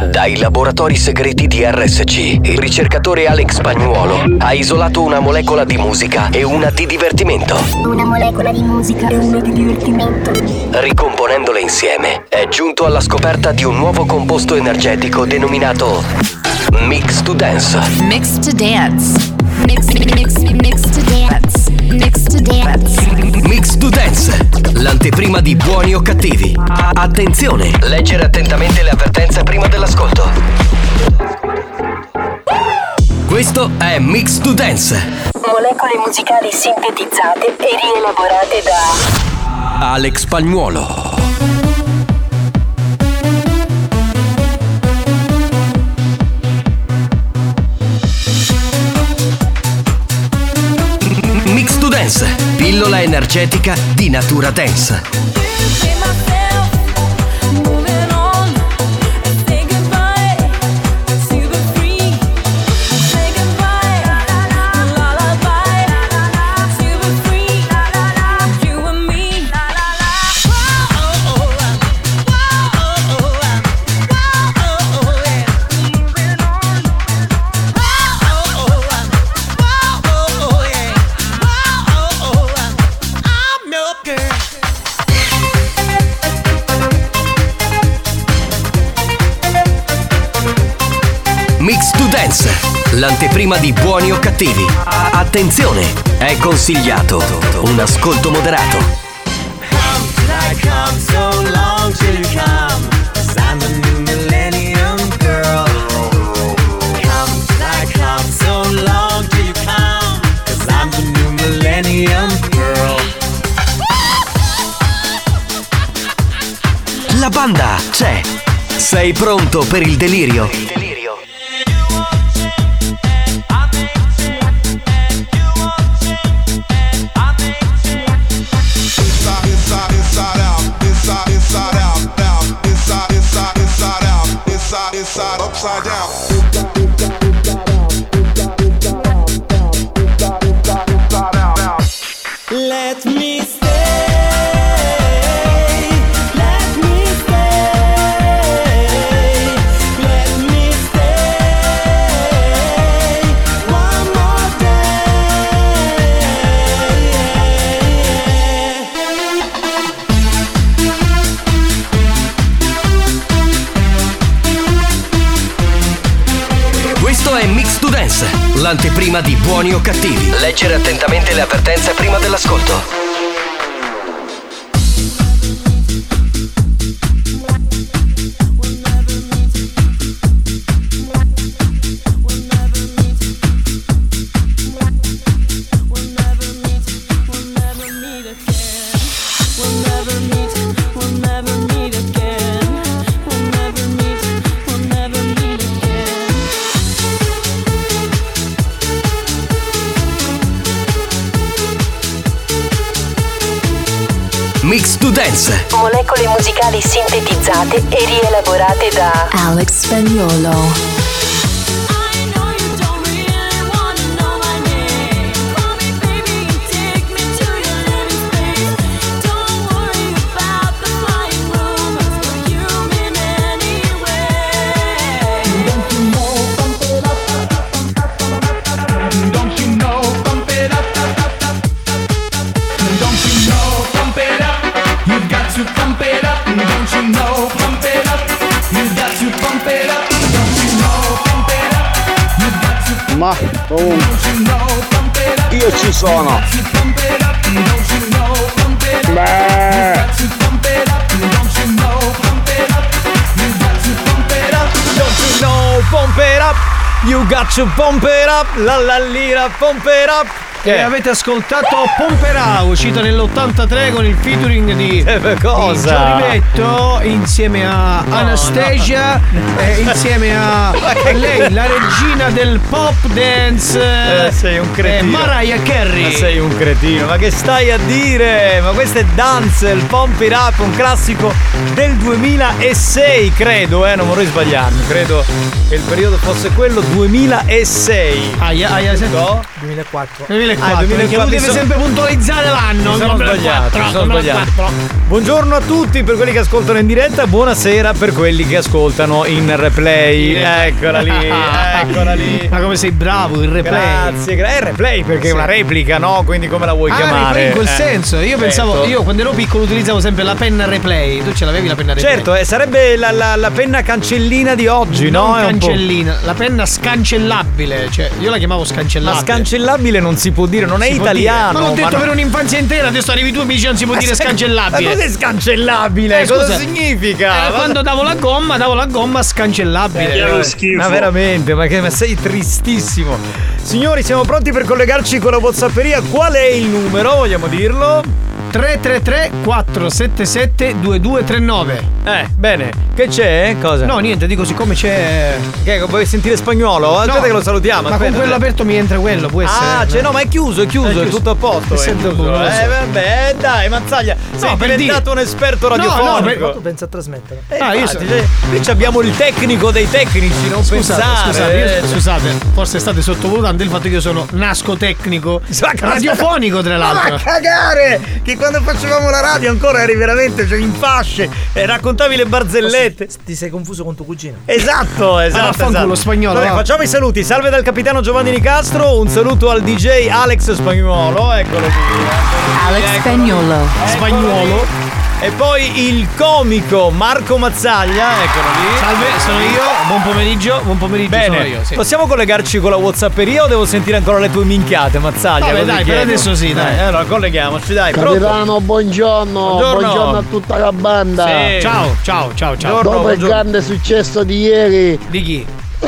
Dai laboratori segreti di RSC, il ricercatore Alex Spagnuolo ha isolato una molecola di musica e una di divertimento. Una molecola di musica e una di divertimento. Ricomponendole insieme, è giunto alla scoperta di un nuovo composto energetico denominato Mix to Dance. Mix to Dance. Mix to Dance. Mix to Dance. Mix to Dance, l'anteprima di Buoni o Cattivi. Attenzione, leggere attentamente le avvertenze prima dell'ascolto. Questo è Mix to Dance. Molecole musicali sintetizzate e rielaborate da Alex Spagnuolo. Mix to Dance, pillola energetica di natura dance. Mix to Dance, l'anteprima di Buoni o Cattivi. Attenzione, è consigliato un ascolto moderato. La banda c'è. Sei pronto per il delirio? Upside down. Let me stay. Let me stay. Let me stay. One more day. Questo è Mix to Dance, l'anteprima di Buoni o Cattivi. Leggere attentamente le avvertenze prima dell'ascolto. Mix to Dance. Molecole musicali sintetizzate e rielaborate da Alex Spagnuolo. Ma io ci sono. Beh. Don't you know, pump it up. You got to pump it up. La la lira, pump it up. E avete ascoltato Pomperà, uscito nell'83 con il featuring di Johnny Betto insieme a Anastasia, insieme a lei, la regina del pop dance, sei un cretino. Mariah Carey. Ma sei un cretino, ma che stai a dire? Ma questo è Dance, il Pump It Up, un classico del 2006, credo, non vorrei sbagliarmi, credo che il periodo fosse quello 2006. No? 2004. 2004, perché lui deve sempre puntualizzare l'anno. Sono sbagliato. Buongiorno a tutti per quelli che ascoltano in diretta, buonasera per quelli che ascoltano in replay. Eccola lì. Ma come sei bravo, il replay. Grazie, è replay perché è una replica, no? Quindi come la vuoi chiamare? Replay in quel senso. Io pensavo, io quando ero piccolo utilizzavo sempre la penna replay. Tu ce l'avevi la penna replay? Certo, sarebbe la penna cancellina di oggi, no? Non cancellina, la penna scancellabile. Cioè, io la chiamavo scancellabile. Ma scancellabile non si può dire, non è italiano. Ma l'ho detto per un'infanzia intera, adesso arrivi tu e mi dici non si può dire scancellabile. Ma cos'è scancellabile? Cosa significa? Quando davo la gomma scancellabile. Ma veramente, ma sei tristissimo. Signori, siamo pronti per collegarci con la WhatsApperia. Qual è il numero? Vogliamo dirlo? 333-477-2239. Bene. Che c'è? Cosa? No, niente, dico siccome c'è. Che vuoi sentire spagnolo? Aspetta che lo salutiamo. Ma con quello aperto mi entra quello, può essere. No, ma è chiuso, è tutto a posto. Vabbè, dai, Mazzaglia. Sei diventato un esperto radiofonico. Tu pensi a trasmettere? Qui abbiamo il tecnico dei tecnici, non pensare. Scusate, forse state sottovalutando il fatto che io sono nascotecnico radiofonico, tra l'altro. Ma cagare! Che quando facevamo la radio ancora eri veramente in fasce e raccontavi le barzellette. Ti sei confuso con tuo cugino. Esatto. Vaffanculo, spagnolo. Vabbè, facciamo i saluti. Salve dal capitano Giovanni Nicastro. Un saluto al DJ Alex Spagnuolo. Eccolo qui. Alex Spagnuolo. E poi il comico Marco Mazzaglia, eccolo lì. Salve, sono io. Buon pomeriggio. Bene, sono io. Sì. Possiamo collegarci con la WhatsApperia o devo sentire ancora le tue minchiate, Mazzaglia? Vabbè, dai, per adesso sì, dai. Allora colleghiamoci, dai. Capitano, buongiorno a tutta la banda. Sì. Ciao. Dopo il grande successo di ieri. Di chi?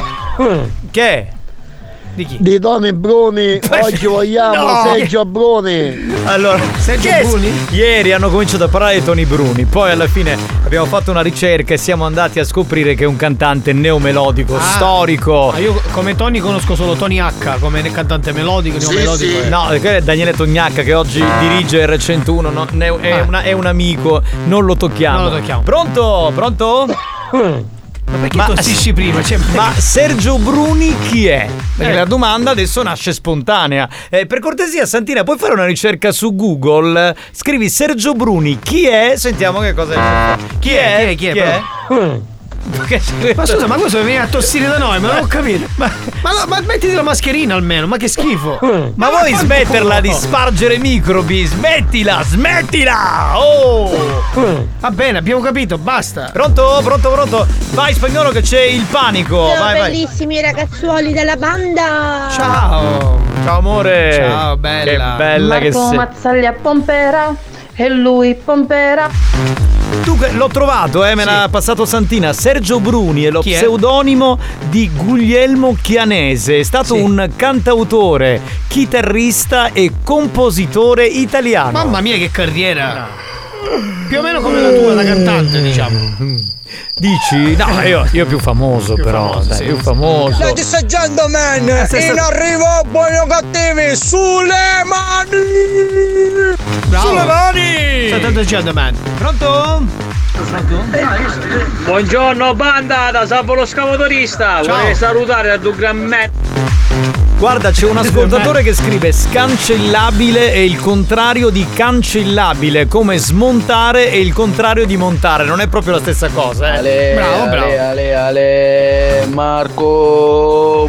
Che? Di chi? Di Tony Bruni, oggi vogliamo Sergio Bruni. Allora, Sergio Bruni? Ieri hanno cominciato a parlare di Tony Bruni, poi alla fine abbiamo fatto una ricerca e siamo andati a scoprire che è un cantante neomelodico, storico. Ma io come Tony conosco solo Tony H, come cantante melodico, neomelodico. Sì. No, è Daniele Tognacca che oggi dirige R101, no, è un amico, non lo tocchiamo. Pronto? Ma perché tossisci prima? Ma Sergio Bruni chi è? Perché la domanda adesso nasce spontanea. Per cortesia, Santina, puoi fare una ricerca su Google? Scrivi Sergio Bruni chi è? Sentiamo che cosa è. Chi è? Ma scusa, ma questo viene a tossire da noi, ma non ho capito. Ma mettiti la mascherina almeno, ma che schifo. Ma vuoi smetterla di spargere microbi? Smettila! Oh! Va bene, abbiamo capito, basta. Pronto? Vai Spagnolo che c'è il panico. Ciao, vai. bellissimi ragazzuoli della banda. Ciao amore. Ciao, bella. Che bella che sei. Mazzaglia pompera e lui pompera. Tu l'ho trovato, me l'ha passato Santina. Sergio Bruni è lo Chi è? pseudonimo di Guglielmo Chianese. È stato un cantautore, chitarrista e compositore italiano. Mamma mia che carriera. Più o meno come la tua da cantante, diciamo. Dici? No, io più famoso però, più famoso. Ladies and gentlemen, in arrivo Buoni o Cattivi sulle mani! Bravo. Sulle mani! State gentlemen. Pronto? Buongiorno banda, da Salvo lo scavatorista. Vorrei salutare da due gran Guarda, c'è un ascoltatore che scrive scancellabile è il contrario di cancellabile, come smontare è il contrario di montare, non è proprio la stessa cosa, Bravo. Ale, Marco.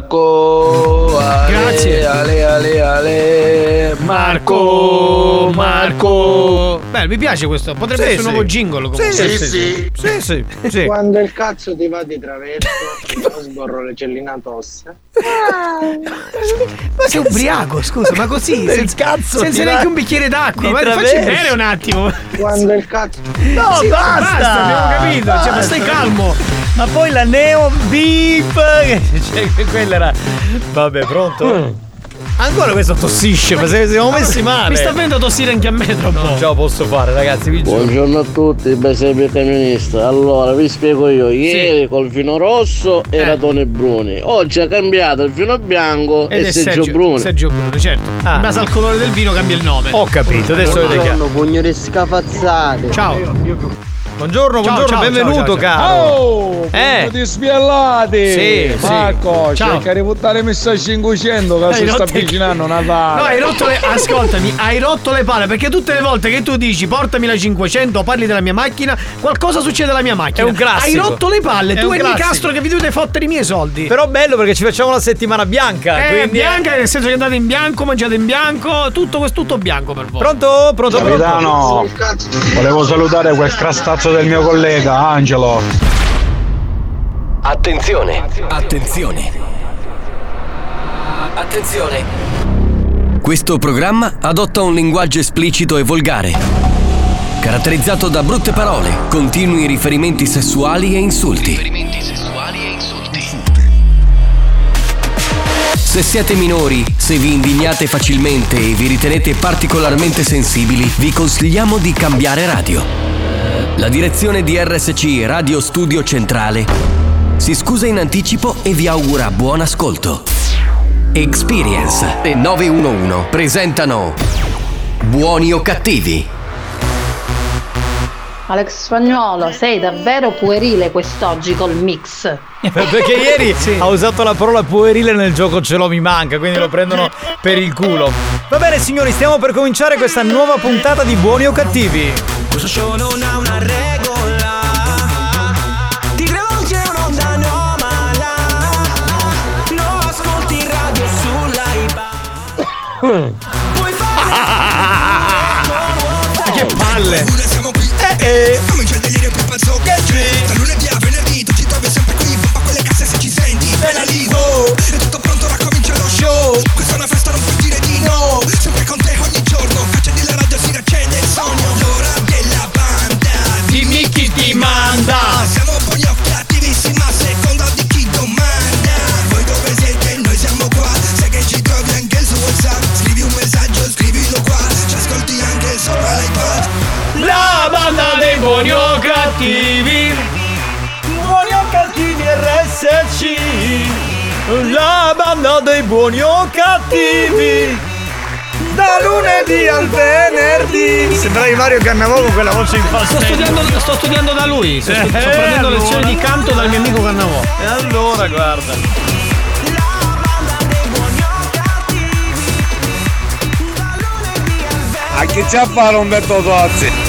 Grazie. Ale, Marco. Beh, mi piace questo, potrebbe essere un nuovo jingle comunque. Sì. Quando il cazzo ti va di traverso, io sborro le celline tosse. Ma sei ubriaco, scusa, ma così senza neanche un bicchiere d'acqua. Ma facci bere un attimo. Quando il cazzo. No, basta, abbiamo capito. Cioè, ma stai calmo. Ma poi la neo beep, quella era. Vabbè, pronto? Ancora questo tossisce, ma siamo messi male. Mi sta venendo a tossire anche a me tra un po'. Non ce la posso fare, ragazzi, vi giuro. Buongiorno a tutti, Besebio camionista. Allora, vi spiego io. Ieri col vino rosso era Tony Bruni. Oggi ha cambiato il vino bianco ed e Sergio Bruni. Sergio Bruni, certo. In base al colore del vino cambia il nome. Ho capito, adesso vedete. Buongiorno, pugni di scafazzate. Ciao. Buongiorno, Ciao, buongiorno, ciao, benvenuto, ciao, ciao. caro. Oh, di spiellati. Sì, Marco, Ciao. cerca di buttare messaggio 500 che si sta avvicinando Natale. No, hai rotto ascoltami, hai rotto le palle, perché tutte le volte che tu dici portami la 500 o parli della mia macchina, qualcosa succede alla mia macchina. È un classico. Hai rotto le palle, È tu un e classico. Nicastro che vi dovete fottere i miei soldi. Però bello perché ci facciamo la settimana bianca. Quindi bianca nel senso che andate in bianco, mangiate in bianco, tutto bianco per voi. Pronto? Pronto? Capitano, volevo salutare quel crastazzo del mio collega Angelo. Attenzione. Attenzione. Attenzione. Questo programma adotta un linguaggio esplicito e volgare, caratterizzato da brutte parole, continui riferimenti sessuali e insulti. Se siete minori, se vi indignate facilmente e vi ritenete particolarmente sensibili, vi consigliamo di cambiare radio. La direzione di RSC Radio Studio Centrale si scusa in anticipo e vi augura buon ascolto. Experience e 911 presentano Buoni o Cattivi. Alex Spagnuolo, sei davvero puerile quest'oggi col mix. Perché ieri ha usato la parola puerile nel gioco Ce l'ho mi manca, quindi lo prendono per il culo. Va bene signori, stiamo per cominciare questa nuova puntata di Buoni o Cattivi. Questo show non ha una regola. Ti rivolge un'onda anomala. Non ascolti radio sull'iPad. Puoi fare che palle. Siamo qui. Comincia il delirio più pazzo che c'è. Da lunedì a venerdì tu ci trovi sempre qui. Pompa quelle casse se ci senti. Bella lì, oh. È tutto pronto, ora comincia lo show. Questa è una festa, non puoi dire di no. Sempre con te ogni giorno. Accendi la radio, si riaccende il sogno. L'ora della banda. Dimmi chi ti manda. Siamo buoni o cattivissimi a seconda di chi domanda. Voi dove siete? Noi siamo qua. Sai che ci trovi anche su WhatsApp. Scrivi un messaggio, scrivilo qua. Ci ascolti anche sopra l'iPad. La banda dei buoni o cattivi. Buoni o Cattivi RSC. La banda dei Buoni o Cattivi. Da lunedì al venerdì. Sembravi Mario Cannavò con quella voce in falsetto. Sto studiando da lui. Sto prendendo allora. lezioni di canto dal mio amico Cannavò. E allora guarda. A chi c'ha a fare Umberto Tozzi?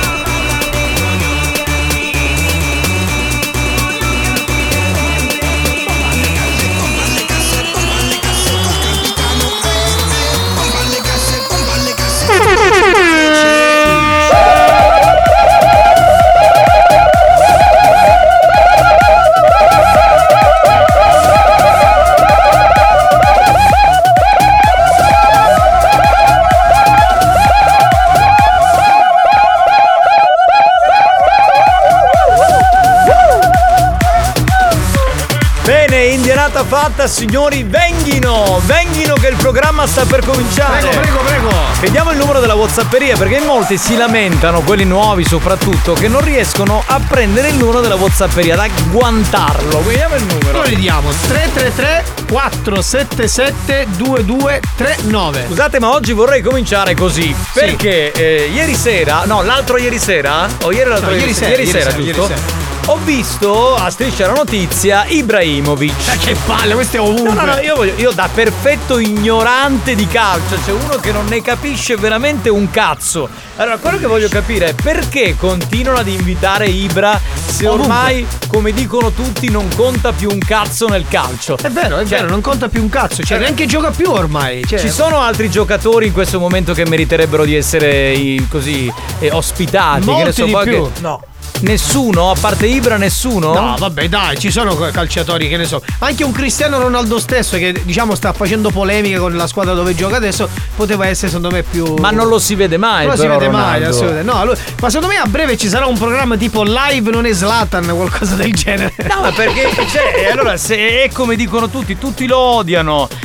Fatta signori, venghino che il programma sta per cominciare. Prego. Vediamo il numero della WhatsApperia, perché in molti si lamentano, quelli nuovi soprattutto, che non riescono a prendere il numero della WhatsApperia, da guantarlo. Vediamo il numero. Lo vediamo, 333 477 2239. Scusate, ma oggi vorrei cominciare così, perché ieri sera, no, l'altro ieri sera, o ieri l'altro ieri sera, giusto? ieri sera. Ho visto a Striscia la Notizia Ibrahimovic. Che palle, questo è ovunque. No, io da perfetto ignorante di calcio, c'è uno che non ne capisce veramente un cazzo. Allora, quello che voglio capire è perché continuano ad invitare Ibra se ormai, come dicono tutti, non conta più un cazzo nel calcio. È vero, non conta più un cazzo, cioè neanche gioca più ormai. Ci sono altri giocatori in questo momento che meriterebbero di essere così ospitati. Molti che ne so, di più. No. Nessuno? A parte Ibra, nessuno? No, vabbè, dai, ci sono calciatori, che ne so. Anche un Cristiano Ronaldo stesso, che diciamo sta facendo polemiche con la squadra dove gioca adesso, poteva essere secondo me più. Ma non lo si vede mai. Non lo si vede mai, Ronaldo. assolutamente. No, ma secondo me a breve ci sarà un programma tipo Live non è Zlatan, qualcosa del genere. No, ma perché allora se è come dicono tutti lo odiano.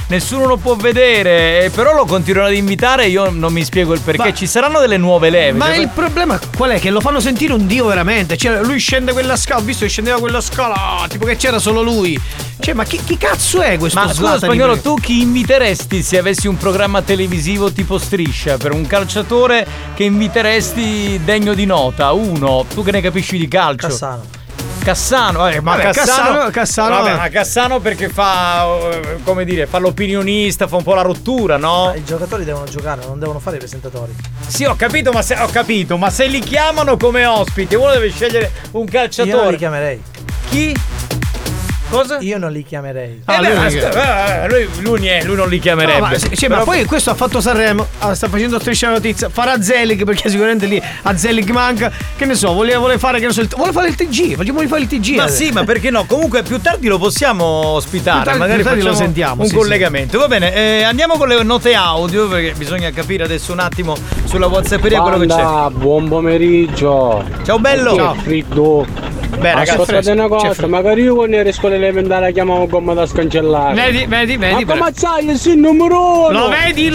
nessuno lo può vedere, però lo continuano ad invitare e io non mi spiego il perché. Ci saranno delle nuove leve. Ma il problema qual è? Che lo fanno sentire un dio veramente. Cioè, lui scende quella scala, ho visto che scendeva quella scala, tipo che c'era solo lui. Cioè, ma chi cazzo è questo? Ma scusa, Spagnolo, tu chi inviteresti se avessi un programma televisivo tipo Striscia? Per un calciatore che inviteresti degno di nota? Uno, tu che ne capisci di calcio? Cassano, ma vabbè, Cassano. Vabbè, ma Cassano perché fa, come dire, fa l'opinionista, fa un po' la rottura, no? Ma i giocatori devono giocare, non devono fare i presentatori. Sì, ho capito, ma se li chiamano come ospiti, uno deve scegliere un calciatore. Io non li chiamerei. Chi? Cosa? Io non li chiamerei. Lui non li chiamerebbe. No, ma poi questo ha fatto Sanremo, sta facendo Striscia la notizia, farà Zelig perché sicuramente lì a Zelig manca. Che ne so, vuole fare vuole fare il TG, facciamoli fare il TG. Ma sì, ma perché no? Comunque più tardi lo possiamo ospitare, magari lo sentiamo. Un collegamento. Va bene, andiamo con le note audio perché bisogna capire adesso un attimo sulla WhatsApperia quello che c'è. Buon pomeriggio. Ciao bello. Ciao. Freddo. Beh, ragazzi, ascoltate una cosa, magari io quando ero a scuola elementare chiamavo gomma da scancellare. Vedi. Ma come sai, sei il numero uno? Lo vedi.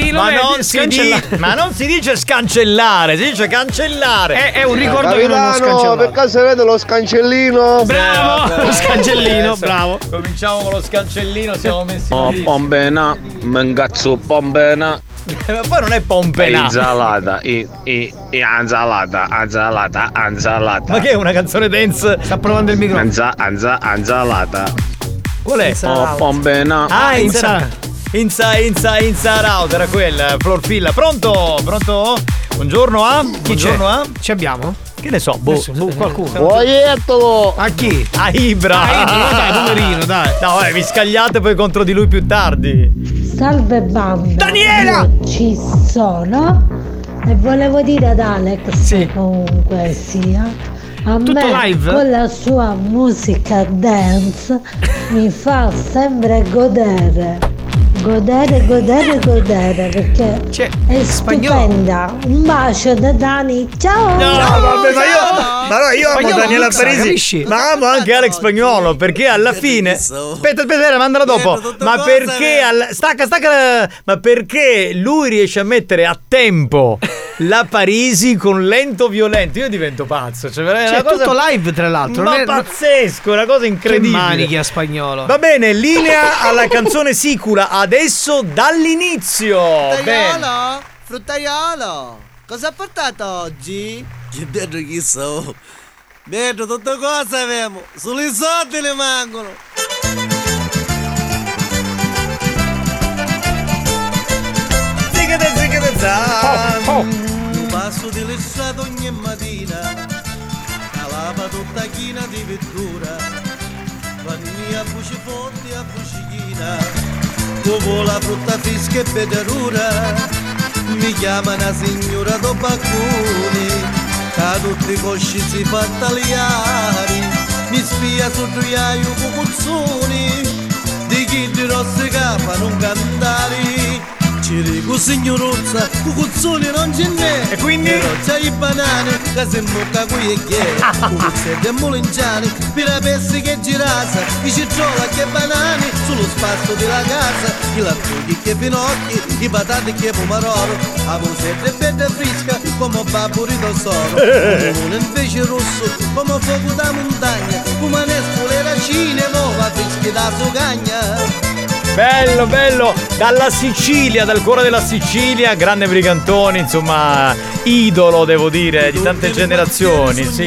Ma non si dice scancellare, si dice cancellare. È un ricordo che non ho scancellato. Per caso vede lo scancellino? Bravo, lo scancellino, bravo. Cominciamo con lo scancellino, siamo messi lì. Pompena, mengazzo pompena. Ma poi non è pompena. Insalata, insalata. Ma che è una canzone dance? Sta provando il microfono. Insalata. Qual è? Pompena. Ah, Insarauta, era quella, Florfilla. Pronto? Buongiorno a? Chi c'è? Ci abbiamo? Che ne so, qualcuno. Vogliettolo! A chi? A Ibra! Dai, poverino, dai. No, vi scagliate poi contro di lui più tardi. Salve banda. Daniela! Io ci sono e volevo dire ad Alex comunque sia a tutto me live? Con la sua musica dance mi fa sempre godere perché è stupenda. Un bacio da Dani, ciao. Ma io amo Daniela Parisi, ma amo anche Alex Spagnolo perché alla fine aspetta, mandala dopo. Ma perché stacca ma perché lui riesce a mettere a tempo la Parisi con lento violento, io divento pazzo. Cioè cosa... tutto live tra l'altro. Ma pazzesco, una cosa incredibile. Che manichi a Spagnolo. Va bene, linea alla canzone sicula adesso dall'inizio. Fruttaiolo, cosa ha portato oggi? Che bello chi so. Bello, tutte cose abbiamo, solo i soldi ne mancano. Io passo delle strade ogni mattina, la lava tutta china di vettura, vanni a buci forti a bucichina, dopo la frutta fresca e bedrura, mi chiama una signora do bacconi, che tutti i cosci si fa tagliare, mi spia sul gioiaio con cuzzoni, di chi di rosse capa non cantare. Ci dico signorozza, cucuzzoni non ce n'è. E quindi? Però c'è i banane, che si imbocca qui e che cucuzzetti e molenciani, per la pesce che girasa, i cicciola che banani, sullo spasso della casa, i lattucchi che finocchi, i patate che pomarolo, la musetta è bella e fresca, come baburito solo, un invece rosso, come fuoco da montagna, come nespo le racine, nuova fresca da sogagna. Bello, dalla Sicilia, dal cuore della Sicilia, grande Brigantoni, insomma, idolo devo dire, di tante generazioni, sì.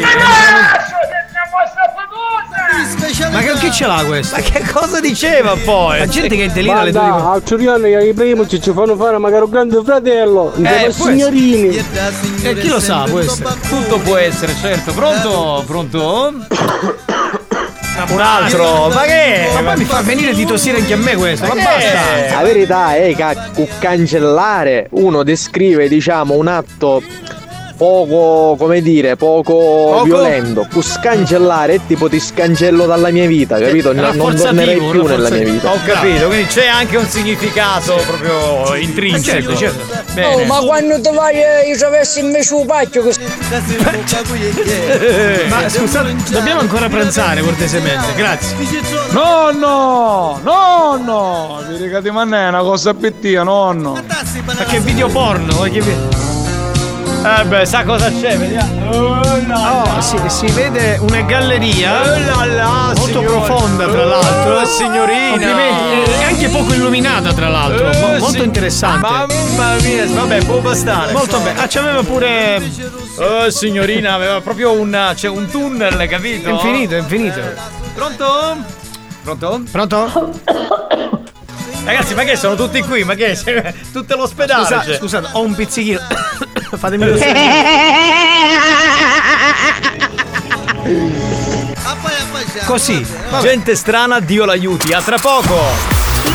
Ma che ce l'ha questo? Ma che cosa diceva poi? La gente che delira le tue al Ciuriano i primi ci fanno fare magari un grande fratello, signorini. Chi lo sa, può essere. Tutto può essere, certo. Pronto? Un altro, ma che? Ma poi mi fa venire di tossire anche a me questo, ma basta. La verità è che cancellare uno descrive, diciamo, un atto poco, come dire, poco violento. Pu scancellare è tipo ti scancello dalla mia vita, capito? Non tornerei più nella mia vita. Ho capito, quindi c'è anche un significato proprio intrinseco. Certo. Oh, ma quando ti vai io ci avessi invece un pacchio così. Ma scusate, dobbiamo ancora pranzare cortesemente, grazie. Nonno! Mi dica di manna è una cosa bettia, nonno. Ma che video porno? Sa cosa c'è, vediamo. Si vede una galleria molto profonda, tra l'altro. Signorina. Complimenti. E anche poco illuminata, tra l'altro. Molto interessante. Mamma mia, vabbè, può bastare. Molto bene. C'aveva pure. Signorina, aveva proprio un tunnel, capito? Infinito. Pronto? Ragazzi, ma che sono tutti qui? Ma che tutto l'ospedale? Scusate, ho un pizzichino. Fatemi lo così. Gente strana, Dio l'aiuti. A tra poco.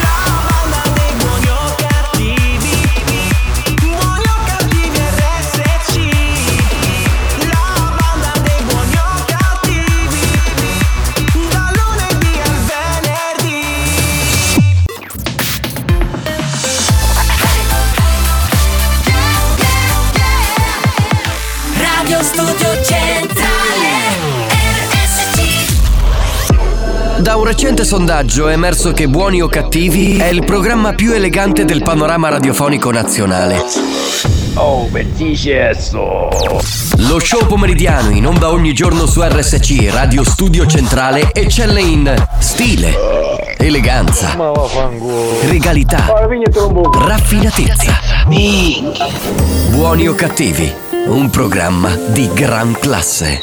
Studio Centrale RSC. Da un recente sondaggio è emerso che Buoni o Cattivi è il programma più elegante del panorama radiofonico nazionale. Oh, bellissimo. Lo show pomeridiano in onda ogni giorno su RSC Radio Studio Centrale eccelle in stile, eleganza, regalità, raffinatezza. Buoni o Cattivi, un programma di gran classe.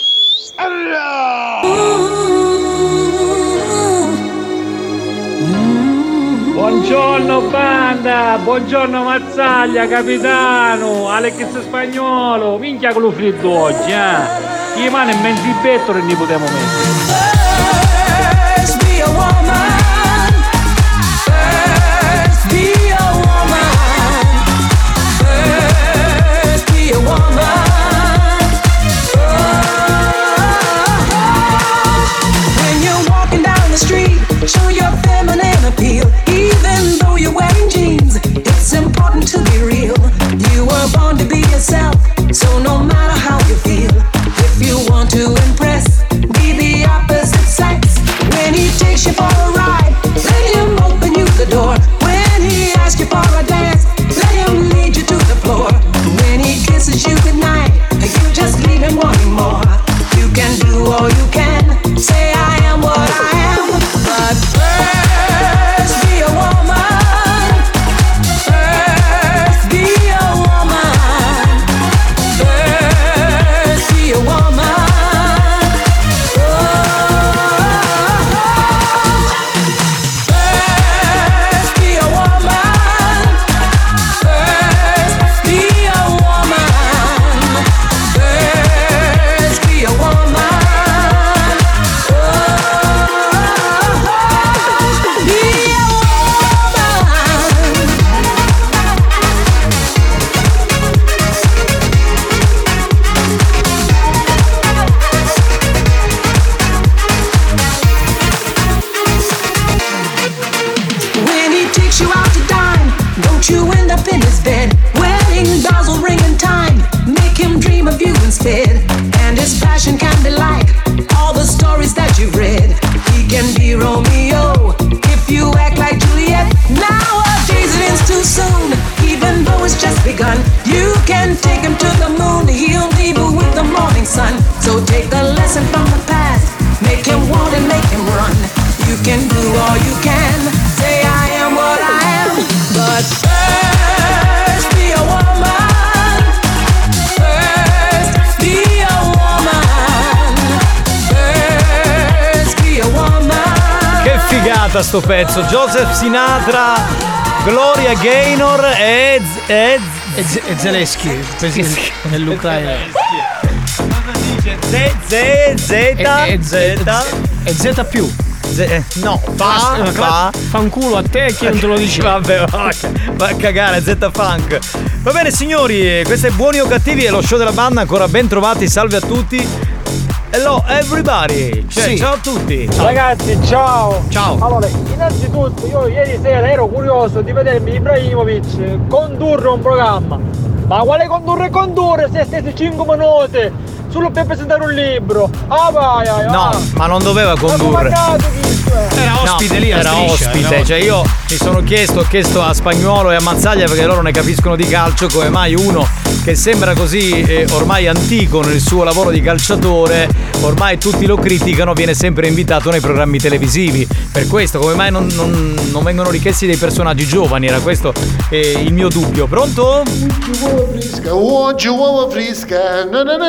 Buongiorno banda, buongiorno Mazzaglia, capitano, Alex Spagnolo, minchia con lo freddo oggi, I mani in mezzo il petto e ne potremo mettere. Show your feminine appeal. Even though you're wearing jeans, it's important to be real. You were born to be yourself, so no matter how you feel, if you want to impress, be the opposite sex. When he takes you for a ride, let him open you the door. When he asks you for a dance, let him lead you to the floor. When he kisses you goodnight, you just leave him wanting more. You can do all you can, say I am what I am. But first be a woman. First be a woman. First be a woman. First be a woman. First be a woman. First be a woman. You end up in his bed. Wedding bells will ring in time. Make him dream of you instead. And his passion can be like all the stories that you've read. He can be Romeo if you act like Juliet. Nowadays it ends too soon, even though it's just begun. You can take him to the moon, he'll leave you with the morning sun. So take the lesson from the past, make him want and make him run. You can do all you can, say I am what I am. But first be a woman. First be a woman. First be a woman. Che figata sto pezzo. Joseph Sinatra, Gloria Gaynor e Zelensky, presidente dell'Ucraina. Z e Z più. fa un culo a te che non te lo dice. Vabbè, va a cagare, Z-Funk. Va bene signori, questo è Buoni o Cattivi, è lo show della banda, ancora ben trovati, salve a tutti. Hello everybody, Sì. Ciao a tutti. Ragazzi, ciao! Ciao! Allora, innanzitutto io ieri sera ero curioso di vedermi Ibrahimovic condurre un programma. Ma quale condurre se stesse 5 minuti solo per presentare un libro? No, ma non doveva condurre. Era ospite lì a era Striscia, ospite, era cioè io mi sono ho chiesto a Spagnuolo e a Mazzaglia, perché loro ne capiscono di calcio, come mai uno che sembra così ormai antico nel suo lavoro di calciatore, ormai tutti lo criticano, viene sempre invitato nei programmi televisivi. Per questo, come mai non vengono richiesti dei personaggi giovani? Era questo il mio dubbio. Pronto? Oggi uova fresca.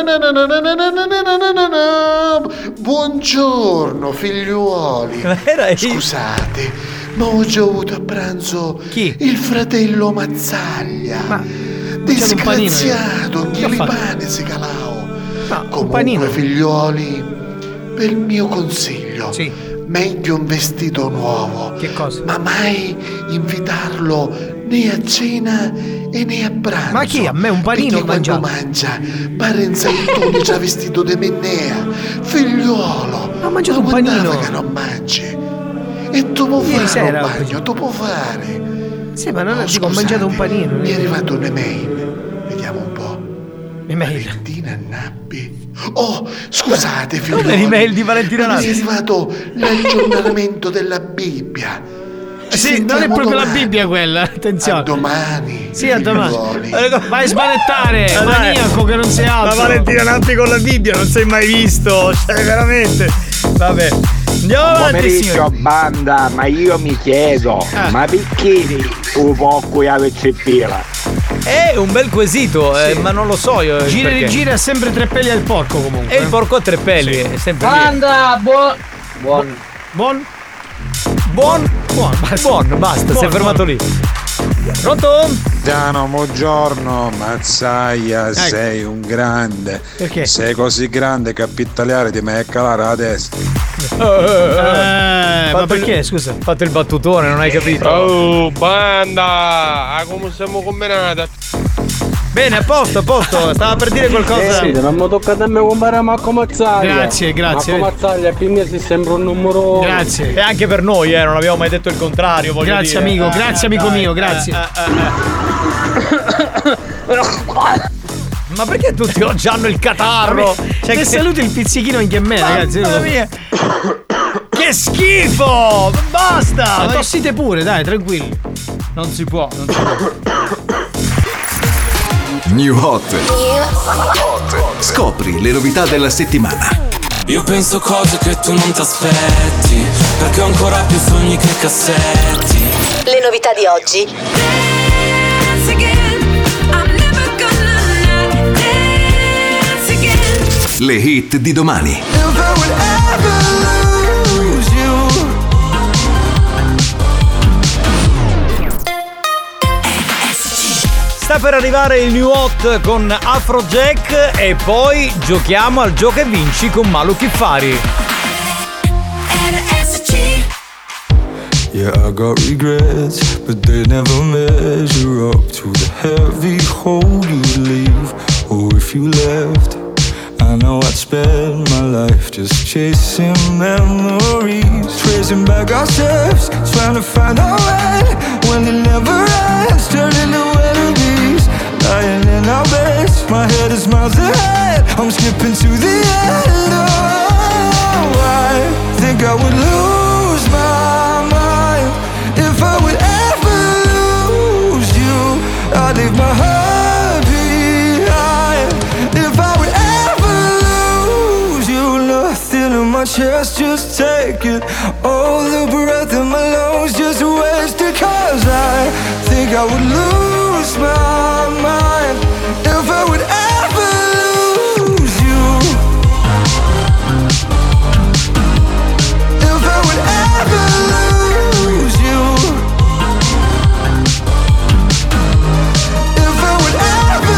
Buongiorno figliuoli. Scusate, ma oggi ho avuto a pranzo il fratello Mazzaglia. Disgraziato, che il pane si calao. Comunque figliuoli, per il mio consiglio, meglio un vestito nuovo. Che cosa? Ma mai invitarlo né a cena e né a pranzo. Ma chi? A me un panino ho quando mangia Parenza il già vestito di Mennea. Figliuolo, ha mangiato un panino che non mangi. E tu puoi Ieri fare sera un bagno, tu puoi fare. Sì, ma non dico, ho mangiato un panino. Mi è arrivato un'email. Vediamo un po'. Email. Valentina Nappi. Oh, scusate figlioli. Non è l'email di Valentina Nappi. Mi è arrivato l'aggiornamento della Bibbia. Sì, non è proprio la Bibbia quella, attenzione. A domani. Sì, a domani. Figlioli. Vai a smanettare, maniaco che non sei altro. La Valentina Nappi con la Bibbia non sei mai visto, cioè veramente. Vabbè. Andiamo avanti, Pomeriggio signori. banda, ma io mi chiedo, ma perché un po' qui a cepira? È un bel quesito, ma non lo so io. Gira e perché. rigira sempre tre pelli al porco comunque. E il porco a tre pelli, è sempre lì. Banda, Buon, basta, si è fermato lì. Pronto? Giano, buongiorno, Mazzaglia, sei un grande. Perché? Sei così grande che a pittaliare ti metti a calare la testa. Ma perché, scusa? Fate il battutone, non hai capito? Oh, banda! Come siamo combinati? Bene, a posto, stava per dire qualcosa. Sì, non mi tocca a me comprare Marco Mazzaglia. Grazie. Marco Mazzaglia, per me si sembra un numero. Grazie. E anche per noi, non abbiamo mai detto il contrario, voglio grazie dire. amico, grazie amico mio, grazie. Ma perché tutti oggi hanno il catarro? Cioè, che saluti il pizzichino anche a me, ragazzi. Mamma mia. Che schifo! Basta! Ma tossite pure, dai, tranquilli. Non si può. New Hot. Scopri le novità della settimana. Io penso cose che tu non ti aspetti, perché ho ancora più sogni che cassetti. Le novità di oggi. Le hit di domani. Sta per arrivare il New Hot con Afrojack e poi giochiamo al Gioca e Vinci con Malu Kiffari. Yeah, I got regrets, but they never measure up to the heavy hole you'd leave. Oh, if you left, I know I'd spend my life just chasing memories, tracing back our steps, trying to find our way when it never ends, turning to enemies, lying in our beds. My head is miles ahead, I'm skipping to the end. Oh, I think I would lose my mind if I would ever lose you. I'd leave my heart behind if I would ever lose you. Nothing in my chest, just take it. All the breath in my lungs, just waste it. 'Cause I think I would lose my mind if I would ever lose you. If I would ever lose you. If I would ever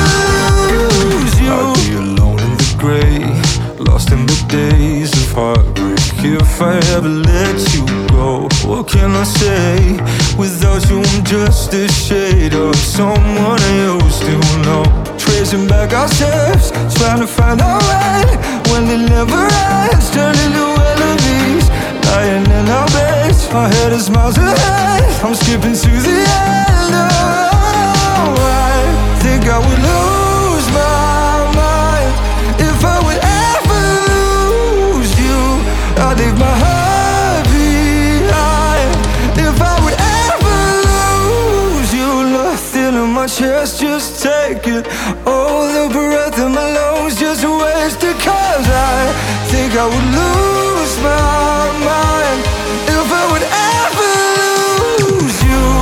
lose you. I'd be alone in the grey, lost in the days of heartbreak. if I ever let you go. What can I say? Without you I'm just a shade of someone I used to know. Tracing back our steps, trying to find our way. When it never ends, turn into melodies. Lying in our beds, our head is miles ahead. I'm skipping to the end. Oh, I think I would lose my mind if I would ever lose you. I'd leave my heart behind if I would ever lose you. Nothing in my chest, just take it. All the breath in my lungs, just waste it. 'Cause I think I would lose my mind if I would ever lose you.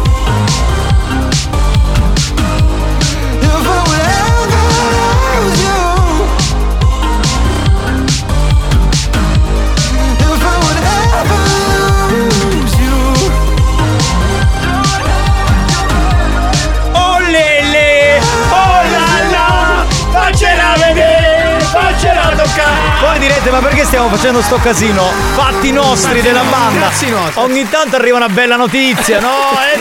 If I would ever lose you. If I would ever lose you. Oh lele, oh la la, faccela vedere, faccela toccare. Voi direte, ma perché stiamo facendo sto casino? Fatti nostri della banda. Ogni tanto arriva una bella notizia, no?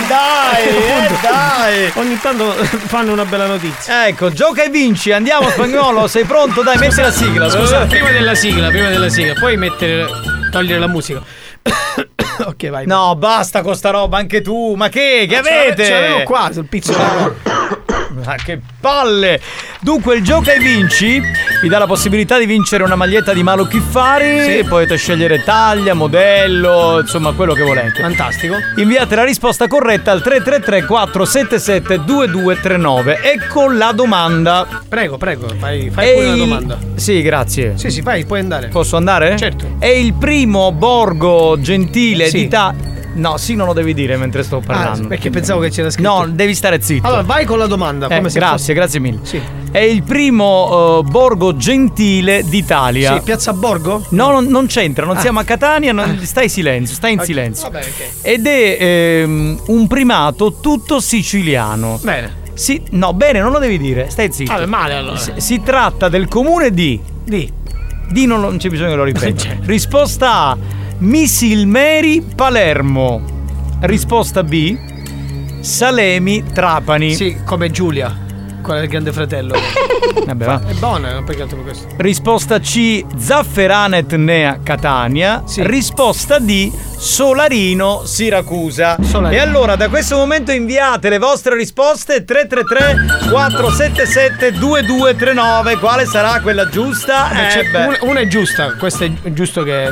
Dai. Ogni tanto fanno una bella notizia. Ecco, gioca e vinci, andiamo Spagnolo, sei pronto? Dai, metti la sigla. Scusa, prima della sigla, poi togliere la musica. Ok, vai. No, basta con sta roba, anche tu. Ma che avete? Ce l'avevo qua sul pizzo. Ma che palle! Dunque il gioca e vinci vi dà la possibilità di vincere una maglietta di Malo Chiffari. Sì. Potete scegliere taglia, modello, insomma quello che volete. Fantastico. Inviate la risposta corretta al 333 477 2239 e con la domanda. Prego, fai pure la domanda. Sì, grazie. Sì, puoi andare. Posso andare? Certo. È il primo borgo gentile d'Italia. No, sì, non lo devi dire mentre sto parlando. Perché pensavo che c'era scritto. No, devi stare zitto. Allora, vai con la domanda. Come grazie mille. Sì. È il primo borgo gentile d'Italia. Sì, Piazza Borgo? No, non c'entra, non siamo a Catania, stai in silenzio. Va bene, ok. Ed è un primato tutto siciliano. Bene. Sì, no, bene, non lo devi dire, stai zitto. Allora, male allora. Si tratta del comune di non c'è bisogno che lo ripeta. Risposta A: Misilmeri, Palermo. Risposta B: Salemi, Trapani. Sì, come Giulia, quella del Grande Fratello. Vabbè, va. È buona, non perché altro per questo. Risposta C: Zafferanet, Nea, Catania. Sì. Risposta D: Solarino, Siracusa. E allora da questo momento inviate le vostre risposte 333 477 2239. Quale sarà quella giusta? Una è giusta, questa è giusto che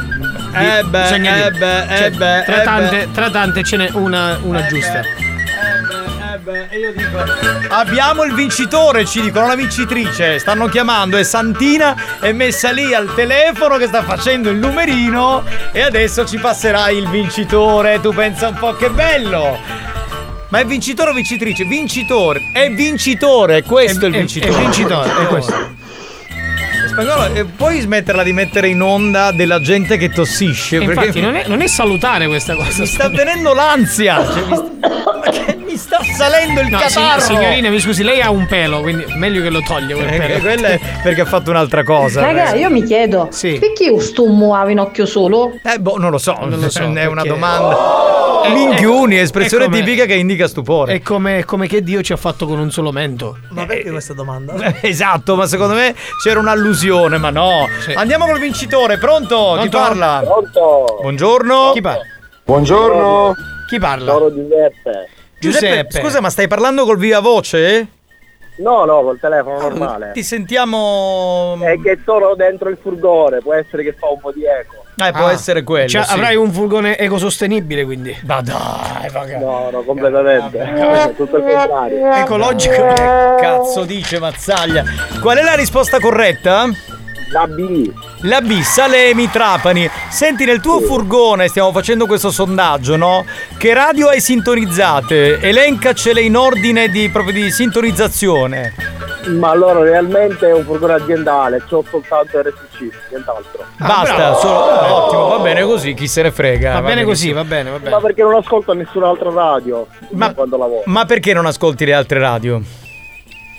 tra tante ce n'è una giusta. E io dico, abbiamo il vincitore, ci dicono, la vincitrice. Stanno chiamando, è Santina, è messa lì al telefono che sta facendo il numerino e adesso ci passerà il vincitore. Tu pensa un po' che bello. Ma è vincitore o vincitrice? Vincitore, è vincitore, questo è il vincitore. È vincitore, è questo. Spagnolo, puoi smetterla di mettere in onda della gente che tossisce? Infatti non è salutare questa cosa. Mi sta venendo l'ansia. Mi sta salendo il catarro. Signorina, mi scusi, lei ha un pelo, quindi meglio che lo toglia quel pelo. Quello è perché ha fatto un'altra cosa. Raga, io mi chiedo, perché io sto muovo in occhio solo? Non lo so, è una domanda. Minchiuni, espressione tipica che indica stupore. È come che Dio ci ha fatto con un solo mento. Ma perché questa domanda? Esatto, ma secondo me c'era un'allusione, ma no. Sì. Andiamo col vincitore, pronto? Chi parla? Pronto. Buongiorno. Chi parla? Buongiorno. Chi parla? Sono Giuseppe. Giuseppe, scusa, ma stai parlando col viva voce? No, col telefono normale. Ti sentiamo. È che sono dentro il furgone, può essere che fa un po' di eco. Può essere quello. Cioè, sì. Avrai un furgone ecosostenibile, quindi. Ma dai, magari. No, completamente. Tutto il contrario. Ecologico. Che cazzo dice Mazzaglia? Qual è la risposta corretta? La B. La B, Salemi, Trapani. Senti, nel tuo furgone stiamo facendo questo sondaggio, no? Che radio hai sintonizzate? Elencacele in ordine proprio di sintonizzazione. Ma allora realmente è un furgone aziendale, c'ho soltanto RSC, nient'altro. Basta, ottimo, va bene così, chi se ne frega. Va bene così, va bene. Ma perché non ascolto nessun'altra radio quando lavoro. Ma perché non ascolti le altre radio?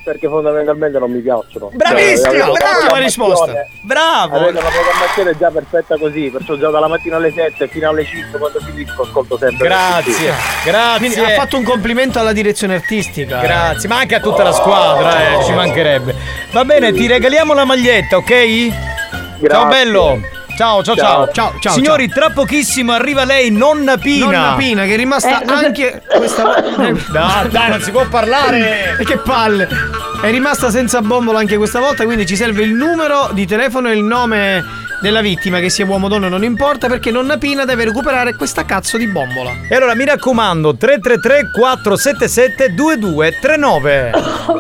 perché fondamentalmente non mi piacciono. Bravissimo, ottima risposta. Bravo. Avete una programmazione già perfetta così, perciò già dalla mattina alle 7 fino alle 5 quando finisco ascolto sempre. Grazie. Quindi ha fatto un complimento alla direzione artistica. Grazie, ma anche a tutta la squadra, ci mancherebbe. Va bene, ti regaliamo la maglietta, ok? Grazie. Ciao bello. Ciao. Signori, ciao. tra pochissimo arriva lei, Nonna Pina. Nonna Pina, che è rimasta anche questa volta. Dai, non si può parlare. Che palle. È rimasta senza bombola anche questa volta, quindi ci serve il numero di telefono e il nome della vittima, che sia uomo o donna non importa, perché Nonna Pina deve recuperare questa cazzo di bombola. E allora mi raccomando, 333 477 2239.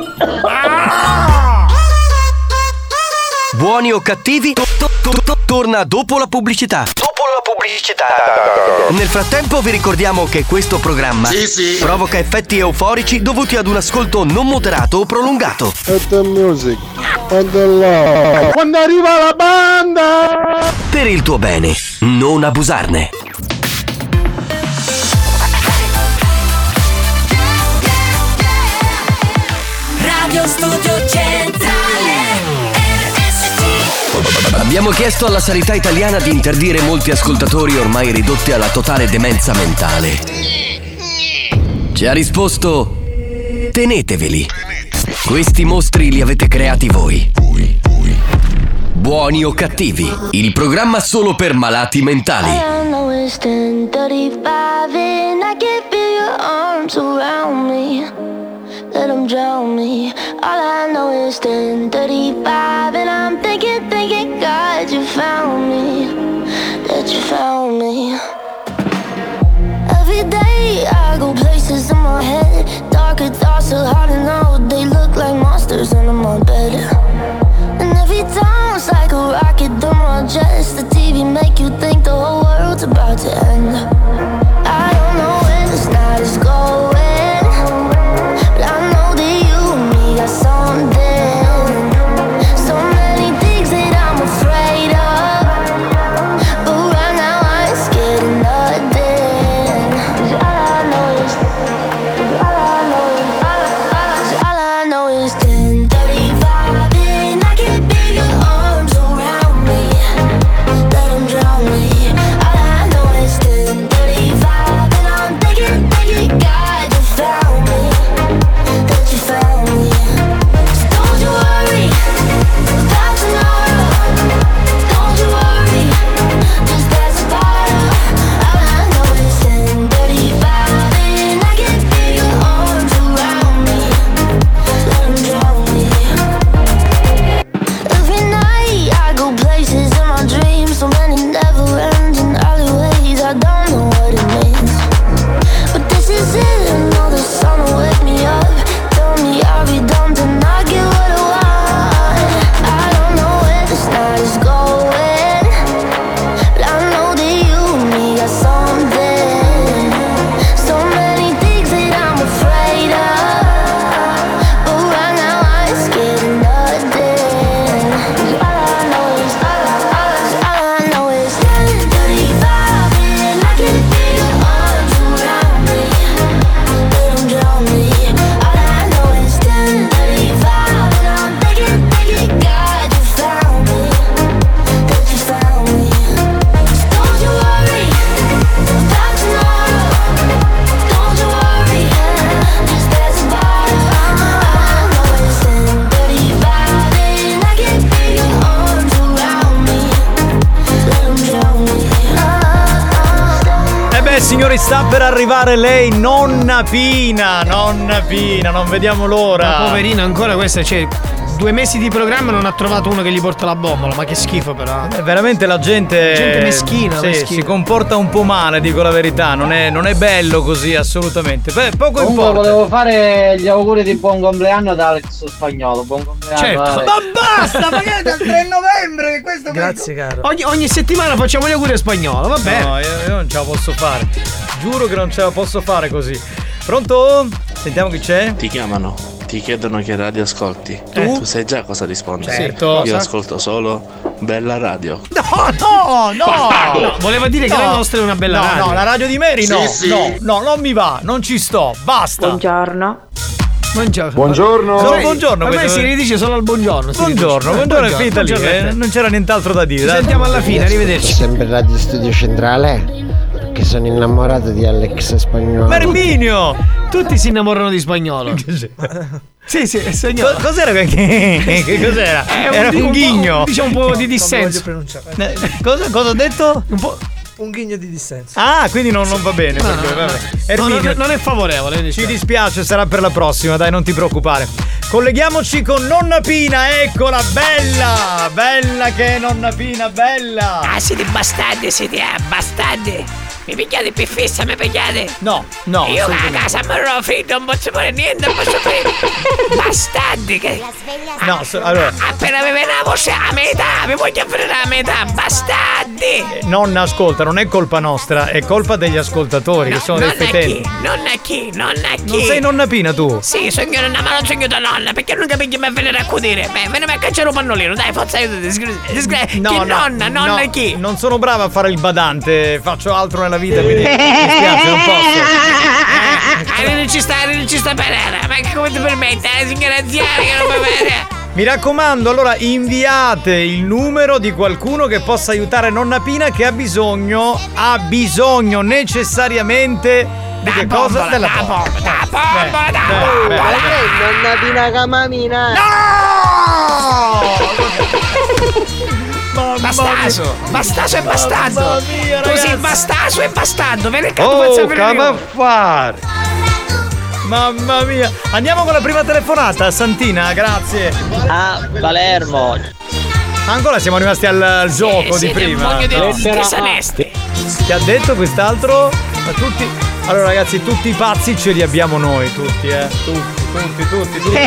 Buoni o cattivi? Torna dopo la pubblicità. Nel frattempo vi ricordiamo che questo programma provoca effetti euforici dovuti ad un ascolto non moderato o prolungato. Music. Quando arriva la banda! Per il tuo bene, non abusarne. Radio Studio Centrale. Abbiamo chiesto alla sanità italiana di interdire molti ascoltatori ormai ridotti alla totale demenza mentale. Ci ha risposto: teneteveli. Questi mostri li avete creati voi. Buoni o cattivi, il programma solo per malati mentali. Let them drown me. All I know is 10:35, and I'm thinking, God, you found me. That you found me. Every day I go places in my head. Darker thoughts are hard to know. They look like monsters under my bed. And every time it's like a rocket through my chest. The TV make you think the whole world's about to end. I don't know where this night is going. Signori, sta per arrivare lei, Nonna Pina, non vediamo l'ora. Ma poverina, ancora questa, cioè 2 mesi di programma non ha trovato uno che gli porta la bombola, ma che schifo però. Veramente la gente meschina, si comporta un po' male, dico la verità, non è bello così assolutamente. Poco importa. Volevo fare gli auguri di buon compleanno da Alex Spagnolo. Buon compleanno. Certo. Ma basta, magari dal 3 novembre questo. Grazie caro. Ogni settimana facciamo gli auguri a Spagnolo, va bene. No, io non ce la posso fare. Giuro che non ce la posso fare così. Pronto? Sentiamo chi c'è. Ti chiamano, ti chiedono che radio ascolti. Tu sai già cosa rispondere. Certo. Io ascolto solo Bella Radio. No. Voleva dire che la nostra è una bella radio. No, la radio di Mary no. Sì. No, non mi va, non ci sto. Basta. Buongiorno. Buongiorno. Solo buongiorno. A me si ridice solo al buongiorno. Buongiorno è finita lì. Non c'era nient'altro da dire. Ci sentiamo alla fine, arrivederci. Sempre Radio Studio Centrale. Che sono innamorato di Alex Spagnolo. Marminio! Tutti si innamorano di Spagnolo. Sì, Spagnolo. Cos'era? Che cos'era? Era un ghigno. Diciamo un po' di dissenso. Cosa ho detto? Un ghigno di dissenso. Ah, quindi non va bene. Non è favorevole. Ci dispiace, sarà per la prossima, dai, non ti preoccupare. Colleghiamoci con Nonna Pina, eccola, bella che è Nonna Pina, bella. Ah, siete bastardi, bastardi. Mi pigliate per fissa, mi pigliate? No. Io a casa mi ero fritto, non posso fare niente, non posso fare. Bastardi che. No, allora. Appena mi viene la voce a metà, mi voglio aprire a metà, bastardi! Nonna, ascolta, non è colpa nostra, è colpa degli ascoltatori, che sono dei fetenti. Nonna chi? Non sei Nonna Pina tu? Sì, sono nonna, ma non sono io da nonna, perché non capisci me a venire a accudire. Beh, venimi a cacciare un pannolino, dai, forza aiuto. Nonna chi? Non sono brava a fare il badante, faccio altro nella vita, quindi mi spiace, non posso. Non ci sta Pereira, ma come ti permette, signora anziana che non mi vede? Mi raccomando, allora inviate il numero di qualcuno che possa aiutare Nonna Pina, che ha bisogno necessariamente di che cosa? Della bomba. Nonna Pina camamina. Bastaso e bastardo. Così bastaso e bastardo. Vieni che tu faccia fare. Mamma mia. Andiamo con la prima telefonata, Santina, grazie. A Palermo. Ancora siamo rimasti al gioco di prima. Che ha detto quest'altro? Ma tutti. Allora ragazzi, tutti i pazzi ce li abbiamo noi, tutti, tutti.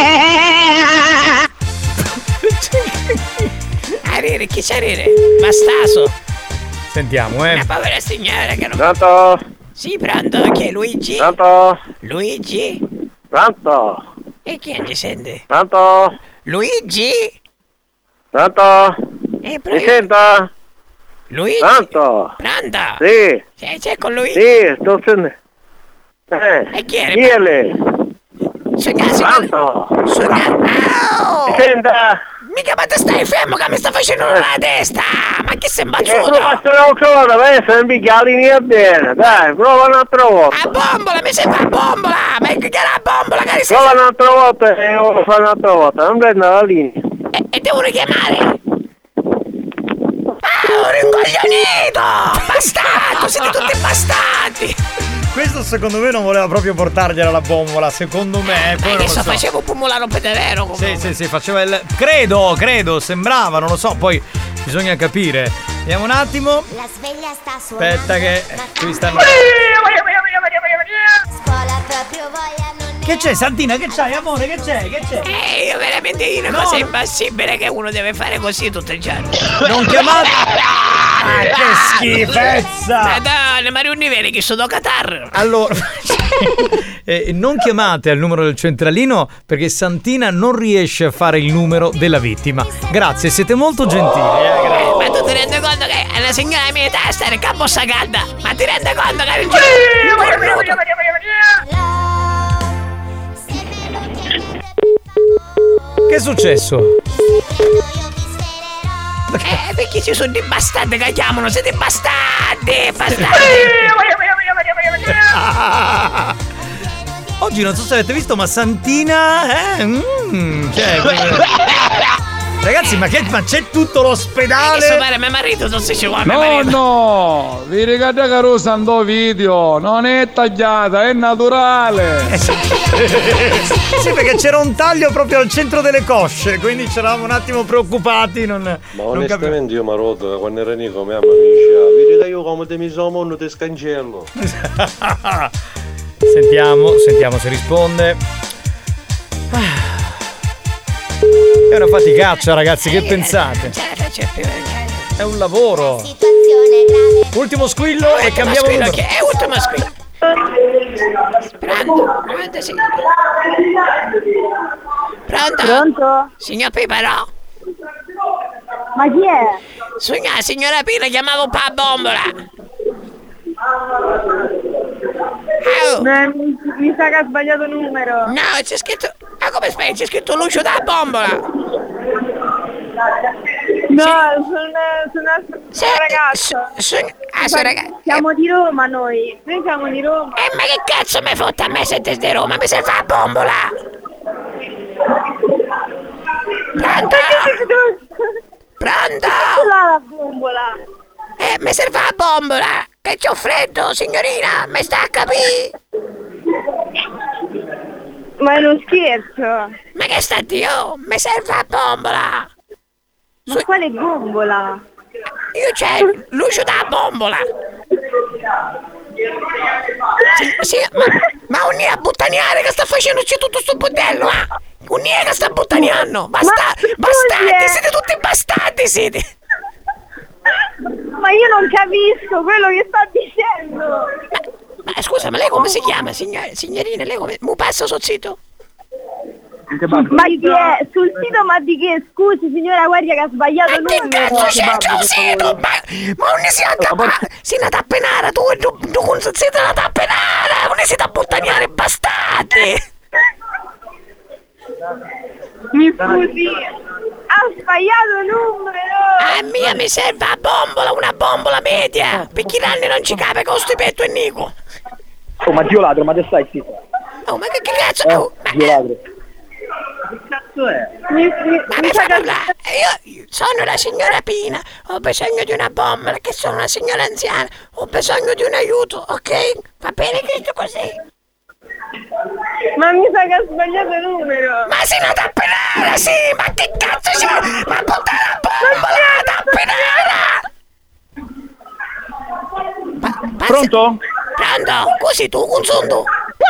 Arire, chi c'è Arire? Bastaso. Sentiamo, Una povera signora che non... Pronto? Sì, pronto, chi è Luigi? Pronto? Luigi? Pronto? E chi è che sente? Pronto? Luigi? Pronto? Mi senta? Luigi? Pronto? Pronto? Sì. C'è con Luigi? Sì, sto sentendo. E chi è? Chi è lei? Pronto? Mi senta? Mica ma te stai fermo che mi sta facendo la testa! Ma che sei imbazzuto? Faccio un'altra volta, adesso non picchia la linea bene, dai, prova un'altra volta. A bombola, mi sembra a bombola! Ma che era a bombola, cari? Prova un'altra volta e io lo fare un'altra volta, non prendo la linea. E devo richiamare? Ah, un rincoglionito! Bastardo, siete tutti bastardi! Questo secondo me non voleva proprio portargliela la bombola, secondo me. Poi adesso facevo pumolare un pedalero. Sì, faceva il... Credo, sembrava, non lo so, poi bisogna capire. Vediamo un attimo. La sveglia sta suonando. Aspetta che qui stanno... Scuola proprio voglia non... Che c'è Santina? Che c'hai amore? Che c'è? Io veramente una cosa impossibile che uno deve fare così tutto il giorno. Non chiamate... che schifezza! Madonna, ma riunivere che sono catarro. Allora, non chiamate al numero del centralino perché Santina non riesce a fare il numero della vittima. Grazie, siete molto gentili. Ma tu ti rendi conto che è una signora di mia testa è campossa calda? Ma ti rendi conto che è il Che è successo? Perché ci sono dei bastardi che chiamano, siete bastardi! Oggi non so se avete visto, ma Santina ragazzi, ma c'è tutto l'ospedale? Adesso pare mio marito non si ci vuole. No, vi ricordate che lo santo video non è tagliata, è naturale. Sì, perché c'era un taglio proprio al centro delle cosce, quindi c'eravamo un attimo preoccupati. Ma onestamente io mi rotto quando ero Nico, mia mamma mi diceva: vedi che io come te mi sono, non ti scancello. Sentiamo se risponde. È una faticaccia, ragazzi, che pensate? È un lavoro. Ultimo squillo e cambiamo numero. Che è ultimo squillo. Pronto? Sì. Pronto? Signor Pipero? Ma chi è? Signora Pina, chiamavo pa bombola. Mi sa che ha sbagliato numero. No, c'è scritto... Ma come sbagli? C'è scritto Lucio da bombola. No, sono una ragazza. Siamo di Roma noi. Noi siamo di Roma. Ma che cazzo mi fotte a me se te di Roma? Mi serve la bombola. Pronto? Pronto? La bombola. Mi serve la bombola. Che c'ho freddo, signorina. Mi sta a capire? Ma è uno scherzo. Ma che sta Dio? Mi serve la bombola. Ma quale bombola? Io c'è Lucio da bombola. Sì, ma un'ia a buttaniare che sta facendo tutto sto budello, un'ia che sta buttaniando. Bastardi, siete tutti bastardi, siete. Ma io non capisco quello che sta dicendo. Ma scusa, ma lei come si chiama, signorina? Lei come... Mu passo sul sito? Ma chi è? Sul sito, ma di che? Scusi signora, guardi che ha sbagliato il numero. Ma che cazzo c'è sul sito? Ma non si è una tappenara, tu siete una tappenara, non si da buttaniare, bastardi. Mi scusi, ha sbagliato il numero. Mia, mi serve una bombola media. Per chi anni non ci cape con stipetto e Nico. Oh, ma Dio ladro, ma te stai zitto? Oh, ma che cazzo? Dio ladro. Che cazzo è? Io sono la signora Pina, ho bisogno di una bombola, che sono una signora anziana, ho bisogno di un aiuto, ok? Va bene che così? Ma mi sa che ha sbagliato il numero. Ma sei una tappenara, sì, ma che cazzo c'è? Ma butta la bombola, tappenara! Pronto? Pronto? Così tu, un sonno?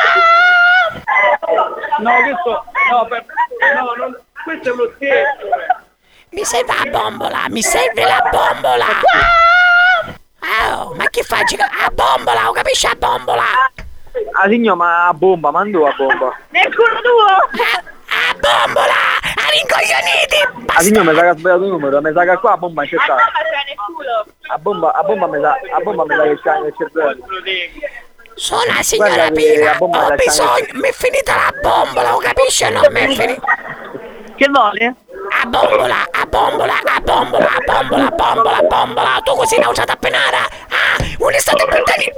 No, questo... No, questo è uno scherzo. Mi serve la bombola, mi serve la bombola! Oh, ma che fai? A bombola, lo capisci a bombola? Signor, ma a bomba, mando a bomba. Nel culo tuo! A bombola! A rincoglioniti! Signor, mi sa che ha sbagliato il numero, mi sa che qua a bomba c'è stato. A bomba mi sa che c'è nel cervello. Sono la signora Pina, ho bisogno, mi è finita la bombola, lo capisci o no? Mi è finita. Che vuole? A bombola, tu così l'hai usata a penara? Un'estate puttani.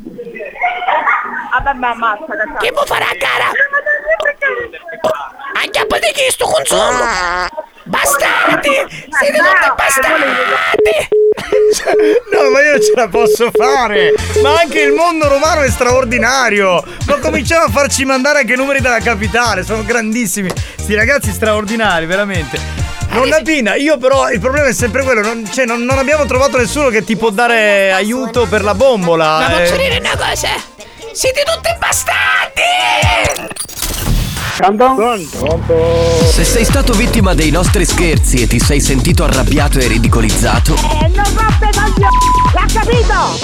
Vabbè, ammazza, che vuoi fare a gara? Anche a di chi sto consumo? Bastardi! Siete tutti bastardi! No, ma io ce la posso fare! Ma anche il mondo romano è straordinario! Ma cominciamo a farci mandare anche numeri dalla capitale, sono grandissimi! Sti ragazzi straordinari, veramente! Nonna Pina, io però il problema è sempre quello, non abbiamo trovato nessuno che ti può dare aiuto per la bombola. Ma posso dire una cosa? Siete tutti bastardi! Pronto? Se sei stato vittima dei nostri scherzi e ti sei sentito arrabbiato e ridicolizzato, non rompe coglioni! L'ha capito!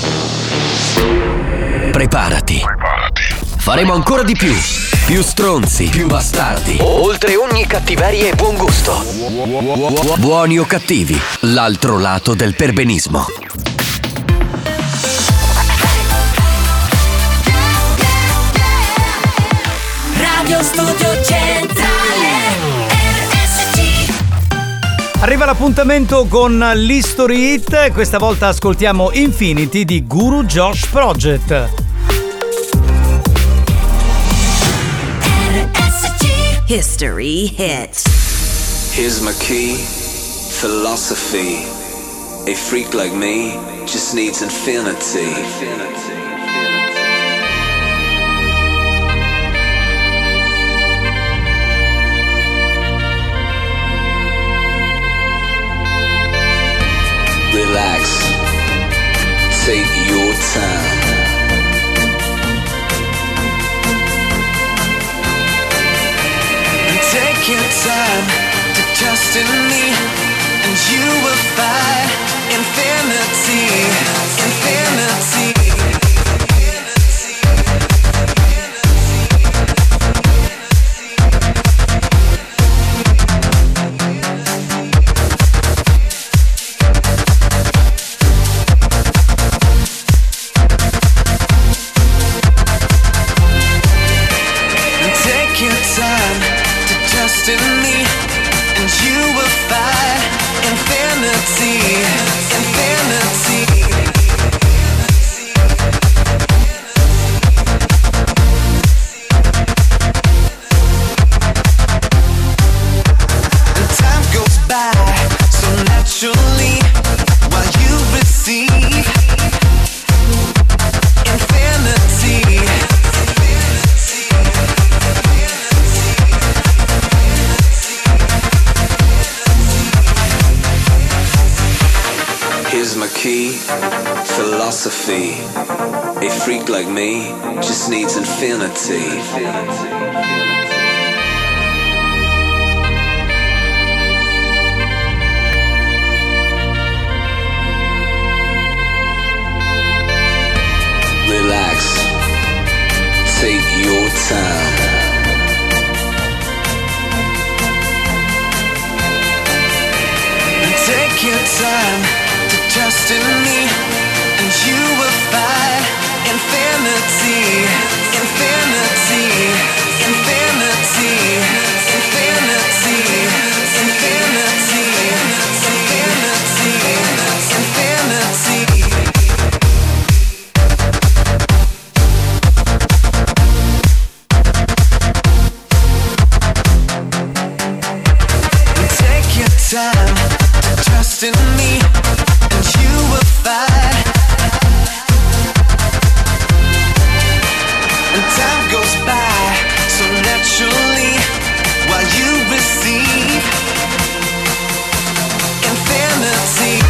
preparati. Faremo ancora di più. Più stronzi, più bastardi. Oltre ogni cattiveria e buon gusto. Buoni o cattivi, l'altro lato del perbenismo. Radio Studio Centrale RSC. Arriva l'appuntamento con l'History Hit. Questa volta ascoltiamo Infinity di Guru Josh Project. History Hits. Here's my key, philosophy. A freak like me just needs infinity. Relax, take your time. Take your time to trust in me, and you will find infinity, infinity. key, philosophy. A freak like me just needs infinity. Relax, take your time. Take your time to trust in me, and you will find infinity, infinity, infinity, infinity, infinity, infinity, infinity. Take your time to trust in me, and you will find. And time goes by so naturally while you receive infinity.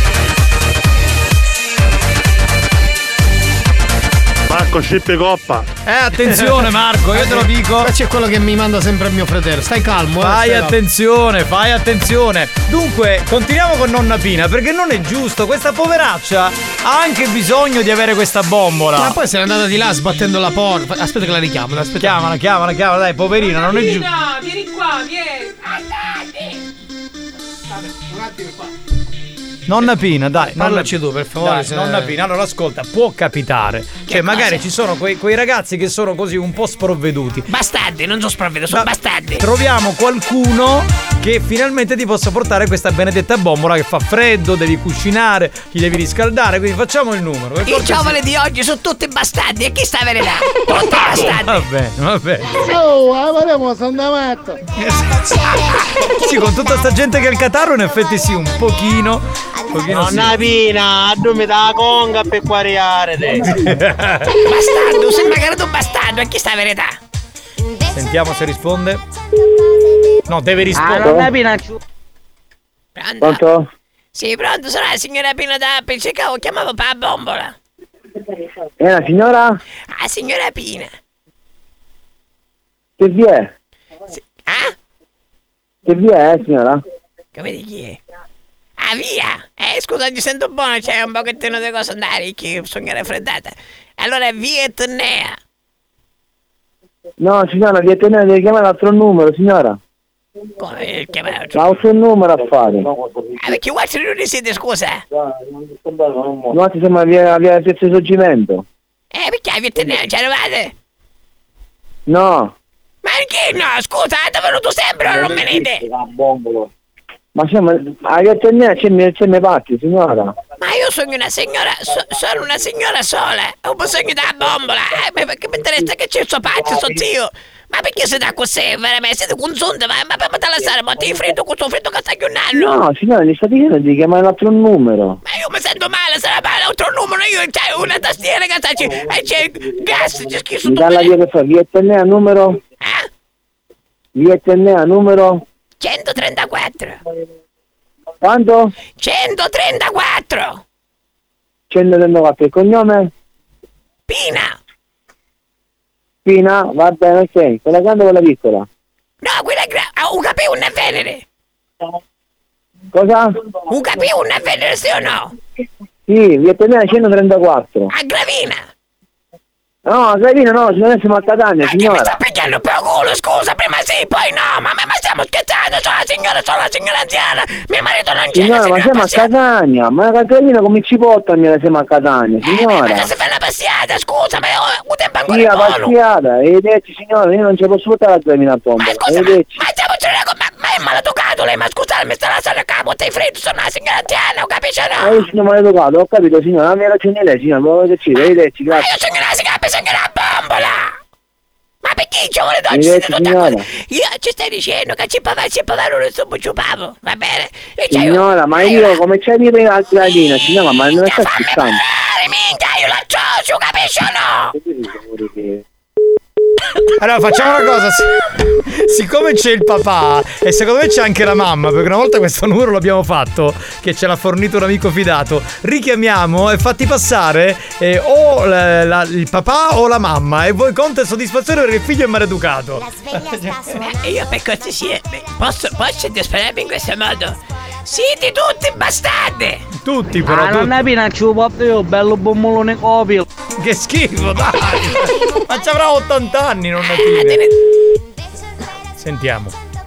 Marco Scippe Coppa. Attenzione Marco, io te lo dico. Qua c'è quello che mi manda sempre il mio fratello. Stai calmo, Fai attenzione. Dunque, continuiamo con nonna Pina, perché non è giusto, questa poveraccia ha anche bisogno di avere questa bombola. Ma poi se n'è andata di là sbattendo la porta. Aspetta che la richiamo, Chiamala, dai, poverina, non è giusto. Vieni qua, vieni. Andate. Vabbè, un attimo qua. Nonna Pina, dai, parlaci tu per favore. Dai, nonna Pina, allora ascolta, può capitare. Cioè, magari ci sono quei ragazzi che sono così un po' sprovveduti. Bastardi, non sono sprovveduti, sono bastardi. Troviamo qualcuno che finalmente ti possa portare questa benedetta bombola che fa freddo, devi cucinare, ti devi riscaldare, quindi facciamo il numero. I giovani di oggi sono tutti bastardi, e chi sta a verità? Tutti bastardi. Va bene. Avremo Sandamato. Sì, con tutta sta gente che ha il catarro, in effetti sì, un pochino. Nonna Pina, addumi da conga per quariare te. Bastardo, sembra che era tu bastardo, e chi sta a verità? Sentiamo se risponde. No, deve rispondere. Nonna Pina. Pronto? Sì, pronto, sono la signora Pina da Appiccica, chiamavo per la bombola. È la signora? Ah, signora Pina. Che vi è? Ah? Che vi è, signora? Come di chi è? Ah, via! Scusa, ti sento buono, c'è un pochettino di cosa andare, che sono raffreddata. Allora, via Etnea. No, signora, via Etnea deve chiamare l'altro numero, signora. Come chiamare? L'altro numero a fare. Ah, perché quanti non ne siete, scusa? No, ti sembra via Piazza Sorgimento. Perché via Etnea, ci eravate? No. Ma perché no? Scusa, è venuto sempre o non venite? Ma siamo a via Etnea c'è ne patti, signora. Ma io sono una signora, sono una signora sola, ho bisogno della bombola, perché mi interessa che c'è il suo pazzo, suo zio. Ma perché siete così, veramente? Siete consunti, ma per te la sera, ma ti freddo questo freddo che sta chiunando? No, signora, gli sta dicendo di chiamare l'altro numero. Ma io mi sento male, sarà male l'altro numero, io c'è una tastiera che sta, c'è gas, c'è schifo tutto. Dalla via che fa, via Etnea numero? Via Etnea numero? 134. Quanto? 134. 134, il cognome? Pina. Pina, va bene, ok. Quella grande o quella piccola? No, quella un capì un è venere. Cosa? Un capì un è venere, sì o no? Sì, via Etnea 134. A Gravina. No, a Gravina no, ci deve essere a Catania, signora. Mi sta picchiando per culo, scusa, prima sì, poi no, ma stiamo scherzando, sono la signora anziana, mio marito non c'è. Signora, ma siamo a Catania, ma a Gravina come ci porta a siamo a Catania, signora? Ma se fai una passiata, scusa, ma io tempo ancora sì, la passiata, vedete signora, io non ci posso portare a Gravina a pompa. Ma scusa, ma è maleducato lei, ma scusate, mi sta lasciando a capo, te freddo, sono una signora anziana, capisci o no? Io sono maleducato, ho capito signora, non mi ragione lei, signora, volete ci vedete, grazie. Ma io sono una signora bombola! Ma perché ci vuole oggi siete tutte cose? Io ci stai dicendo che ci pavano non sto ciupavo, va bene? Signora, ma io come c'è di prima al gradino, signora, ma non sta scherzando. Minchia, io la cioccio, capisci o no? Allora facciamo una cosa, siccome c'è il papà e secondo me c'è anche la mamma, perché una volta questo numero l'abbiamo fatto, che ce l'ha fornito un amico fidato, richiamiamo e fatti passare o il papà o la mamma, e voi conta soddisfazione perché il figlio è maleducato. Io per cortesia posso disperarmi in questo modo? Siete tutti bastardi! Tutti però. Non è ci può io, bello bommolone copio. Che schifo, dai! Ma ci avrà 80 anni, non è più. Sentiamo.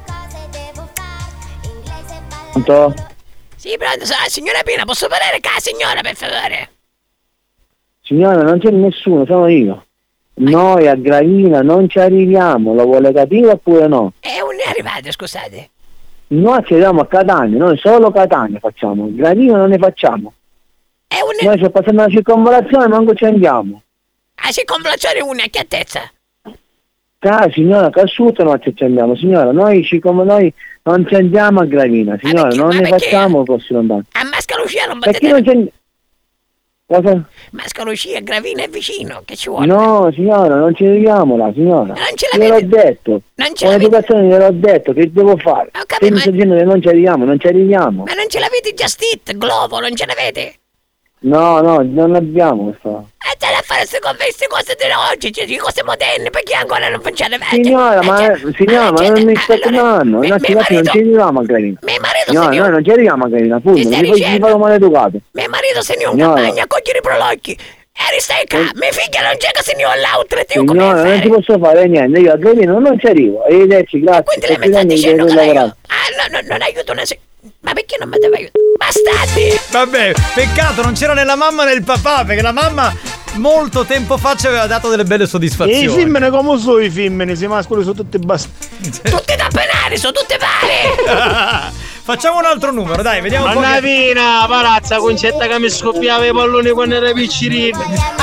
Pronto? Sì, pronto, signora Pina, posso parlare con la signora, per favore? Signora, non c'è nessuno, sono io. Noi a Gravina non ci arriviamo, lo vuole capire oppure no? Non è arrivato, scusate. Noi ci arriviamo a Catania, noi solo Catania facciamo, Gravina non ne facciamo. Noi ci passiamo la circonvolazione, manco ci andiamo. La circonvolazione è a che altezza? Signora, che assurdo non ci andiamo, signora, noi non ci andiamo a Gravina, signora, non ne facciamo così lontano. A Mascalucia non potete... Perché non c'è... Cosa? Mascalucia, Gravina è vicino, che ci vuole? No, signora, non ci arriviamo là, signora. Non ce l'avete? Gliel'ho detto. Con l'educazione gliel'ho detto, che devo fare? Se mi sto dicendo che non ci arriviamo. Ma non ce l'avete già Stit, Globo, non ce l'avete? No, non abbiamo questo. E te la fare queste cose di oggi, di cose moderne, perché ancora non funziona bene? Signora, ma non mi sto chiamando, non ci arriviamo a Gravina. Signora, noi non ci arriviamo a Gravina, appunto, mi farò maleducato. Mio marito se ne un campagna a cogliere i prolocchi. Eri stai qua, mia figlia non c'è che se ne ho l'altra, signora, non ci posso fare niente, io a Gravina non ci arrivo. Arrivederci, grazie. Quindi lei mi sta dicendo che non aiuto una ma perché non mi deve aiutare? Bastardi! Vabbè, peccato non c'era né la mamma né il papà, perché la mamma molto tempo fa ci aveva dato delle belle soddisfazioni. E i femmine come sono i femmine? I mascoli sono tutti bastardi. Tutti da penare, sono tutte pare! Facciamo un altro numero, dai, vediamo un po'. Una fina, palazza, concetta che mi scoppiava i palloni quando era piccirino.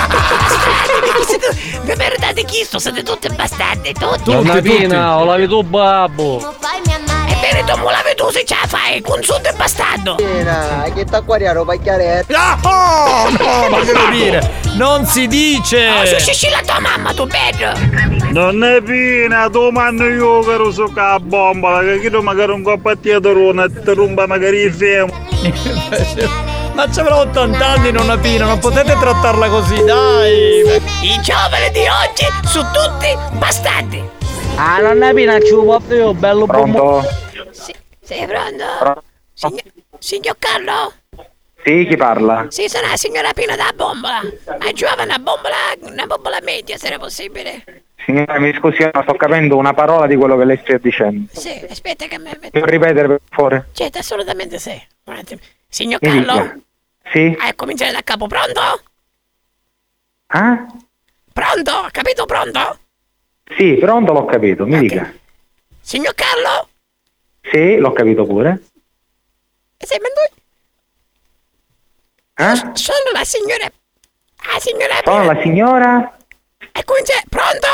Vi meritate chi sto? Siete tutti bastardi, tutti. Una fina, ho lavi tu babbo. Ebbene tu mo lavi tu se ce la fai, con sud e bastardo. Che sta qua a pacchiaretto. No, ma che vuol dire? Non si dice. Suscicci la tua mamma, tu bello. Non è fina, tu manno io che lo so che la bomba, che chiedo magari un po' a dietro, ti rumba magari il femo. Ma ci avrà 80 anni, nonna Pina, non potete trattarla così, dai. I giovani di oggi sono tutti bastardi. Nonna Pina, ci può io, bello Pronto? Sei pronto? Signor Carlo? Sì, chi parla? Sì, sono la signora Pina da bombola. Ma giovane una bombola media, se era possibile. Signora, mi scusi, non sto capendo una parola di quello che lei sta dicendo. Sì, aspetta che me... Devo ripetere per favore? Certo, assolutamente sì. Un attimo. Signor Carlo? Sì? Cominciare da capo, pronto? Ah? Pronto? Ha capito pronto? Sì, pronto, l'ho capito, mi dica. Signor Carlo? Sì, l'ho capito pure. Sei venuto? Sono la signora... Ah, signora Pina. Sono la signora? E comincia... Pronto?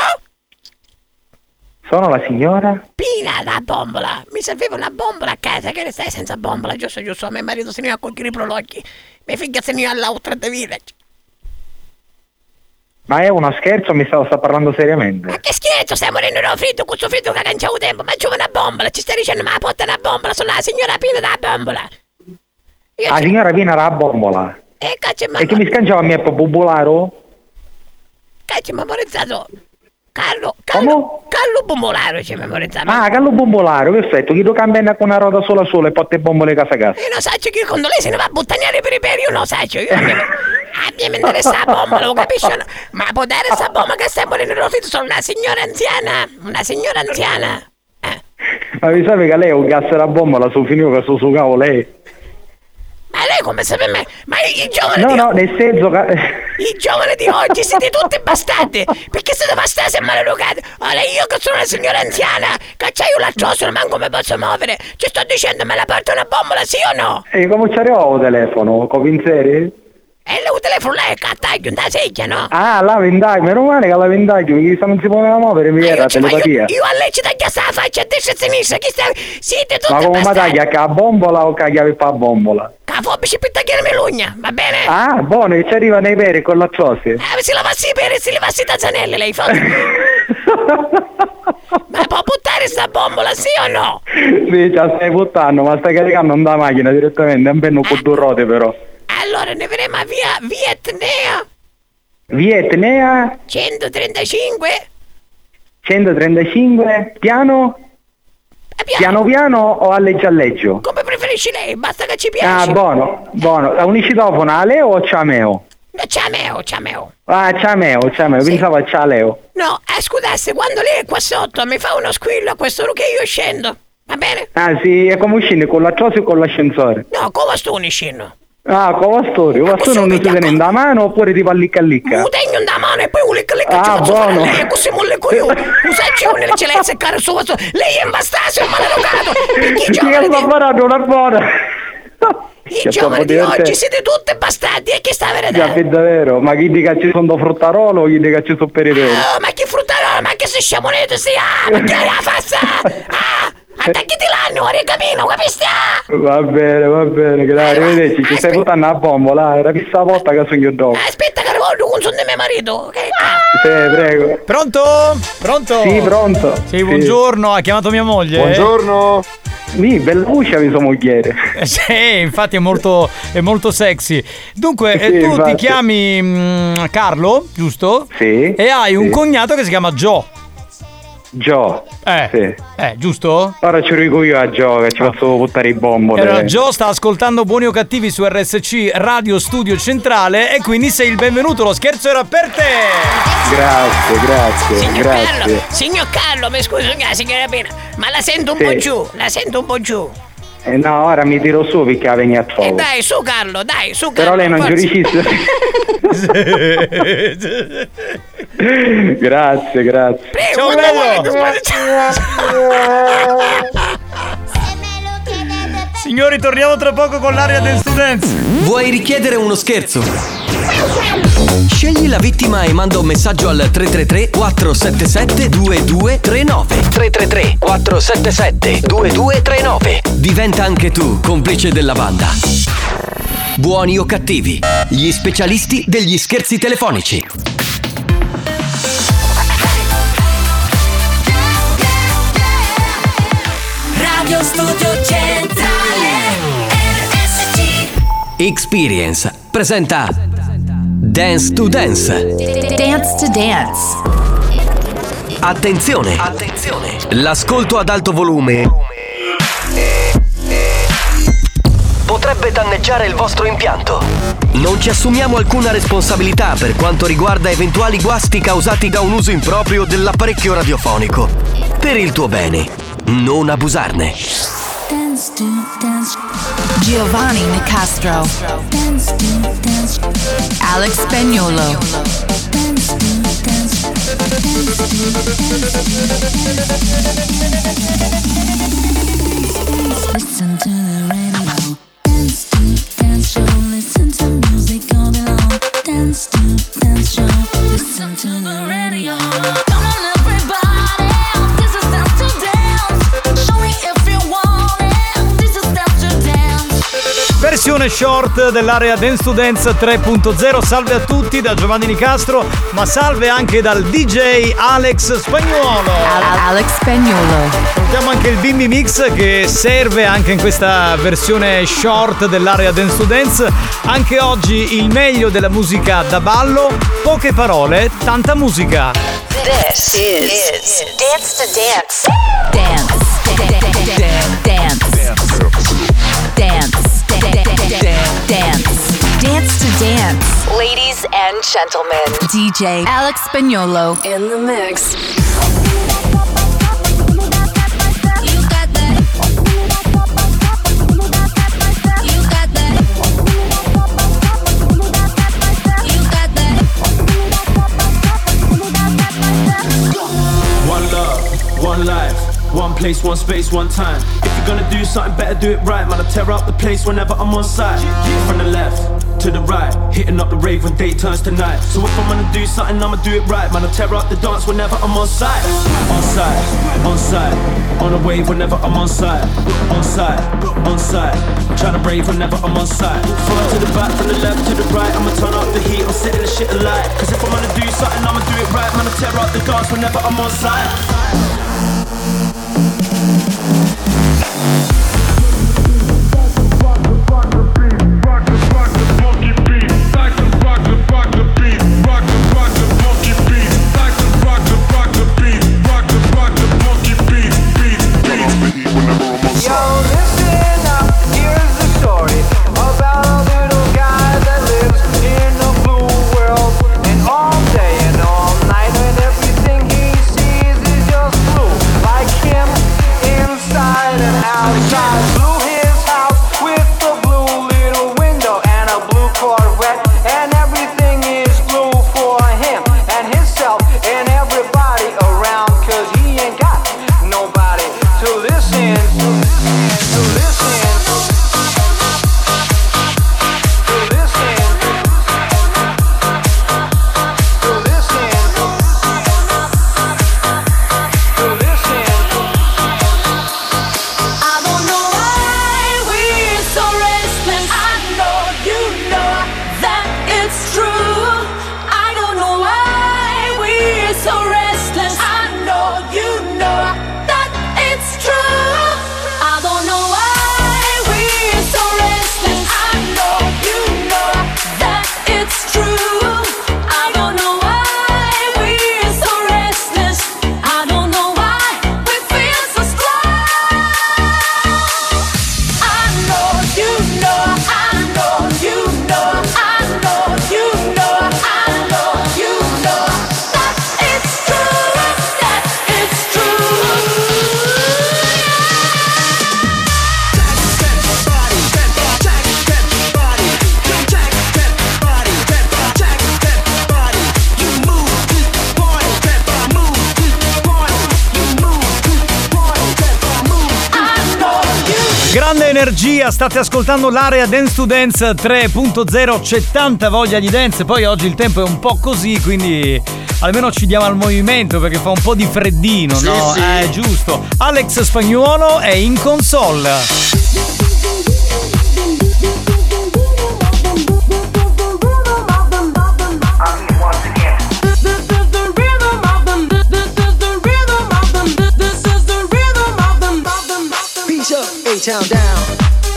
Sono la signora? Pina da bombola. Mi serviva una bombola a casa, che ne stai senza bombola? Giusto, mio marito se ne va a colpire i prolocchi. Mia figlia se ne va all'altra da village. Ma è uno scherzo o mi sta parlando seriamente? Ma che scherzo, stai morendo da freddo, questo freddo che canciavo tempo, ma giù una bombola, ci stai dicendo ma porta una bombola, sono la signora Pina da bombola. La signora Pina da bombola? E che mi scanciava a me per bubolaro? Cacci memorizzato. Carlo Bombolaro ci memorizzato. Ah, Carlo Bombolaro, perfetto, chi lo cambia con una ruota sola e porta bombole casa casa. Io non so che quando lei se ne va a buttagnare per i peri, io non so, mi interessa la bomba, lo capisci? Ma può dare sta bomba che stai morendo nello fitto, sono una signora anziana. Ma mi sa che lei è un gas da bombola, sul finito che su cavo lei. Ma lei come sa per me? Ma i giovani nel senso che... I giovani di oggi siete tutti bastardi! Perché siete bastardi e maleducati? Ora io che sono una signora anziana, che c'hai un lacciuoso, non manco mi posso muovere, ci sto dicendo me la porta una bombola, sì o no? E come c'avevo il telefono? Con pinzeri? E il telefono là è cattaglio, da seggia, no? Ah, la vendaglio, meno male che la vendaglio, perché se non si poteva muovere mi era telepatia. Io a lei ci taglio sta faccia a destra e a sinistra, chi sta... Siete tutti bastardi! Ma come taglia, che a bombola o che chiave fa bombola? Fobici per tagliarmi l'ugna, va bene? Ah, buono, ci arriva nei peri con la ciose. Se lavassi i peri, se lavassi i tazzanelli, lei fa. Ma può buttare sta bombola, sì o no? Sì, ce la stai buttando, ma stai caricando da macchina direttamente, è un penno con due ruote però. Allora ne vedremo a via Etnea. Via Etnea? 135? 135, piano? Piano o alleggio? Come preferisci lei, basta che ci piace. Ah, buono. A un citofono a Leo o Ciameo? Ciameo. Ah, Ciameo, sì. Pensavo a Cialeo. No, scusasse, quando lei è qua sotto mi fa uno squillo a questo che io scendo, va bene? Ah sì, è come uscire con la trosi o con l'ascensore? No, come sto scendo? Ah, con la storia, non si tiene da mano oppure ti fa licca? Non tengo da mano e poi un licca ci faccio fare lei, così molleco io. Usaccione l'eccellenza e caro suo. Lei è imbastasio, maleducato. Perché i giovani di oggi siete tutti bastardi e chi sta vedendo? È davvero, ma chi dica ci sono fruttarolo o chi dica ci sono peritori? Ma chi fruttarolo, ma che si sciamonete si ha? Ma che è la fassa? Attacchiti l'anno, rigamino, capisci? Va bene, grazie, arrivederci, ci stai buttando a bombola, era questa volta che sono io dopo. Aspetta che ricordo con sono di mio marito, ok? Sì, prego. Pronto? Sì, pronto. Sì, buongiorno, ha chiamato mia moglie. Buongiorno. Sì, bella voce a sua mogliere. Sì, infatti è molto sexy. Dunque, Sì, tu infatti. ti chiami Carlo, giusto? Sì. E hai un cognato che si chiama Joe. Sì. Giusto? Ora ci dico io a Joe che ci faccio buttare i bombole. Allora, Joe sta ascoltando Buoni o Cattivi su RSC Radio Studio Centrale e quindi sei il benvenuto, lo scherzo era per te. Grazie. Signor Carlo, mi scusi, signora Pina, ma la sento un po' giù. No, ora mi tiro su perché veni a trovo. Dai, su Carlo, su Però Carlo. lei non giudicisse. Grazie. Prego, Signori, torniamo tra poco con l'area del Students. Vuoi richiedere uno scherzo? Scegli la vittima e manda un messaggio al 333-477-2239. 333-477-2239. Diventa anche tu complice della banda. Buoni o cattivi, gli specialisti degli scherzi telefonici. Radio Studio Centrale RSC. Experience presenta Dance to Dance. Dance to Dance. Attenzione! L'ascolto ad alto volume potrebbe danneggiare il vostro impianto. Non ci assumiamo alcuna responsabilità per quanto riguarda eventuali guasti causati da un uso improprio dell'apparecchio radiofonico. Per il tuo bene, non abusarne. Dance to Dance. Giovanni Nicastro. Dance to Dance. Alex Spagnolo. Dance to Dance. Listen to the radio. Dance to Dance show. Listen to music all day long. Dance to Dance show. Listen to the radio. Come on everybody, this is Dance to Dance. Show me if you want it. This is Dance to Dance. Versione short dell'area Dance to Dance 3.0. Salve a tutti da Giovanni Nicastro, ma salve anche dal DJ Alex Spagnolo. Alex Spagnolo. Salutiamo anche il Bimbi Mix che serve anche in questa versione short dell'area Dance to Dance. Anche oggi il meglio della musica da ballo, poche parole, tanta musica. This is Dance to Dance. Dance. Dance to Dance. Ladies and gentlemen, DJ Alex Spagnolo in the mix. One love, one life, one place, one space, one time. If you're gonna do something, better do it right. Man, I tear up the place whenever I'm on site. From the left to the right, hitting up the rave when day turns to night. So if I'm gonna do something, I'ma do it right. Man, I tear up the dance whenever I'm on site. On site, on site, on a wave whenever I'm on site. On site, on site, trying to brave whenever I'm on site. Front to the back, from the left to the right, I'ma turn up the heat, I'm setting the shit alight. Cause if I'm gonna do something, I'ma do it right. Man, I tear up the dance whenever I'm on site. Grande energia, state ascoltando l'area Dance to Dance 3.0, c'è tanta voglia di dance, poi oggi il tempo è un po' così, quindi almeno ci diamo al movimento perché fa un po' di freddino, sì, no? Sì. Giusto. Alex Spagnuolo è in console. A-Town down.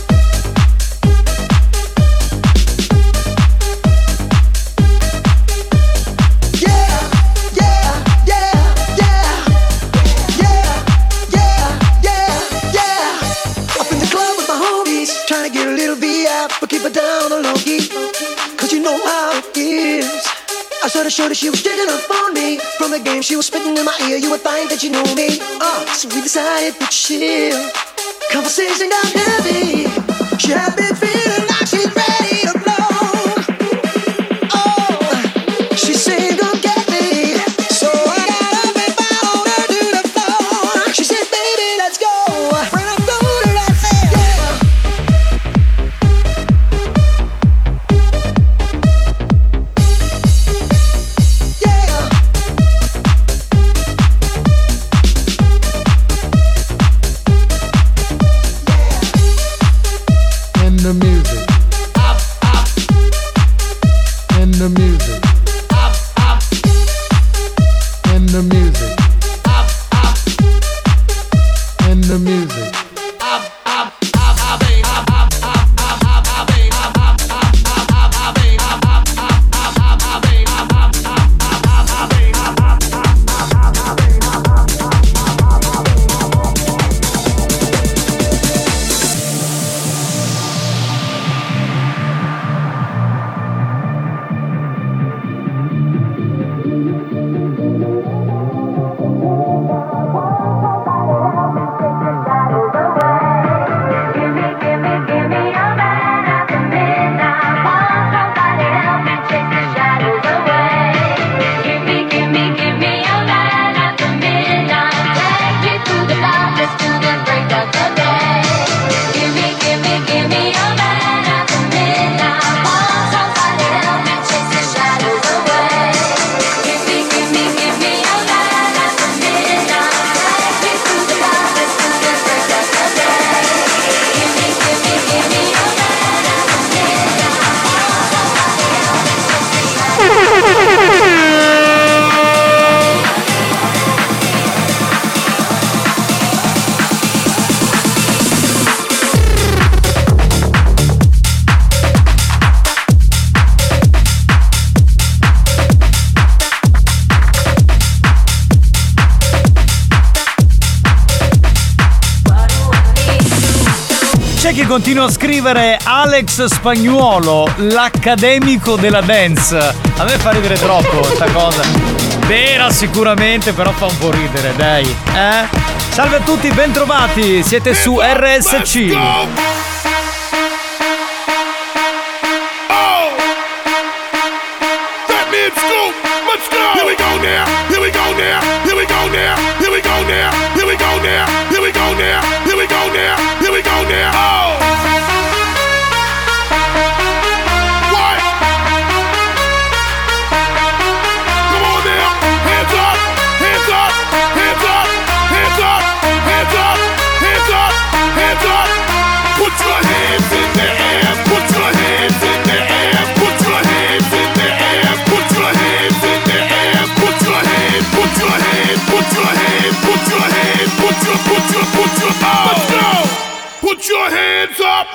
Trying to get a little VI, but keep it down on low key. Cause you know how it is. I saw the show that she was digging up on me. From the game she was spitting in my ear, you would think that you knew me. So we decided to chill. Conversation got heavy. She had me feeling like she's ready to blow. Oh, she said come get me. So I got up and followed her to the floor. She said baby let's go. When I'm going I said the music. c'è chi continua a scrivere Alex Spagnuolo, l'accademico della dance. A me fa ridere troppo questa cosa. Vera sicuramente, però fa un po' ridere, dai. Salve a tutti, bentrovati, siete su RSC. Put your hands up.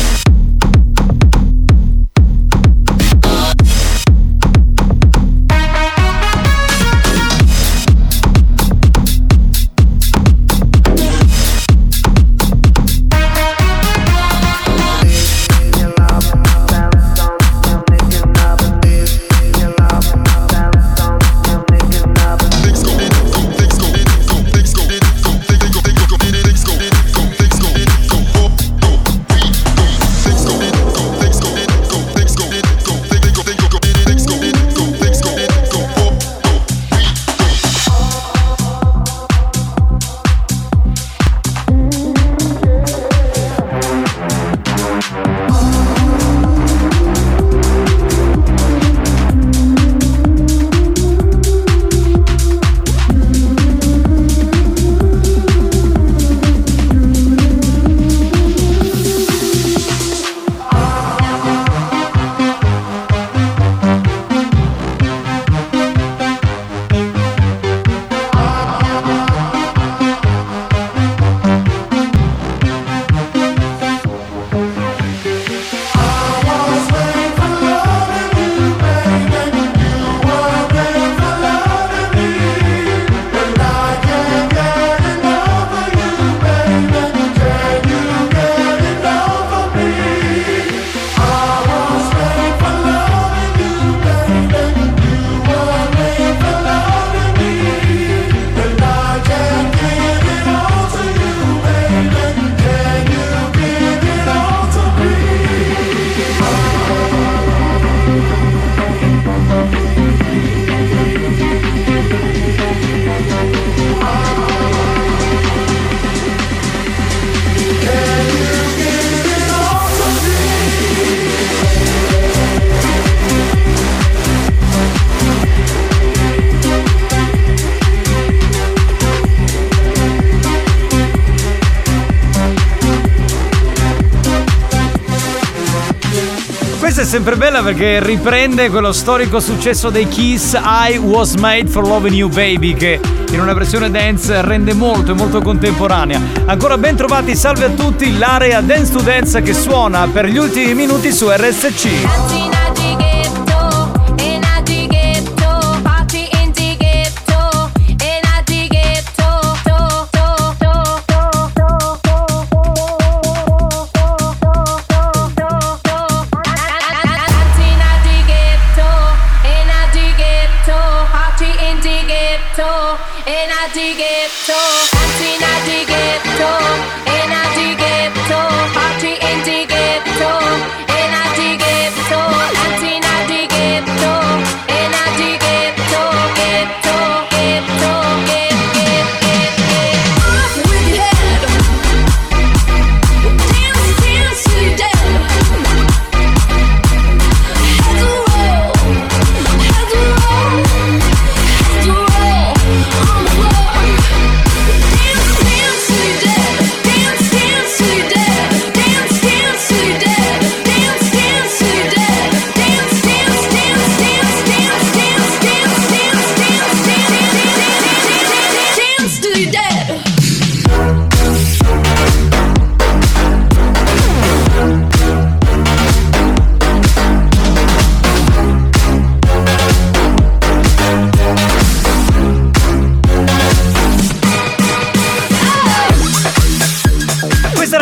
È sempre bella perché riprende quello storico successo dei Kiss, I Was Made for Loving You Baby, che in una versione dance rende molto e molto contemporanea. Ancora ben trovati, salve a tutti, l'area Dance to Dance che suona per gli ultimi minuti su RSC. Dance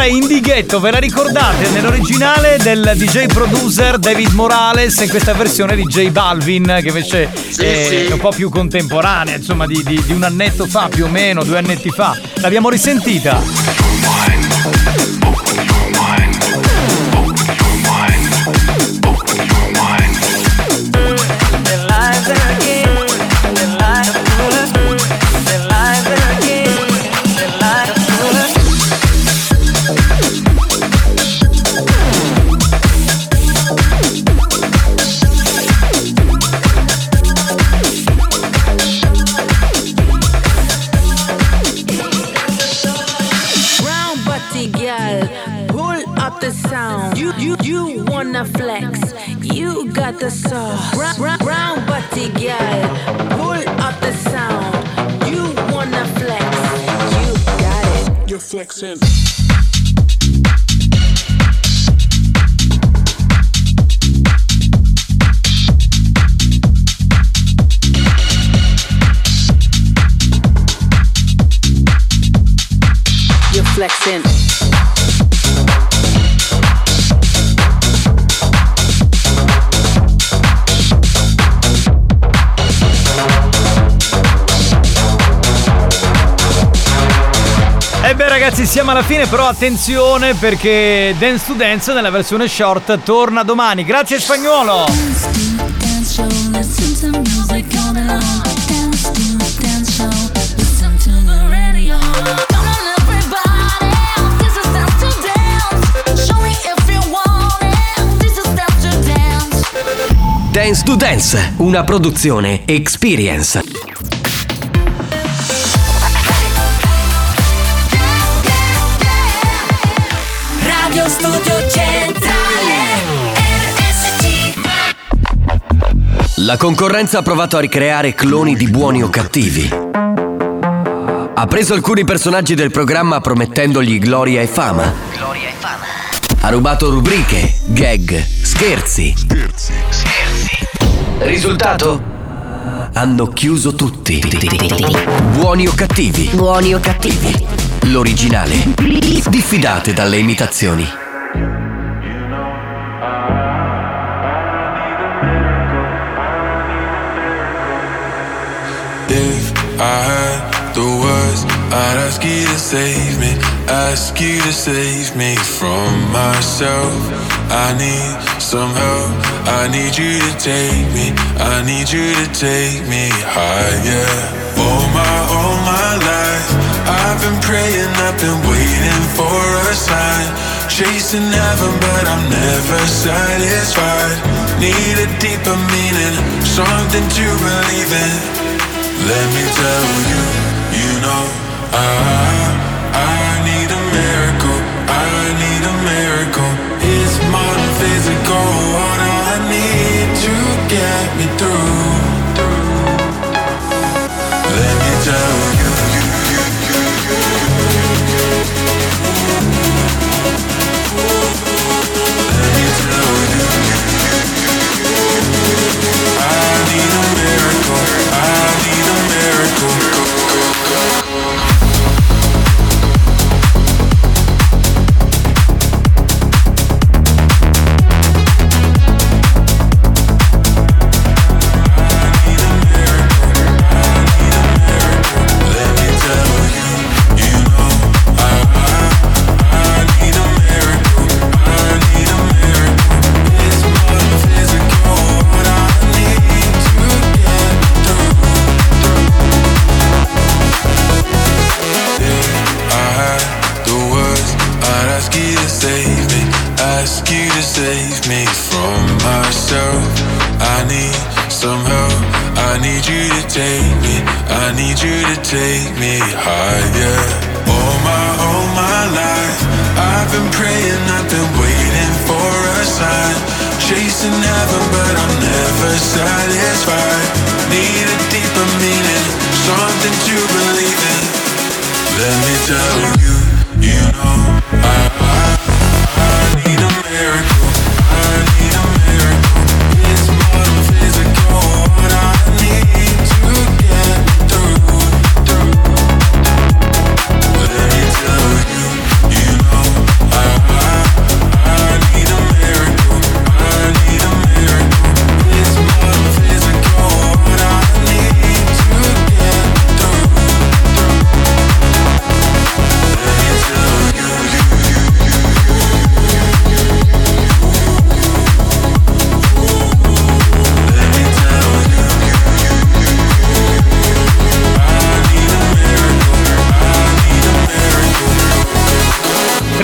Allora Indighetto, ve la ricordate nell'originale del DJ producer David Morales e in questa versione di J Balvin che invece è un po' più contemporanea, insomma di un annetto fa più o meno, 2 annetti fa. L'abbiamo risentita. You wanna flex, you got the sauce. Brown butty girl, pull up the sound. You wanna flex, you got it. You're flexing. You're flexing. Beh ragazzi, siamo alla fine, però attenzione perché Dance to Dance nella versione short torna domani. Grazie Spagnuolo. Dance to Dance, una produzione Experience. Studio Centrale RSC. La concorrenza ha provato a ricreare cloni di Buoni o Cattivi. Ha preso alcuni personaggi del programma promettendogli gloria e fama. Ha rubato rubriche, gag, scherzi. Risultato? Hanno chiuso tutti. Buoni o Cattivi? Buoni o Cattivi? L'originale. Diffidate dalle imitazioni. If I had the words, I'd ask you to save me, ask you to save me from myself. I need some help, I need you to take me, I need you to take me higher. All my life, I've been praying, I've been waiting for a sign, chasing heaven but I'm never satisfied. Need a deeper meaning, something to believe in. Let me tell you, you know, I need a miracle, I need a miracle. It's more than physical, what I need to get me through. Let me tell you, let me tell you, I need a miracle, I need a miracle. Take me higher. All my life, I've been praying, I've been waiting for a sign, chasing heaven but I'm never satisfied. Need a deeper meaning, something to believe in. Let me tell you, you know, I need a miracle, I need a miracle. It's more than physical, what I need to get through. Let me tell you, you know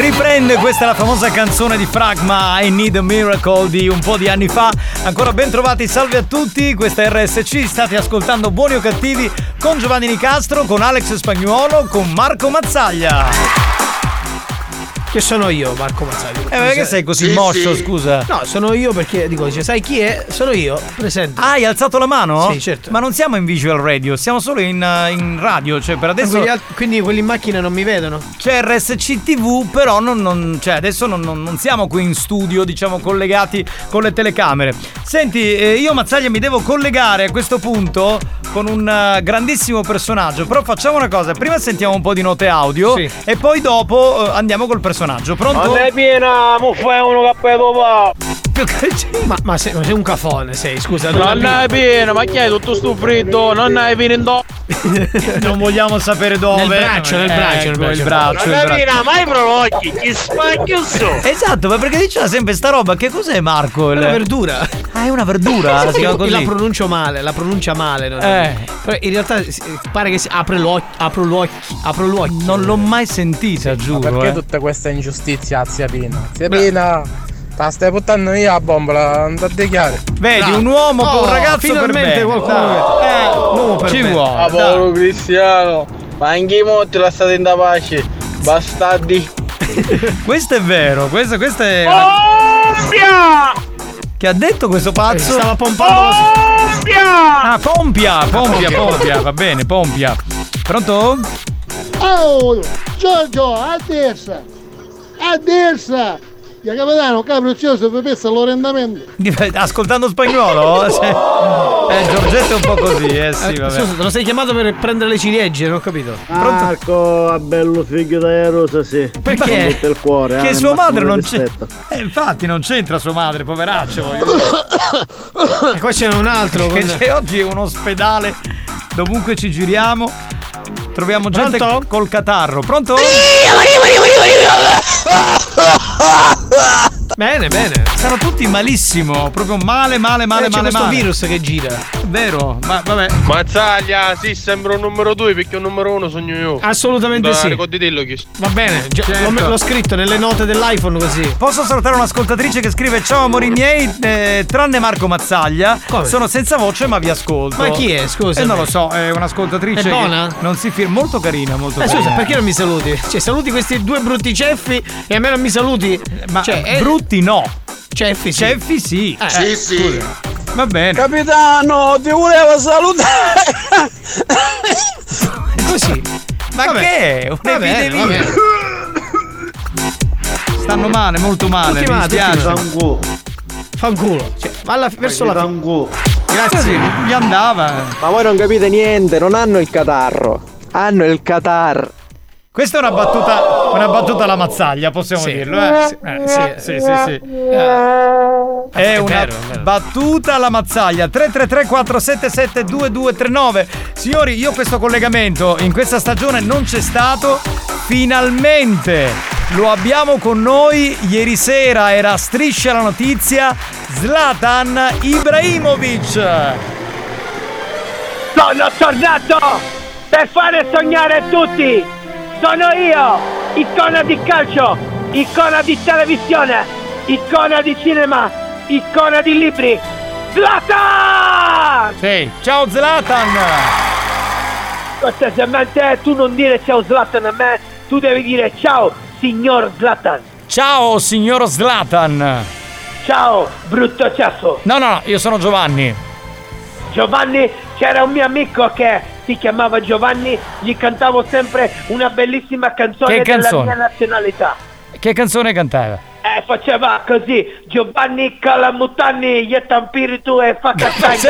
riprende, questa è la famosa canzone di Fragma, I Need a Miracle, di un po' di anni fa. Ancora ben trovati, salve a tutti, questa è RSC, state ascoltando Buoni o Cattivi con Giovanni Nicastro, con Alex Spagnuolo, con Marco Mazzaglia. Che sono io, Marco Mazzaglia. Perché sei così moscio, scusa? No, sono io perché dice, sai chi è? Sono io, presente. Ah, hai alzato la mano? Sì, certo. Ma non siamo in visual radio, siamo solo in radio, cioè per adesso. Quindi quelli in macchina non mi vedono? C'è RSC TV, però cioè adesso non siamo qui in studio, diciamo, collegati con le telecamere. Senti, io Mazzaglia mi devo collegare a questo punto con un grandissimo personaggio, però facciamo una cosa, prima sentiamo un po' di note audio e poi dopo andiamo col personaggio. Pronto? Non è piena, mo fai uno cappello va. Ma sei un cafone, scusa. Non è piena, ma chi è tutto sto freddo? Non è piena non vogliamo sapere dove. Nel braccio. Non è piena, ma i prolocchi, chi spacchio so. Esatto, ma perché diceva sempre sta roba? Che cos'è, Marco? È una verdura. Ah, è una verdura? Si chiama così. La pronuncia male. Però in realtà pare che si apre l'occhio. Non l'ho mai sentita, giuro. Ma perché tutta questa ingiustizia, zia Pina? La stai buttando io a bombola, non ti chiaro. Vedi, un uomo con un ragazzo per bene. Uomo per ci bene. vuole. Povero Cristiano, ma anche i motti la state in da pace, bastardi. Questo è vero, questo è. Pompia! Che ha detto questo pazzo? Stava pompando. Pompia! Va bene, Pompia. Pronto? Oh, Giorgio, a destra! Il capitano capriccioso per pezzo all'orientamento. Ascoltando spagnolo? Giorgetto è un po' così, sì, vabbè. Scusa, te lo sei chiamato per prendere le ciliegie, non ho capito. Pronto? Marco, a bello figlio da Rosa, sì. Perché? Il cuore, che sua madre non c'entra. Infatti non c'entra sua madre, poveraccio. E qua c'è un altro. Che c'è oggi un ospedale, dovunque ci giriamo. Troviamo gente col catarro. Pronto? Bene. Stanno tutti malissimo. Proprio male. C'è questo virus che gira. Vero, ma vabbè. Mazzaglia, sì, sembra un numero 2 perché un numero 1 sogno io. Assolutamente sì. Va bene, l'ho scritto nelle note dell'iPhone così. Posso salutare un'ascoltatrice che scrive: ciao amori miei, tranne Marco Mazzaglia. Come? Sono senza voce ma vi ascolto. Ma chi è? Scusa. Non lo so, è un'ascoltatrice. È buona? Non si firma, molto carina, molto carina. Scusa, perché non mi saluti? Cioè, saluti questi due brutti ceffi e a me non mi saluti? Ma brutti no. Ceffi sì. Ceffi sì. Sì. Scusa. Va bene. Capitano, ti volevo salutare. Così. Ma vabbè. Che è? Un'epidemia. Vabbè. Stanno male, molto male. Mi dispiace. Fanculo. Cioè, verso la Grazie. Sì, gli andava. Ma voi non capite niente, non hanno il catarro. Hanno il catar. Questa è una battuta alla Mazzaglia, possiamo dirlo, Sì. È una battuta alla Mazzaglia. 333-477-2239. Signori, io questo collegamento in questa stagione non c'è stato. Finalmente lo abbiamo con noi. Ieri sera era Striscia la notizia. Zlatan Ibrahimovic. Sono tornato per fare sognare tutti. Sono io, icona di calcio, icona di televisione, icona di cinema, icona di libri. Zlatan! Sì, ciao Zlatan! Cortesemente tu non dire ciao Zlatan a me, tu devi dire ciao signor Zlatan. Ciao signor Zlatan! Ciao brutto cesso! No, io sono Giovanni. Giovanni, c'era un mio amico che si chiamava Giovanni, gli cantavo sempre una bellissima canzone della mia nazionalità. Che canzone cantava? Faceva così: Giovanni Calamutani, Ietampiritu e Facasai.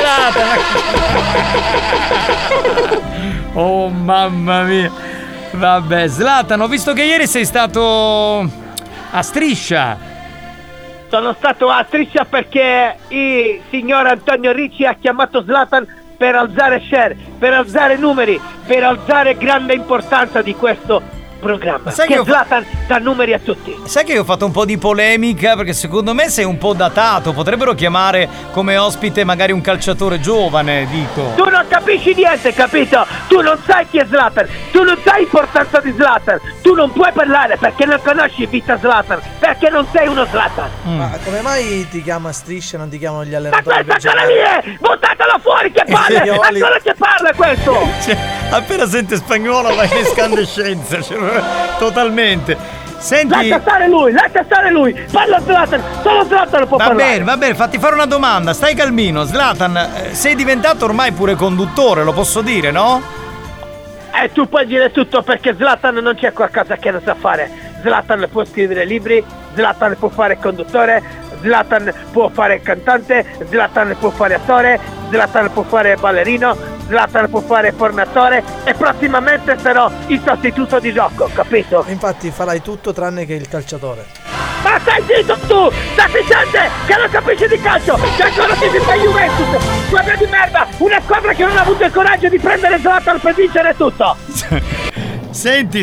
Oh mamma mia. Vabbè, Zlatan, ho visto che ieri sei stato a Striscia. Sono stato a Striscia perché il signor Antonio Ricci ha chiamato Zlatan per alzare share, per alzare numeri, per alzare grande importanza di questo programma. Sai che che Zlatan dà numeri a tutti. Sai che io ho fatto un po' di polemica perché secondo me sei un po' datato. Potrebbero chiamare come ospite magari un calciatore giovane, dico. Tu non capisci niente, capito? Tu non sai chi è Zlatan. Tu non sai l'importanza di Zlatan. Tu non puoi parlare perché non conosci vita Zlatan. Perché non sei uno Zlatan. Ma come mai ti chiama Striscia e non ti chiamano gli Ma allenatori? questa cosa lì è! Buttatelo fuori che parla! È solo che parla questo! Cioè, appena sente spagnolo va in escandescenza, cioè, totalmente. Senti. Lascia stare lui! Parla Zlatan! Solo Zlatan può parlare! Va bene, fatti fare una domanda, stai calmino. Zlatan, sei diventato ormai pure conduttore, lo posso dire, no? Tu puoi dire tutto perché Zlatan non c'è qualcosa che non sa fare. Zlatan può scrivere libri, Zlatan può fare conduttore, Zlatan può fare cantante, Zlatan può fare attore, Zlatan può fare ballerino, Zlatan può fare formatore e prossimamente sarò il sostituto di Rocco, capito? Infatti farai tutto tranne che il calciatore. Ma stai zitto tu! Stai gente che non capisci di calcio! Che ancora ti fa Juventus! Squadra di merda! Una squadra che non ha avuto il coraggio di prendere Zlatan per vincere tutto! Senti,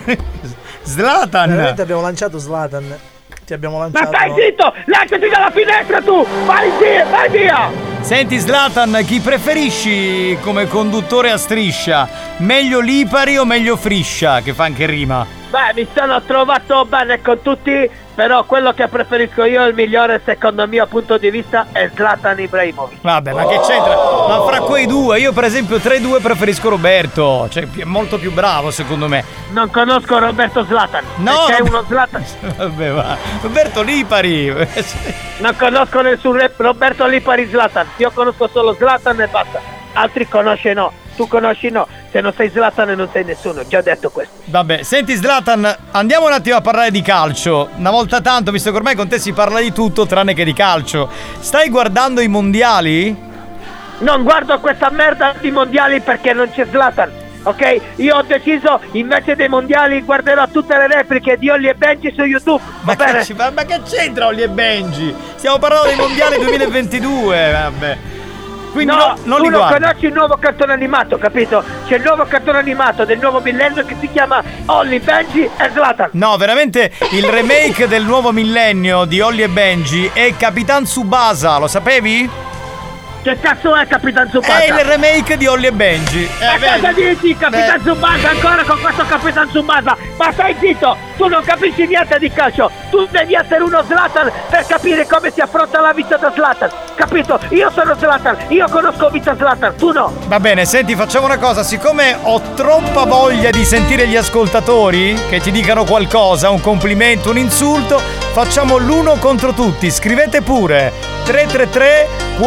Zlatan! Veramente abbiamo lanciato Zlatan. Ti abbiamo lanciato. Ma stai zitto! Lanciati dalla finestra tu! Vai via! Senti Zlatan, chi preferisci come conduttore a striscia? Meglio Lipari o meglio Friscia, che fa anche rima? Beh, mi sono trovato bene con tutti, però quello che preferisco io, il migliore secondo il mio punto di vista, è Zlatan Ibrahimovic. Vabbè, ma che c'entra? Ma fra quei due, io per esempio tra i due preferisco Roberto, cioè è molto più bravo secondo me. Non conosco Roberto Zlatan. No, c'è uno Zlatan. Vabbè, va. Roberto Lipari. Non conosco nessun Roberto Lipari Zlatan. Io conosco solo Zlatan e basta. Altri conosci no. Tu conosci no. Se non sei Zlatan non sei nessuno. Già detto questo. Vabbè, senti Zlatan, andiamo un attimo a parlare di calcio. Una volta tanto, visto che ormai con te si parla di tutto tranne che di calcio. Stai guardando i mondiali? Non guardo questa merda di mondiali perché non c'è Zlatan. Ok? Io ho deciso, invece dei mondiali guarderò tutte le repliche di Olli e Benji su YouTube. Ma che c'entra Olli e Benji? Stiamo parlando dei mondiali 2022, vabbè. Quindi no, non tu li non guardi. conosci il nuovo cartone animato, capito? C'è il nuovo cartone animato del nuovo millennio che si chiama Olli, Benji e Zlatan. No, veramente il remake del nuovo millennio di Olli e Benji è Capitan Tsubasa, lo sapevi? Che cazzo è Capitan Tsubasa? È il remake di Olli e Benji. Ma cosa dici? Capitan Tsubasa ancora con questo Capitan Tsubasa? Ma stai zitto! Tu non capisci niente di calcio! Tu devi essere uno Zlatan per capire come si affronta la vita da Zlatan! Capito? Io sono Zlatan, io conosco vita Zlatan, tu no! Va bene, senti, facciamo una cosa, siccome ho troppa voglia di sentire gli ascoltatori che ti dicano qualcosa, un complimento, un insulto, facciamo l'uno contro tutti, scrivete pure 333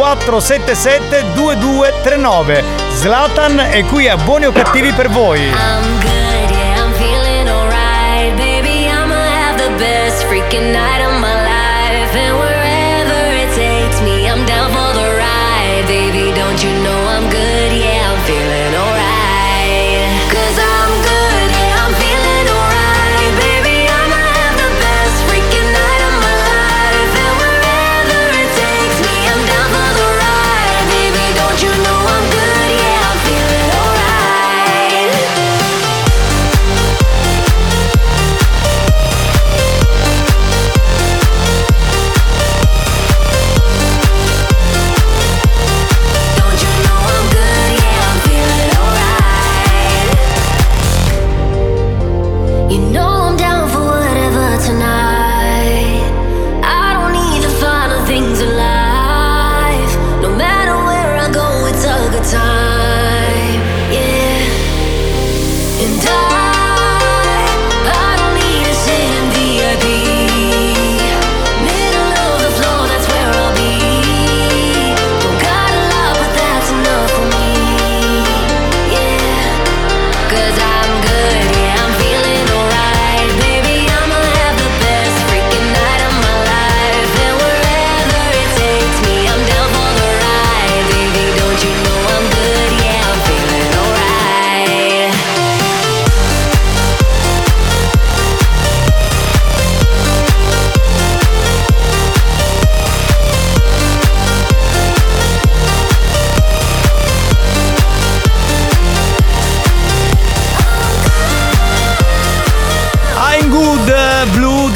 477 2239. Zlatan è qui a Buoni o Cattivi per voi. I'm good, yeah, I'm feeling alright, baby. I'ma have the best freaking night of my life, and wherever it takes me, I'm down for the ride, baby. Don't you know I'm good, yeah, I'm feeling alright. 'Cause I'm good, yeah, I'm feeling alright, baby. I'ma have the best freaking night of my life, and wherever it takes me, I'm down for the ride, baby. Don't you know I'm good, yeah, I'm feeling alright.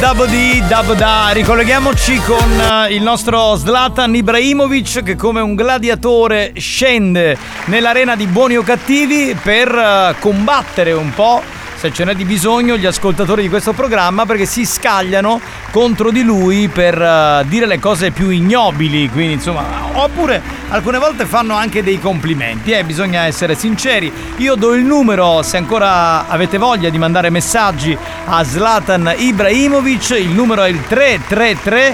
Dabodi Dabda. Ricolleghiamoci con il nostro Zlatan Ibrahimovic, che come un gladiatore scende nell'arena di Buoni o Cattivi per combattere un po', se ce n'è di bisogno, gli ascoltatori di questo programma, perché si scagliano contro di lui per dire le cose più ignobili, quindi insomma, oppure alcune volte fanno anche dei complimenti, bisogna essere sinceri. Io do il numero, se ancora avete voglia di mandare messaggi a Zlatan Ibrahimovic, il numero è il 333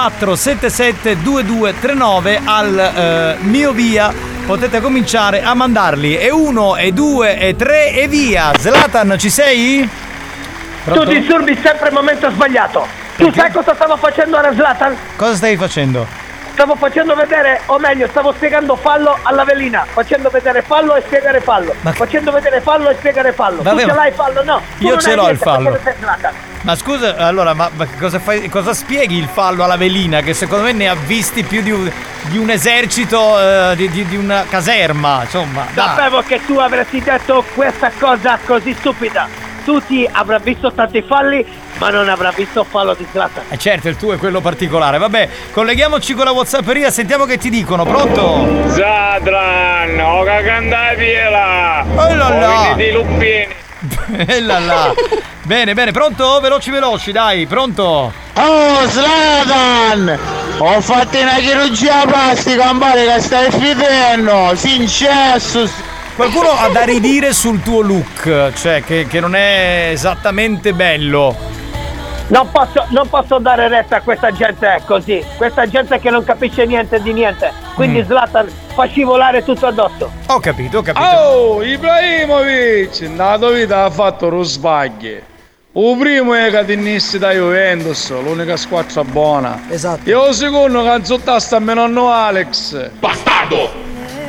477 2239 al mio via. Potete cominciare a mandarli. E 1, e 2, e 3 e via. Zlatan, ci sei? Pronto? Tu disturbi sempre il momento sbagliato. Tu sai cosa stavo facendo ora, Zlatan? Cosa stai facendo? Stavo facendo vedere, o meglio, stavo spiegando fallo alla velina. Facendo vedere fallo e spiegare fallo. Facendo vedere fallo e spiegare fallo. Vabbè, tu ce l'hai fallo? No. Io ce l'ho il fallo. Zlatan. Ma scusa, allora, ma cosa fai? Cosa spieghi il fallo alla velina? Che secondo me ne ha visti più di un esercito, di una caserma, insomma. Sapevo che tu avresti detto questa cosa così stupida. Tutti avrà visto tanti falli, ma non avrà visto fallo di Zlatan. Certo, il tuo è quello particolare. Vabbè, colleghiamoci con la WhatsApperia, sentiamo che ti dicono. Pronto? Zlatan, ho caganda piela. Oh là là. Di lupini. Là. Bene, pronto? Veloci, dai, pronto? Oh, Zlatan! Ho fatto una chirurgia plastica, amore, che stai fidendo! Sincesso! Qualcuno ha da ridire sul tuo look, cioè che non è esattamente bello. Non posso dare retta a questa gente così, questa gente che non capisce niente di niente. Quindi Zlatan fa scivolare tutto addosso. Ho capito. Oh, Ibrahimovic, nella tua vita ha fatto lo sbaglio. Il primo è che tennissi da Juventus, l'unica squadra buona. Esatto. E il secondo che insultasse a mio nonno Alex. Bastardo!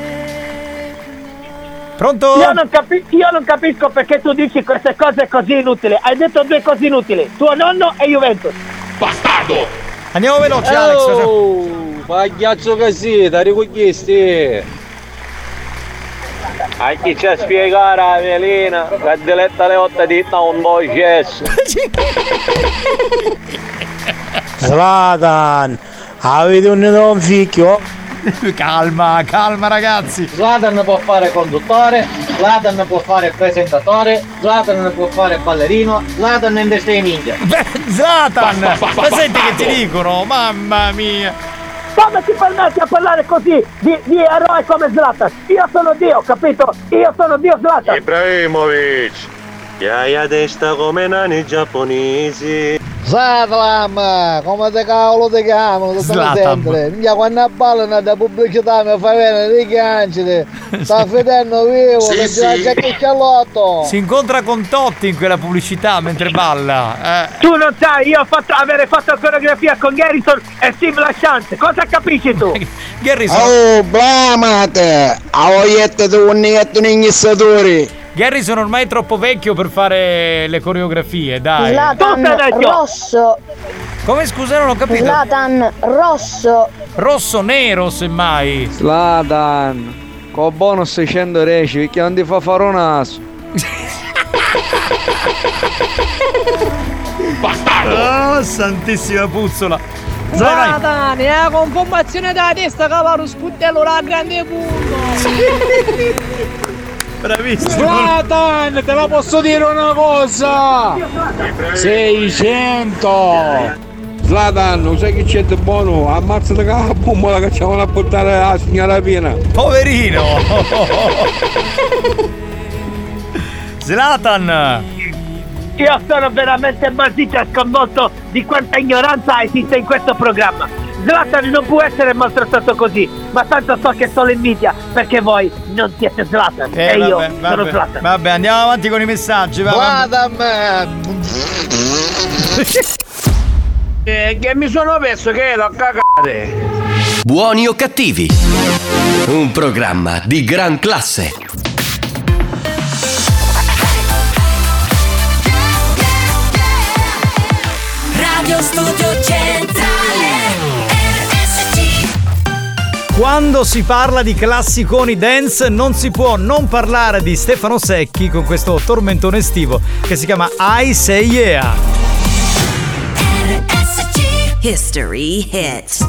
Pronto? Io non capisco perché tu dici queste cose così inutili. Hai detto due cose inutili, tuo nonno e Juventus. Bastardo! Andiamo veloci, Alex. Ma ghiaccio così, da ricogliesti. A chi c'è a spiegare a Melina che diletta le 8 di un processo. Zlatan, avete un nuovo figlio? Calma ragazzi. Zlatan può fare conduttore, Zlatan può fare presentatore, Zlatan può fare ballerino, Zlatan in stai ninja. Zlatan, ma senti che ti dicono, mamma mia. Come ti permetti a parlare così di eroi come Zlatan? Io sono Dio, capito? Io sono Dio Zlatan. Ibrahimovic, hai testa come nani giapponesi. Zlatan, come te cavolo ti chiamano? Zlatan. Minchia, quando ballano da pubblicità mi fai vedere dei cancite. Sta fedendo vivo, si incontra con Totti in quella pubblicità mentre balla. Tu non sai, io ho avere fatto coreografia con Garrison e Steve LaChance. Cosa capisci tu? Garrison. Oh, blamate! Avoiette tu un nietto iniziatori. Garrison ormai è troppo vecchio per fare le coreografie, dai. Zlatan rosso. Come, scusa, non ho capito. Zlatan rosso. Rosso nero, semmai. Zlatan, con bonus 600 reci, perché non ti fa fare un naso. Bastardo! Oh, santissima puzzola. Zlatan, è la conformazione della testa che va lo sputtello la grande punto. Bravissimo. Zlatan, te la posso dire una cosa. 600. Zlatan, non sai che c'è di buono? Ammazzate che la bombola che ci vanno a portare la signora Pina. Poverino. Zlatan. Io sono veramente basito e sconvolto di quanta ignoranza esiste in questo programma. Zlatan non può essere maltrattato così, ma tanto so che sono invidia perché voi non siete Zlatan e io sono Zlatan. Vabbè, andiamo avanti con i messaggi. Guarda me. Che mi sono perso che ero a cagare. Buoni o cattivi? Un programma di gran classe. Radio Studio Centrale. Quando si parla di classiconi dance non si può non parlare di Stefano Secchi con questo tormentone estivo che si chiama I Say Yeah. History Hit.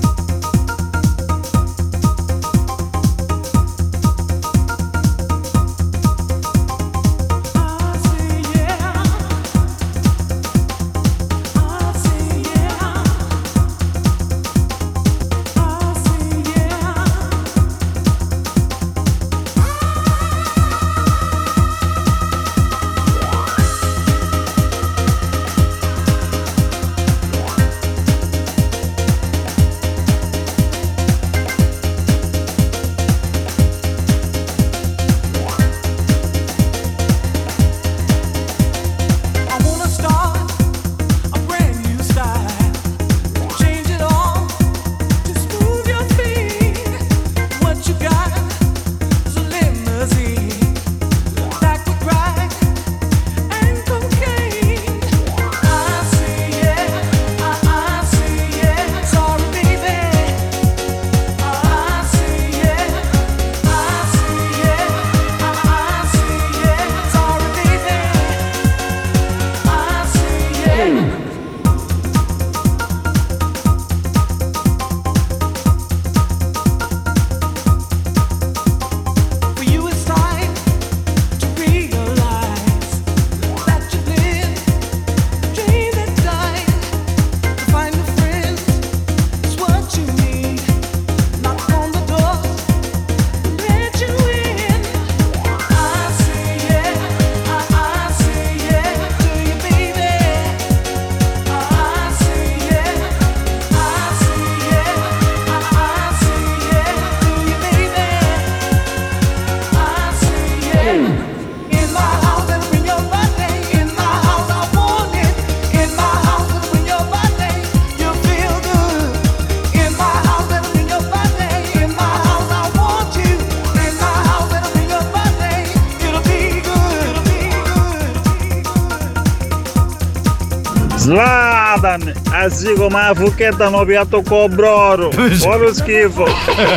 Zlatan, così come la fucchetta hanno piatto con broro. Buono schifo.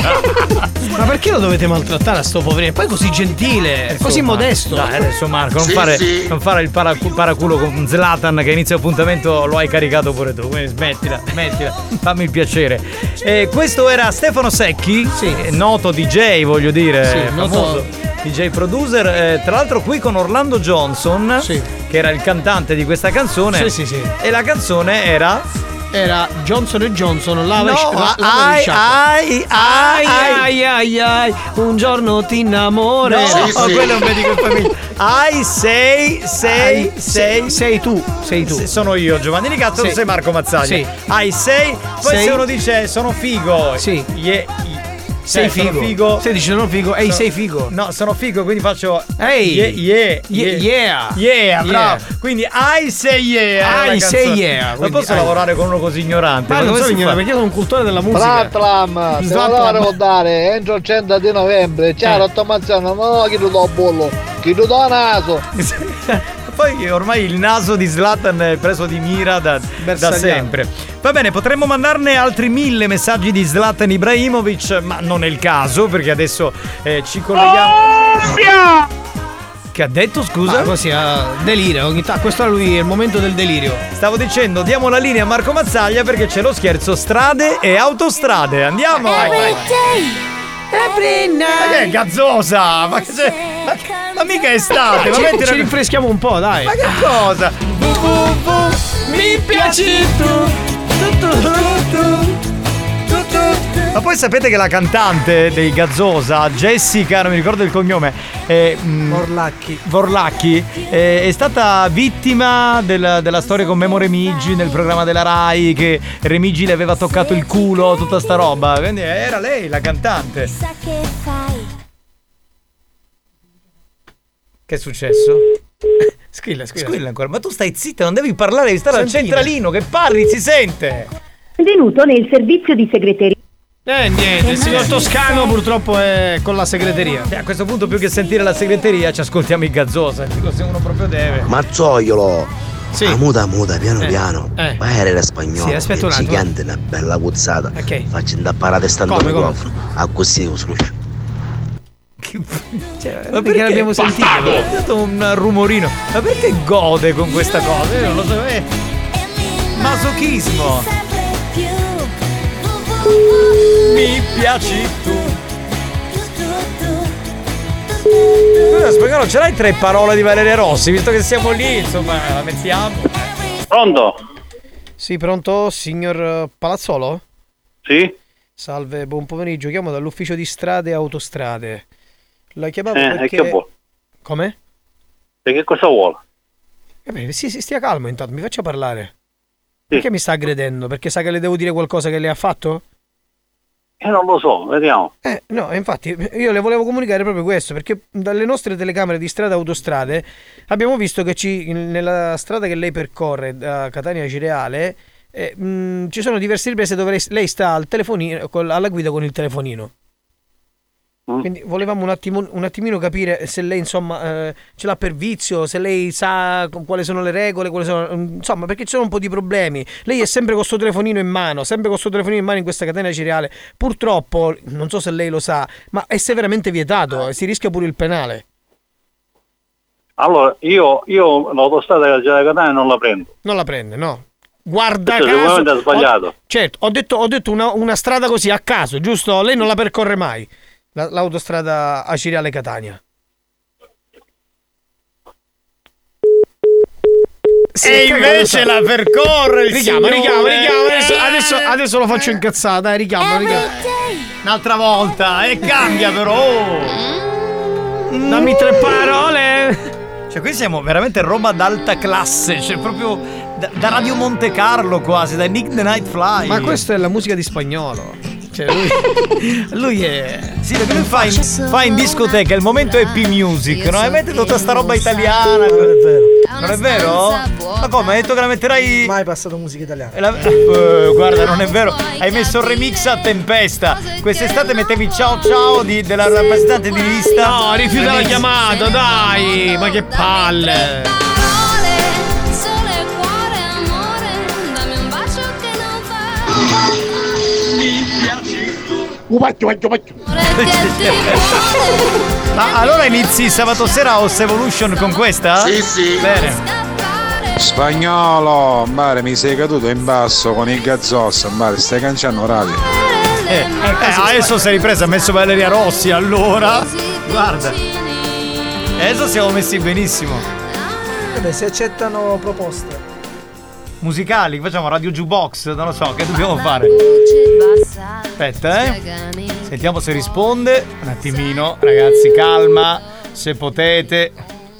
Ma perché lo dovete maltrattare a sto poverino? Poi così gentile, così modesto. Dai, adesso Marco, non fare il paraculo con Zlatan che inizio appuntamento lo hai caricato pure tu. Quindi smettila, fammi il piacere. Questo era Stefano Secchi, noto DJ, voglio dire, famoso DJ producer, tra l'altro qui con Orlando Johnson, che era il cantante di questa canzone. E la canzone era Johnson & Johnson, un giorno ti innamorerò. Quello è un medico in famiglia. Sei tu. Sono io, Giovanni Nicastro, sei Marco Mazzaglia. Poi se uno dice sono figo. Sei figo. Se dici sono figo, sei figo. No, sono figo, quindi faccio yeah, bravo. Quindi non posso lavorare con uno così ignorante. Ma non so ignorante, perché sono un cultore della musica. Platlam, se lo dare entro il 30 di novembre. Ciao, rottamazione, no, chi lo do bollo, chi lo do naso. Poi ormai il naso di Zlatan è preso di mira da sempre. Va bene, potremmo mandarne altri 1000 messaggi di Zlatan Ibrahimovic, ma non è il caso perché adesso ci colleghiamo. Che ha detto, scusa? Così, delirio. Questo è lui, è il momento del delirio. Stavo dicendo, diamo la linea a Marco Mazzaglia perché c'è lo scherzo strade e autostrade. Andiamo! Every night. Ma che è gazzosa? Ma mica è estate. Ci rinfreschiamo un po', dai. Ma che cosa? Mi piaci tu. Ma poi sapete che la cantante dei Gazzosa, Jessica, non mi ricordo il cognome, Vorlacchi, è stata vittima della storia con Memo Remigi nel programma della Rai, che Remigi le aveva toccato il culo, tutta sta roba. Quindi era lei la cantante. Che è successo? Squilla ancora. Ma tu stai zitta, non devi parlare, devi stare al centralino, che parli, si sente. Venuto nel servizio di segreteria. Niente, il signor Toscano purtroppo è con la segreteria. A questo punto, più che sentire la segreteria, ci ascoltiamo i Gazzosa. Dico, se uno proprio deve. Mazzoiolo. Muta, piano. Vai a era spagnolo. Sì, aspetta un attimo. Gigante, una bella puzzata. Ok. Faccio indappare a testa al microfono. A così lo scruscio. Ma perché l'abbiamo sentito? È stato un rumorino. Ma perché gode con questa cosa? Io non lo so. Masochismo. Mi piaci tu. Spagnolo, ce l'hai 3 parole di Valeria Rossi? Visto che siamo lì, insomma, la mettiamo. Pronto? Sì, pronto, signor Palazzolo? Sì. Salve, buon pomeriggio. Chiamo dall'ufficio di strade e autostrade. La chiamavo perché... che vuole? Come? E che cosa vuole? Sì, stia calmo intanto, mi faccia parlare. Perché mi sta aggredendo? Perché sa che le devo dire qualcosa che lei ha fatto? Non lo so, vediamo. No, infatti io le volevo comunicare proprio questo, perché dalle nostre telecamere di strada e autostrade abbiamo visto che nella strada che lei percorre da Catania a Cireale ci sono diverse riprese dove lei sta al telefonino, alla guida con il telefonino. Quindi volevamo un attimino capire se lei insomma ce l'ha per vizio, se lei sa quali sono le regole, insomma, perché ci sono un po' di problemi. Lei è sempre con sto telefonino in mano, in questa Catania Cireale. Purtroppo, non so se lei lo sa, ma è severamente vietato e si rischia pure il penale. Allora, io l'autostrada della Catania non la prendo. Non la prende, no? Guarda caso, sicuramente ha sbagliato. Certo, ho detto una strada così a caso, giusto? Lei non la percorre mai. L'autostrada a Cireale Catania. E invece la percorre il richiama. Adesso lo faccio incazzata, richiamo. Un'altra volta e cambia però. Dammi 3 parole. Cioè qui siamo veramente roba d'alta classe, cioè proprio da Radio Monte Carlo quasi, da Nick the Night Fly. Ma questa è la musica di Spagnolo. Cioè lui è... Sì, perché lui fa in discoteca, il momento happy music, no? E mette tutta sta roba italiana. Non è vero. Non è vero? Ma come? Hai detto che la metterai... Mai passato musica italiana. Guarda, non è vero. Hai messo il remix a tempesta. Quest'estate mettevi ciao ciao della rappresentante di lista. No, rifiuta la chiamata, dai. Ma che palle. Ma allora inizi sabato sera House Evolution con questa? Sì. Bene. Spagnolo, mare, mi sei caduto in basso con il gazzos, mare, stai canciando radio. Adesso sei ripresa, ha messo Valeria Rossi, allora. Guarda. Adesso siamo messi benissimo. Vabbè, si accettano proposte musicali, facciamo radio jukebox, non lo so, che dobbiamo fare? Aspetta, sentiamo se risponde. Un attimino, ragazzi, calma, se potete.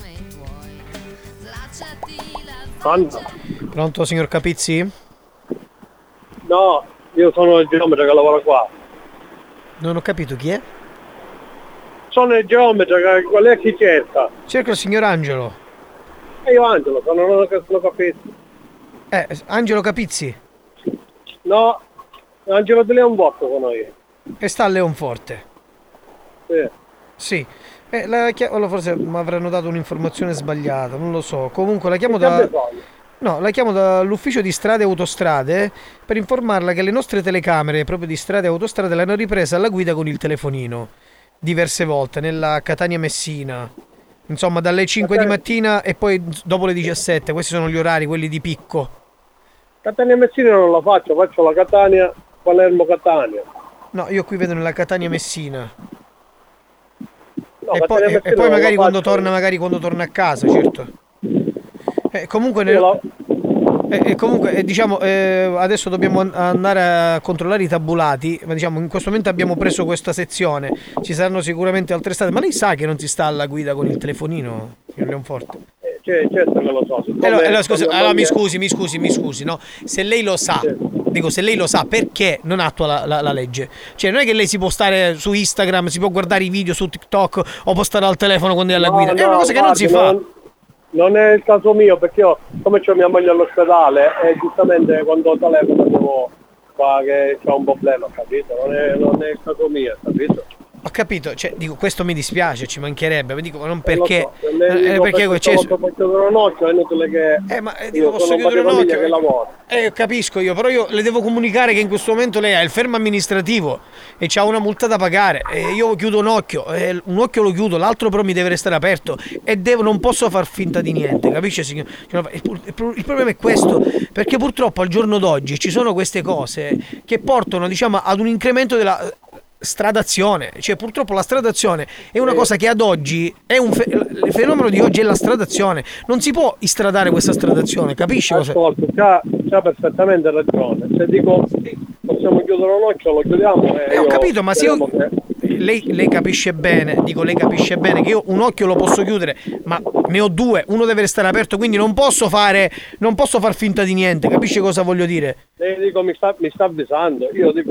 Pronto, signor Capizzi? No, io sono il geometra che lavora qua. Non ho capito chi è? Sono il geometra, qual è chi cerca? Cerco il signor Angelo. E io Angelo, non capito. Angelo Capizzi? No, Angelo di Leonforte sono io. E sta a Leonforte? Sì. Forse mi avranno dato un'informazione sbagliata, non lo so. Comunque la chiamo dall'ufficio di strade e autostrade per informarla che le nostre telecamere proprio di strade e autostrade l'hanno ripresa alla guida con il telefonino diverse volte nella Catania Messina. Insomma, dalle 5 di mattina e poi dopo le 17. Questi sono gli orari, quelli di picco. Catania Messina non la faccio la Catania Palermo Catania. No, io qui vedo nella Catania Messina. No, e poi magari quando torna a casa, certo. Comunque diciamo adesso dobbiamo andare a controllare i tabulati, ma diciamo in questo momento abbiamo preso questa sezione, ci saranno sicuramente altre strade, ma lei sa che non si sta alla guida con il telefonino, signor Leonforte? Certo che lo so. Allora mi scusi, no? Se lei lo sa, dico, se lei lo sa, perché non attua la legge? Cioè non è che lei si può stare su Instagram, si può guardare i video su TikTok o può stare al telefono quando è alla guida, è una cosa che non si fa. Non è il caso mio, perché io, come c'ho mia moglie all'ospedale, e giustamente quando telefono devo fare che c'ho un problema, capito? Non è il caso mio, capito? Ho capito, cioè, dico, questo mi dispiace, ci mancherebbe, ma dico, non perché. Perché posso chiudere un occhio, è inutile che. Ma dico, posso chiudere un occhio. Che lavora. Capisco io, però io le devo comunicare che in questo momento lei ha il fermo amministrativo e c'ha una multa da pagare. E io chiudo un occhio lo chiudo, l'altro però mi deve restare aperto e non posso far finta di niente, capisce signor? Il problema è questo, perché purtroppo al giorno d'oggi ci sono queste cose che portano, diciamo, ad un incremento della stradazione, cioè purtroppo la stradazione è una cosa che ad oggi è il fenomeno di oggi è la stradazione, non si può istradare questa stradazione, capisci cosa? Ascolta, c'ha perfettamente ragione, se dico possiamo chiudere un occhio lo chiudiamo ho capito, ma se io lei capisce bene, lei capisce bene che io un occhio lo posso chiudere, ma ne ho due, uno deve restare aperto, quindi non posso far finta di niente, capisce cosa voglio dire? Lei dico mi sta avvisando,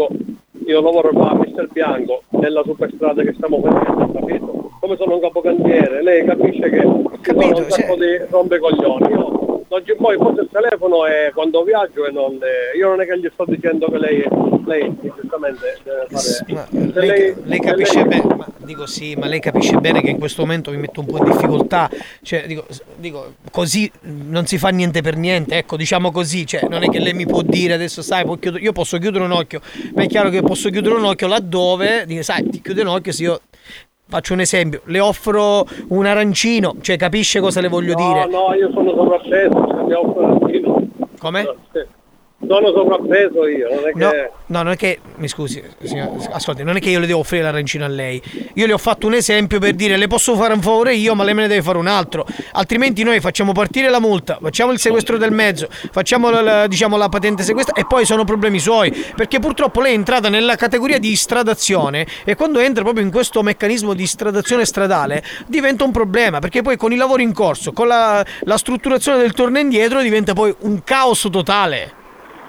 io lavoro qua a Mister Bianco nella superstrada che stiamo facendo, capito? Come sono un capocantiere, lei capisce che sono un sacco di rompecoglioni. Io oggi poi poso il telefono e quando viaggio e io non è che gli sto dicendo che lei giustamente deve fare. Lei capisce bene, ma dico sì, ma lei capisce bene che in questo momento mi metto un po' in difficoltà, cioè dico così non si fa niente per niente, ecco, diciamo così, cioè non è che lei mi può dire adesso sai, io posso chiudere un occhio, ma è chiaro che posso chiudere un occhio laddove, sai, ti chiude un occhio se io faccio un esempio, le offro un arancino, cioè capisce cosa le voglio dire? No, io sono sovrappeso, se mi offro un arancino. Come? Sono sovrappeso io, non è che... No, non è che, mi scusi, signor, ascolti, non è che io le devo offrire l'arancino a lei. Io le ho fatto un esempio per dire le posso fare un favore io, ma lei me ne deve fare un altro. Altrimenti noi facciamo partire la multa, facciamo il sequestro del mezzo, facciamo la patente sequestra e poi sono problemi suoi. Perché purtroppo lei è entrata nella categoria di istradazione e quando entra proprio in questo meccanismo di istradazione stradale diventa un problema, perché poi con i lavori in corso, con la strutturazione del torno indietro diventa poi un caos totale.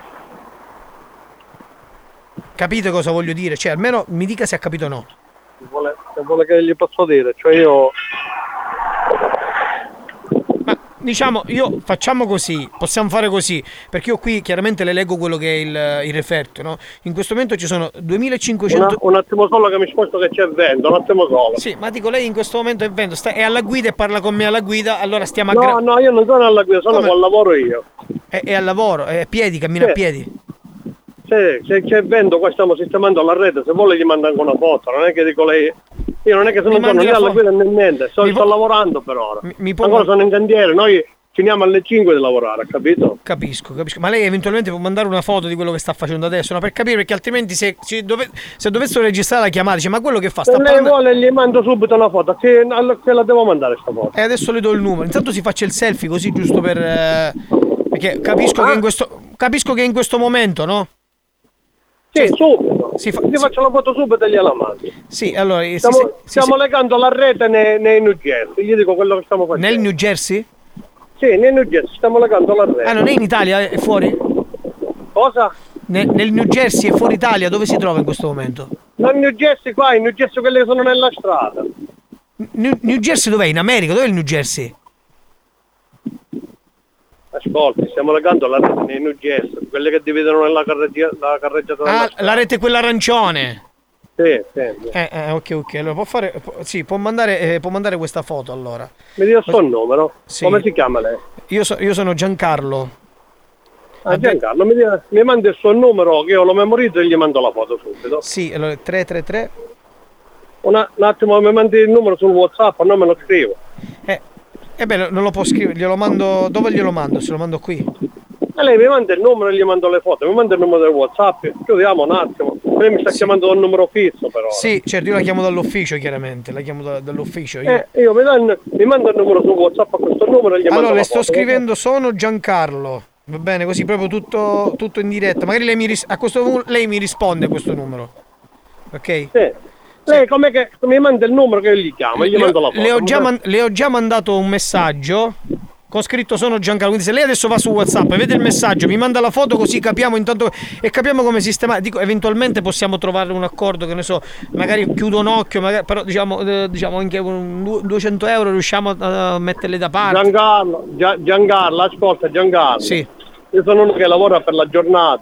Capite cosa voglio dire? Cioè, almeno mi dica se ha capito o no. Se vuole che gli posso dire, cioè io... Ma diciamo, facciamo così, possiamo fare così, perché io qui chiaramente le leggo quello che è il referto, no? In questo momento ci sono 2500... Un attimo solo che mi sposto che c'è vento, un attimo solo. Sì, ma dico, lei in questo momento è vento, è alla guida e parla con me alla guida, allora stiamo a... No, io non sono alla guida, sono al lavoro io. È al lavoro, è a piedi, cammina a piedi. Se c'è vento qua stiamo sistemando la rete, se vuole gli mando anche una foto, non è che dico lei, io non è che sono né alla guida né niente, sto lavorando per ora, ancora sono in cantiere, noi finiamo alle 5 di lavorare, capito? Capisco, ma lei eventualmente può mandare una foto di quello che sta facendo adesso, no? Per capire, perché altrimenti se dovessero registrare la chiamata, dice ma quello che fa? Se lei vuole gli mando subito una foto, che la devo mandare sta foto. E adesso le do il numero, intanto si faccia il selfie così giusto per... perché capisco che in questo momento, no? Sì, subito. Faccio la foto subito e gliela mando. Sì, allora stiamo legando la rete nei New Jersey. Gli dico quello che stiamo facendo. Nel New Jersey? Sì, nel New Jersey stiamo legando la rete. Ah, non è in Italia, è fuori? Cosa? Nel New Jersey è fuori Italia, dove si trova in questo momento? Non New Jersey qua, in New Jersey quelli che sono nella strada. New Jersey dov'è? In America? Dov'è il New Jersey? Ascolti, stiamo legando la rete nei New Jersey, quelle che dividono la carreggiata. Ah, la rete quella arancione. Sì. Ok, allora può mandare questa foto allora. Mi dia il suo numero? Sì. Come si chiama lei? Io sono Giancarlo. Giancarlo, mi manda il suo numero che io lo memorizzo e gli mando la foto subito. Sì, allora 333. Un attimo, mi mandi il numero sul WhatsApp, non me lo scrivo. Non lo può scrivere, glielo mando. Dove glielo mando? Se lo mando qui. Lei mi manda il numero e gli mando le foto, mi manda il numero del WhatsApp, chiudiamo un attimo. Lei mi sta chiamando dal numero fisso però. Sì, certo, io la chiamo dall'ufficio chiaramente, la chiamo dall'ufficio. Io mi mando il numero sul WhatsApp a questo numero e gli mando la foto. Allora, le sto scrivendo, sono Giancarlo. Va bene, così proprio tutto in diretta. Magari a questo punto lei mi risponde a questo numero. Ok? Sì. Lei come che mi manda il numero che io gli chiamo e gli mando la foto. Le ho già mandato un messaggio con scritto sono Giancarlo, quindi se lei adesso va su WhatsApp e vede il messaggio, mi manda la foto così capiamo intanto e capiamo come sistemare. Dico, eventualmente possiamo trovare un accordo, che ne so, magari chiudo un occhio, però diciamo anche 200 euro riusciamo a metterle da parte. Giancarlo, ascolta Giancarlo. Sì. Io sono uno che lavora per la giornata.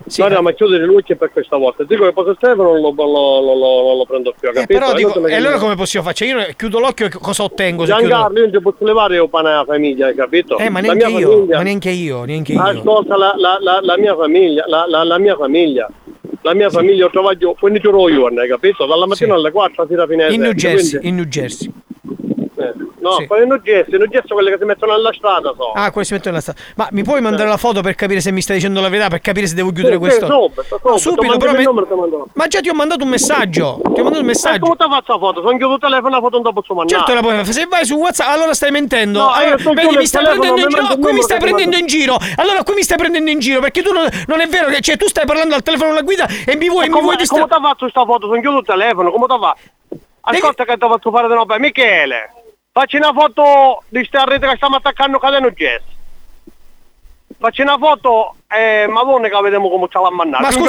Noi andiamo a chiudere le luci per questa volta. Dico che posso il telefono non lo prendo più, capito? Però dico, e allora come possiamo fare? Cioè, io chiudo l'occhio e cosa ottengo? Giancarlo, io non ti posso levare io pane alla famiglia, hai capito? Ma neanche io. Ascolta, la mia famiglia, la mia famiglia io trovato 15 giorni, hai capito? Dalla mattina alle 4 fino a fine in New Jersey. No, poi in New Jersey quelle che si mettono alla strada so. Ah, quelli si mettono alla strada. Ma mi puoi mandare la foto per capire se mi stai dicendo la verità, per capire se devo chiudere questo? Subito, però ma già ti ho mandato un messaggio. Come ti faccio la foto? Sono chiuso il telefono, la foto non la posso mandare. Certo la puoi fare. Se vai su WhatsApp, allora stai mentendo. No, allora, vedi, mi stai prendendo in giro. Qui mi stai prendendo in giro. Allora qui mi stai prendendo in giro, perché tu non è vero che tu stai parlando al telefono alla guida e mi vuoi distrarre. Come ti faccio questa foto? Sono chiuso il telefono, come ti fa? Ascolta che ti faccio fare di roba, Michele. Facci una foto di sta rete che stiamo attaccando cadeno gesso. Facci una foto Madonna che vediamo come ce l'ha mandato. Ma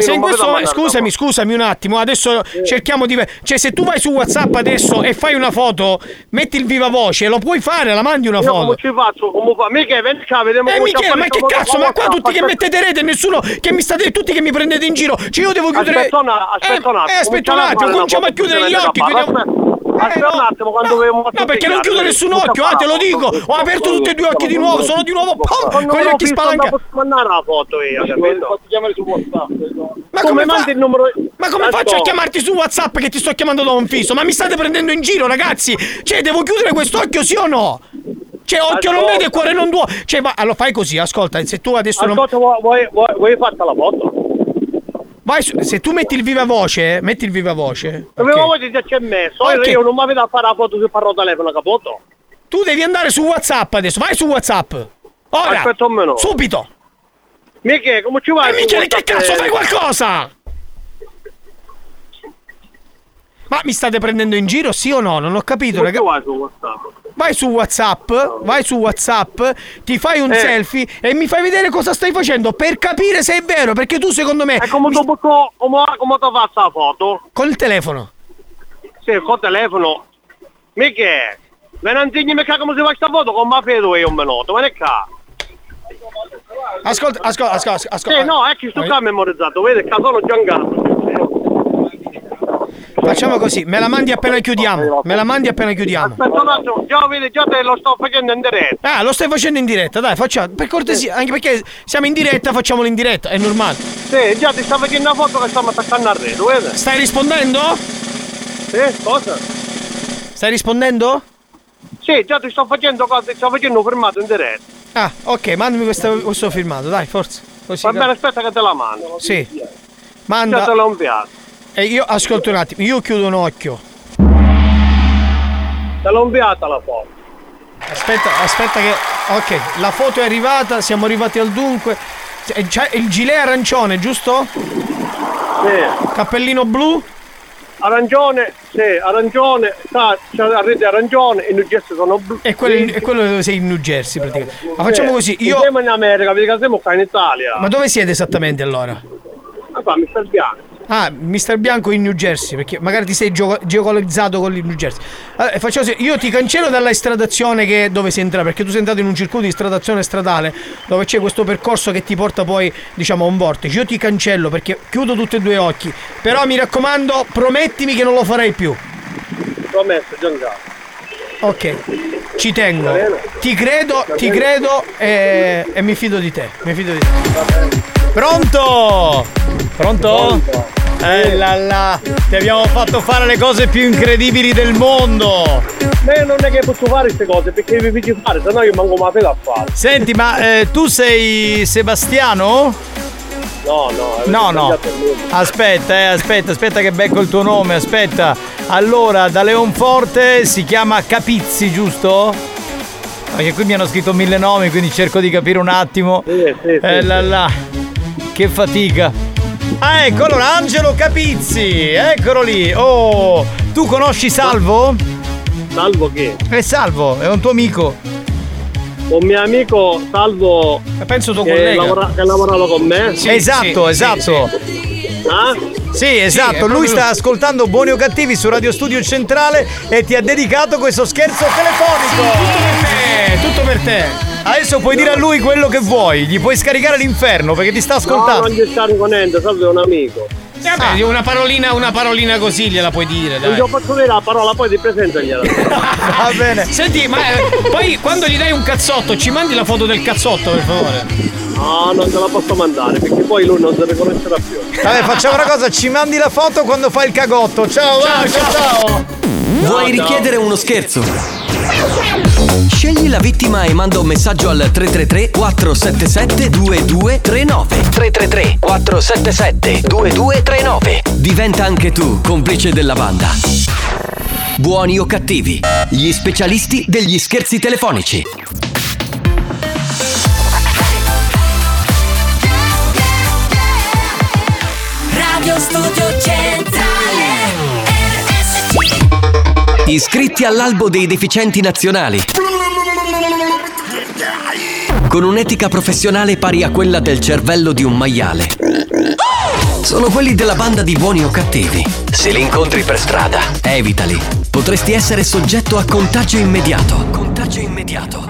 scusami un attimo. Adesso cerchiamo di. Cioè, se tu vai su WhatsApp adesso e fai una foto, metti il viva voce, lo puoi fare, la mandi una foto. Come ci faccio? Come fa? Michele, vediamo come Michele, ma che cazzo? Ma qua tutti che mettete rete, nessuno che mi state. Tutti che mi prendete in giro. Cioè, io devo chiudere. Aspetta un attimo, cominciamo a chiudere gli occhi. Aspetta un attimo, quando no, perché non chiudo nessun occhio, te lo dico. Ho aperto tutti e due occhi di nuovo, sono di nuovo con gli occhi spalancati. Non posso mandare la foto io, capito? Posso chiamare su WhatsApp. Ma come mandi il numero? Ma come faccio a chiamarti su WhatsApp che ti sto chiamando da un fisso? Ma mi state prendendo in giro, ragazzi? Cioè, devo chiudere quest'occhio, sì o no? Cioè, occhio non vede, cuore non duole. Cioè, ma allora fai così, ascolta, se tu adesso ascolta, vuoi fatta la foto? Vai se tu metti il viva voce. Il viva voce già c'è messo. Io non mi vedo a fare la foto se parlo telefono, capito? Tu devi andare su WhatsApp adesso, vai su WhatsApp. Ora. Aspetta un minuto. Subito. Michele, come ci vai? Michele, che cazzo fai qualcosa? Ma mi state prendendo in giro, sì o no? Non ho capito, ragazzi. Vai su WhatsApp, ti fai un selfie e mi fai vedere cosa stai facendo per capire se è vero, perché tu secondo me. E come ti faccio la foto? Con il telefono. Sì, col telefono. Michele, me ne insegni come si fa questa foto con ma vedo io un minuto, ma ne ca. Ascolta. Sì, no, è che sto qua memorizzato, vedi che sono Giancarlo. Facciamo così, me la mandi appena chiudiamo. Aspetta un attimo, già te lo sto facendo in diretta. Ah, lo stai facendo in diretta, dai, facciamo, per cortesia, anche perché siamo in diretta, facciamolo in diretta, è normale. Sì, già ti sto facendo una foto che stiamo attaccando al rete, vedi? Stai rispondendo? Sì, cosa? Stai rispondendo? Sì, già ti sto facendo un filmato in diretta. Ah, ok, mandami questo filmato, dai, forza. Così, va bene, aspetta che te la mando. Sì. Manda. Già te l'ho inviato. E io ascolto un attimo, io chiudo un occhio. Te l'ho inviata la foto. Aspetta che. Ok, la foto è arrivata, siamo arrivati al dunque. C'è il gilet arancione, giusto? Sì. Cappellino blu? Arancione, sì, arancione, c'è la rete arancione, i New Jersey sono blu. E quello dove sei in New Jersey praticamente. Ma facciamo così, io. Siamo in America, vedi che siamo qua in Italia. Ma dove siete esattamente allora? Ma qua, Mr. Bianco. Ah, Mr. Bianco in New Jersey, perché magari ti sei geolocalizzato con il New Jersey. Allora, facciamo così, io ti cancello dalla estradazione che dove sei entrato, perché tu sei entrato in un circuito di stradazione stradale dove c'è questo percorso che ti porta poi, diciamo, a un vortice. Io ti cancello perché chiudo tutti e due gli occhi. Però mi raccomando, promettimi che non lo farai più. Promesso, Giancarlo. Ok, ci tengo. Ti credo e mi fido di te. Pronto? Ti abbiamo fatto fare le cose più incredibili del mondo. Non è che posso fare queste cose perché mi fai fare, sennò io manco ma a fare. Senti, ma tu sei Sebastiano? No. Aspetta che becco il tuo nome, aspetta. Allora, da Leonforte si chiama Capizzi, giusto? Perché qui mi hanno scritto 1000 nomi, quindi cerco di capire un attimo. Sì. Che fatica. Ah, ecco, allora, Angelo Capizzi, eccolo lì. Oh, tu conosci Salvo? Salvo che? Salvo, è un tuo amico. Un mio amico Salvo, penso tuo collega che lavorava con me. Sì, esatto. Sì. Ah? Sì, esatto, lui sta ascoltando Buoni o Cattivi su Radio Studio Centrale e ti ha dedicato questo scherzo telefonico. Tutto per te. Adesso puoi dire a lui quello che vuoi, gli puoi scaricare l'inferno perché ti sta ascoltando. No, non gli sta riconendo, salve un amico. Vabbè, una parolina così gliela puoi dire, dai. Non ti faccio dire la parola, poi ti presentagliela. Va bene. Senti, ma poi quando gli dai un cazzotto, ci mandi la foto del cazzotto, per favore? No, non te la posso mandare perché poi lui non si riconoscerà più. Vabbè, facciamo una cosa, ci mandi la foto quando fai il cagotto. Ciao. Vuoi richiedere uno scherzo? Scegli la vittima e manda un messaggio al 333 477 2239. 333 477 2239. Diventa anche tu complice della banda. Buoni o cattivi, gli specialisti degli scherzi telefonici. Radio Studio Centrale RSC. Iscritti all'albo dei deficienti nazionali. Con un'etica professionale pari a quella del cervello di un maiale. Sono quelli della banda di Buoni o Cattivi. Se li incontri per strada, evitali. Potresti essere soggetto a contagio immediato. Contagio immediato.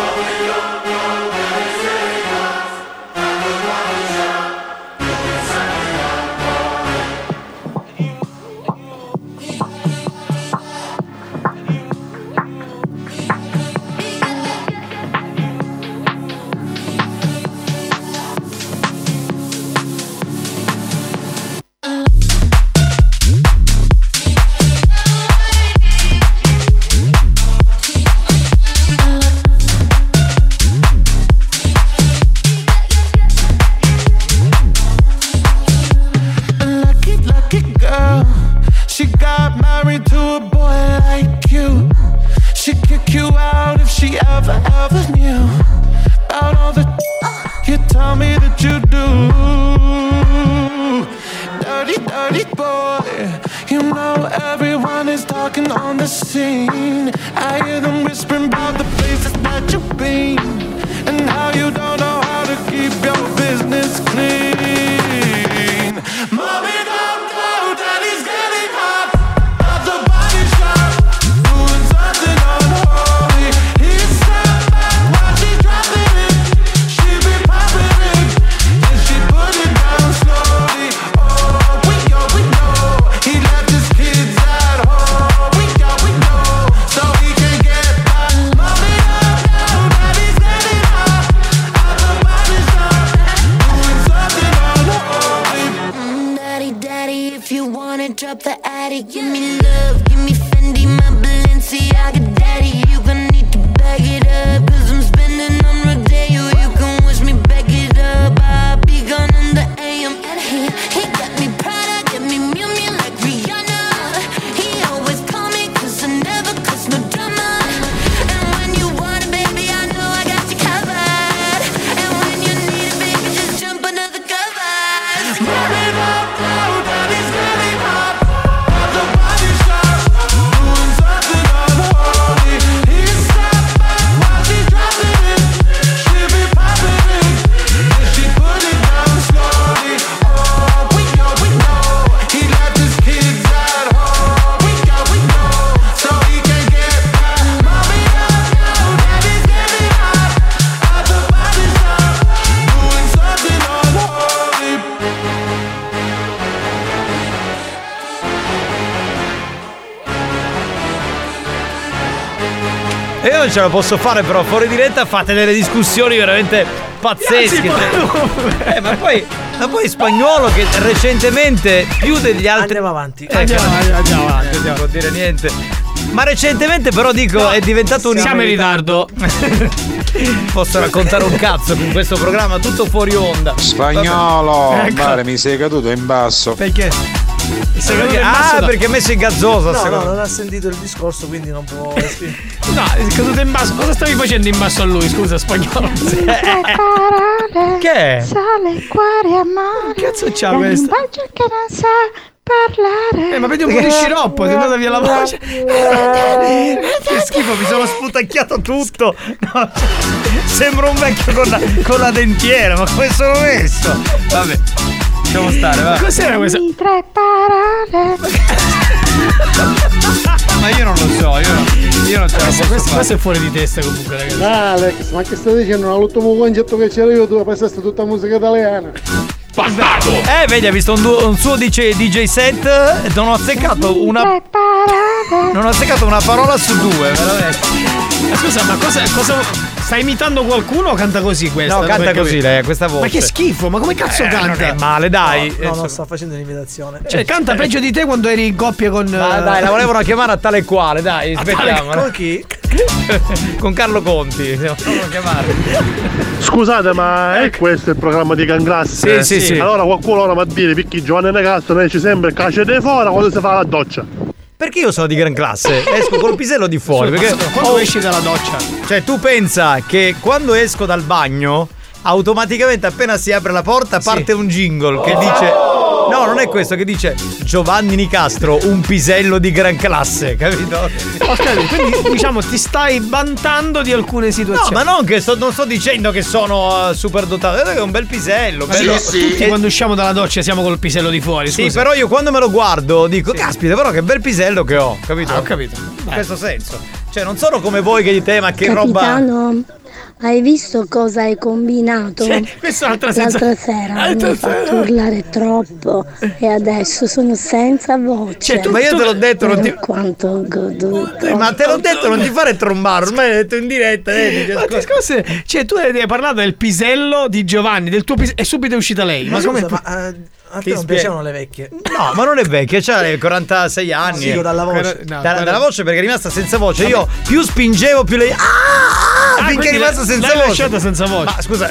Io non ce la posso fare, però fuori diretta fate delle discussioni veramente pazzesche. Ma poi Spagnuolo che recentemente più degli altri. Andiamo avanti. Andiamo avanti, non può dire niente. Ma recentemente però dico è diventato un. Siamo in ritardo. Posso raccontare un cazzo in questo programma tutto fuori onda. Spagnolo, mare, mi sei caduto in basso. Perché? Perché ha messo in gazzosa. No, non ha sentito il discorso, quindi non può. No, è caduto in basso. Cosa stavi facendo in basso a lui? Scusa, Spagnolo. Che è? Sale il cuore a mare. Che cazzo c'ha questo? Un bacio che non sa parlare. Ma vedi un po' di sciroppo, ti è andata via la voce. Che schifo, mi sono sputacchiato tutto. No, sembra un vecchio con la dentiera, ma come sono messo? Vabbè, lasciamo stare, va. Cos'era questo? Tre parole. Ma io non lo so, io non ce la posso questo è fuori di testa comunque, ragazzi. Alex, ma che stai dicendo? All'ultimo concetto che c'era io, tu pensaste tutta musica italiana. Bastardo! Vedi, ha visto un suo DJ set. Non ho azzeccato una parola su due, veramente. Scusa, ma cosa sta imitando qualcuno o canta così questa? No, canta così lei, questa voce. Ma che schifo, ma come cazzo canta? Non è male, dai. No, sta facendo un'imitazione. Cioè, canta peggio di te quando eri in coppia con. Ma dai, la volevano chiamare a tale quale, dai, aspettiamo. Con chi? Con Carlo Conti, la volevano chiamare. Scusate, ma è questo il programma di Ganglass? Sì. Allora qualcuno ora va a dire perché Giovanni Nicastro ne esce sempre cace di fuori quando si fa la doccia. Perché io sono di gran classe, esco col pisello di fuori. Perché quando esci dalla doccia? Cioè, tu pensa che quando esco dal bagno, automaticamente appena si apre la porta parte un jingle che dice. No, non è questo, che dice Giovanni Nicastro, un pisello di gran classe, capito? Ok, quindi diciamo ti stai vantando di alcune situazioni. No, ma non sto dicendo che sono super dotato, è un bel pisello. Tutti quando usciamo dalla doccia siamo col pisello di fuori. Sì, però io quando me lo guardo dico, caspita, però che bel pisello che ho, capito? Ho capito. In questo senso. Cioè, non sono come voi che dite, ma che Capitano, roba. hai visto cosa hai combinato? L'altra sera mi hai fatto urlare troppo e adesso sono senza voce. Ma io te l'ho detto, non ti. Quanto ho goduto. Ma te l'ho detto, non ti fare trombare, ormai l'hai detto in diretta. Cioè, tu hai parlato del pisello di Giovanni, del tuo pisello, e subito è uscita lei. Ma come? A te non piacevano le vecchie? No, ma non è vecchia, c'ha 46 anni. Sì, dalla voce. Dalla voce perché è rimasta senza voce. Io più spingevo più lei. Finché è rimasta senza voce. Lasciata senza voce. Ma scusa,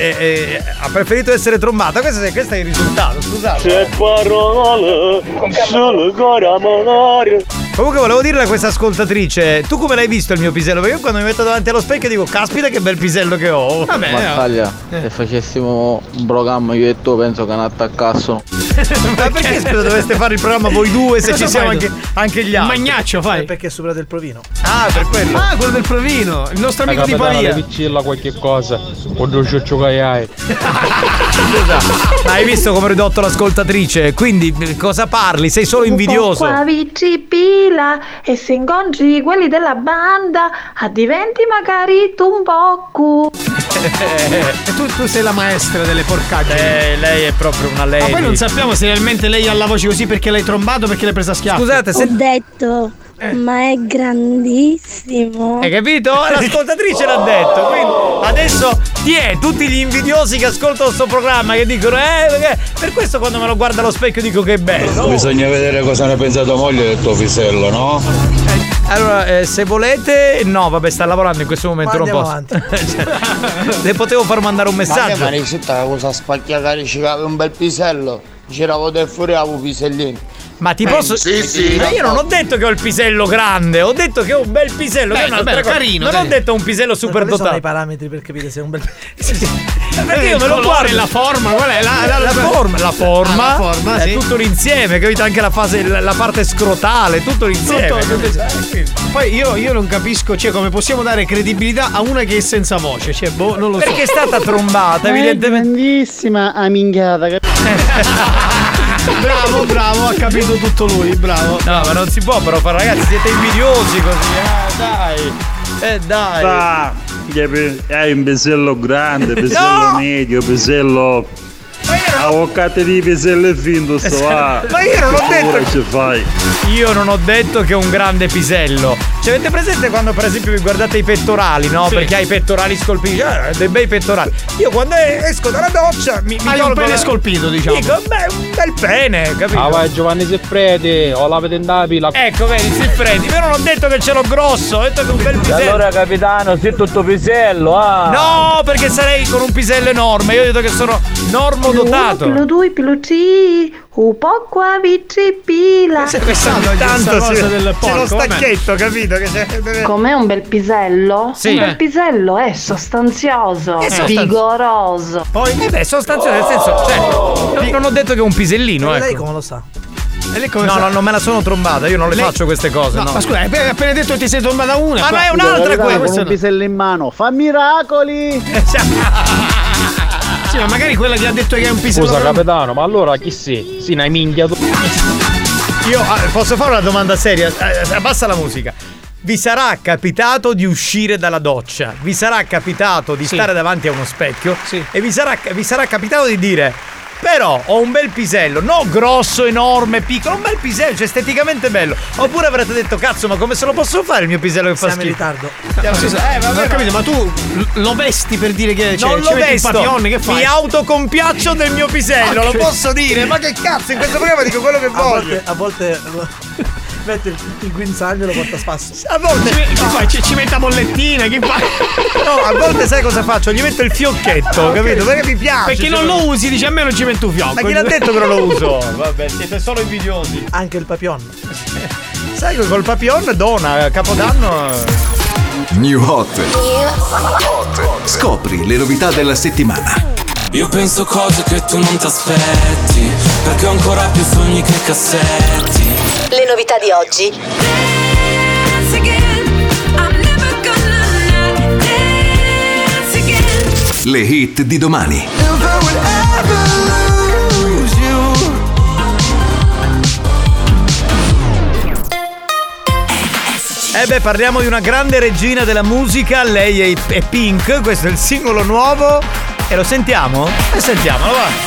ha preferito essere trombata. Questo è il risultato, scusate. C'è parole, solo cuore amore. Comunque volevo dirle a questa ascoltatrice, tu come l'hai visto il mio pisello? Perché io quando mi metto davanti allo specchio dico, caspita che bel pisello che ho. Vabbè, Battaglia, se facessimo un programma io e tu penso che non attaccassero. Ma perché scusa dovreste fare il programma voi due se ci siamo anche gli altri? Magnaccio fai? Perché è superato il provino. Ah, per quello. Ah, quello del provino, il nostro amico di Pavia. Piccilla qualche cosa, quando cioccio che hai. Scusa, ma hai visto come ho ridotto l'ascoltatrice? Quindi cosa parli? Sei solo invidioso. Qua pila e se incontri quelli della banda diventi magari tu un po'. E tu sei la maestra delle porcaglie. Lei è proprio una lady. Ma poi non sappiamo se realmente lei ha la voce così perché l'hai trombato o perché l'hai presa a schiaffi. Scusate, Ho detto, ma è grandissimo. Hai capito? L'ascoltatrice l'ha detto. Quindi adesso tutti gli invidiosi che ascoltano questo programma che dicono perché per questo quando me lo guarda allo specchio dico che è bello. Bisogna vedere cosa ne ha pensato moglie del tuo pisello, no? Allora, se volete, no, vabbè, sta lavorando in questo momento, non posso. Le potevo far mandare un messaggio. Ma che cosa spacchiare, ci aveva un bel pisello. C'eravamo del fuori avevo pisellino. Ma ti posso. Sì. Ma io non ho detto che ho il pisello grande, ho detto che ho un bel pisello. Che è un'altra cosa. Carino. Non ho detto un pisello super dotato. Sono i parametri per capire se è un bel. Perché io me lo guardo. La forma, qual è? La forma è sì. tutto l'insieme, capito? Anche la fase, la parte scrotale, tutto l'insieme. Poi io non capisco, cioè, come possiamo dare credibilità a una che è senza voce, cioè, non lo so. Perché è stata trombata, evidentemente. Grandissima aminghata. Bravo, ha capito tutto lui, bravo. No, ma non si può però fare, ragazzi, siete invidiosi così, dai. Hai un pisello grande, pisello medio, pisello. Avvocate di pisello e finto sto va. Ma io non ho detto che fai. Io non ho detto che è un grande pisello. Cioè, avete presente quando per esempio vi guardate i pettorali, no? Sì. Perché hai i pettorali scolpiti, dei bei pettorali. Io quando esco dalla doccia mi hai un pene scolpito, diciamo. Dico, un bel pene, capito? Ah, vai Giovanni Siffredi, ho la vedenda la pila. Ecco, vedi, Siffredi, io non ho detto che ce l'ho grosso, ho detto che è un bel pisello. Allora capitano, sei tutto pisello, No, perché sarei con un pisello enorme, io ho detto che sono normodotato. Pilu 2, pilu 3, un po' qua pila. Tanto c'è lo stacchetto, capito? Che com'è un bel pisello? Sì. Un bel pisello è sostanzioso, vigoroso. Poi sostanzioso nel senso, cioè, non ho detto che è un pisellino, Lei come lo sa? No, non me la sono trombata, io non le faccio queste cose. No. Ma scusa, hai appena detto che ti sei trombata una. Ma non è un'altra quella. Con un pisello in mano, fa miracoli. Sì, ma magari quella che ha detto che è un pisello. Scusa capitano, ma allora chi sei? Sì, ne hai minchia tu. Io posso fare una domanda seria? Abbassa la musica. vi sarà capitato di uscire dalla doccia, vi sarà capitato di stare davanti a uno specchio e vi sarà capitato di dire: però ho un bel pisello, no grosso, enorme, piccolo, un bel pisello, cioè esteticamente bello. Oppure avrete detto: cazzo, ma come se lo posso fare il mio pisello che fa schifo? Siamo in ritardo. Ho capito, ma tu lo vesti per dire che non lo vesto, che fai? mi autocompiaccio del mio pisello, lo posso dire? Ma che cazzo, in questo programma dico quello che voglio. A volte mette il guinzaglio e lo porta a spasso. A volte ci mette a bollettina, che fai? No, a volte sai cosa faccio? Gli metto il fiocchetto, capito? Perché mi piace. Perché non lo usi, dice a me non ci metto un fiocco. Ma chi l'ha detto che non lo uso? Vabbè, siete solo invidiosi. Anche il papillon. Sai che col papillon dona Capodanno. New Hot. Scopri le novità della settimana. Io penso cose che tu non ti aspetti, perché ho ancora più sogni che cassetti. Le novità di oggi. Le hit di domani. Parliamo di una grande regina della musica, lei è Pink, questo è il singolo nuovo e lo sentiamo? Sentiamolo, va.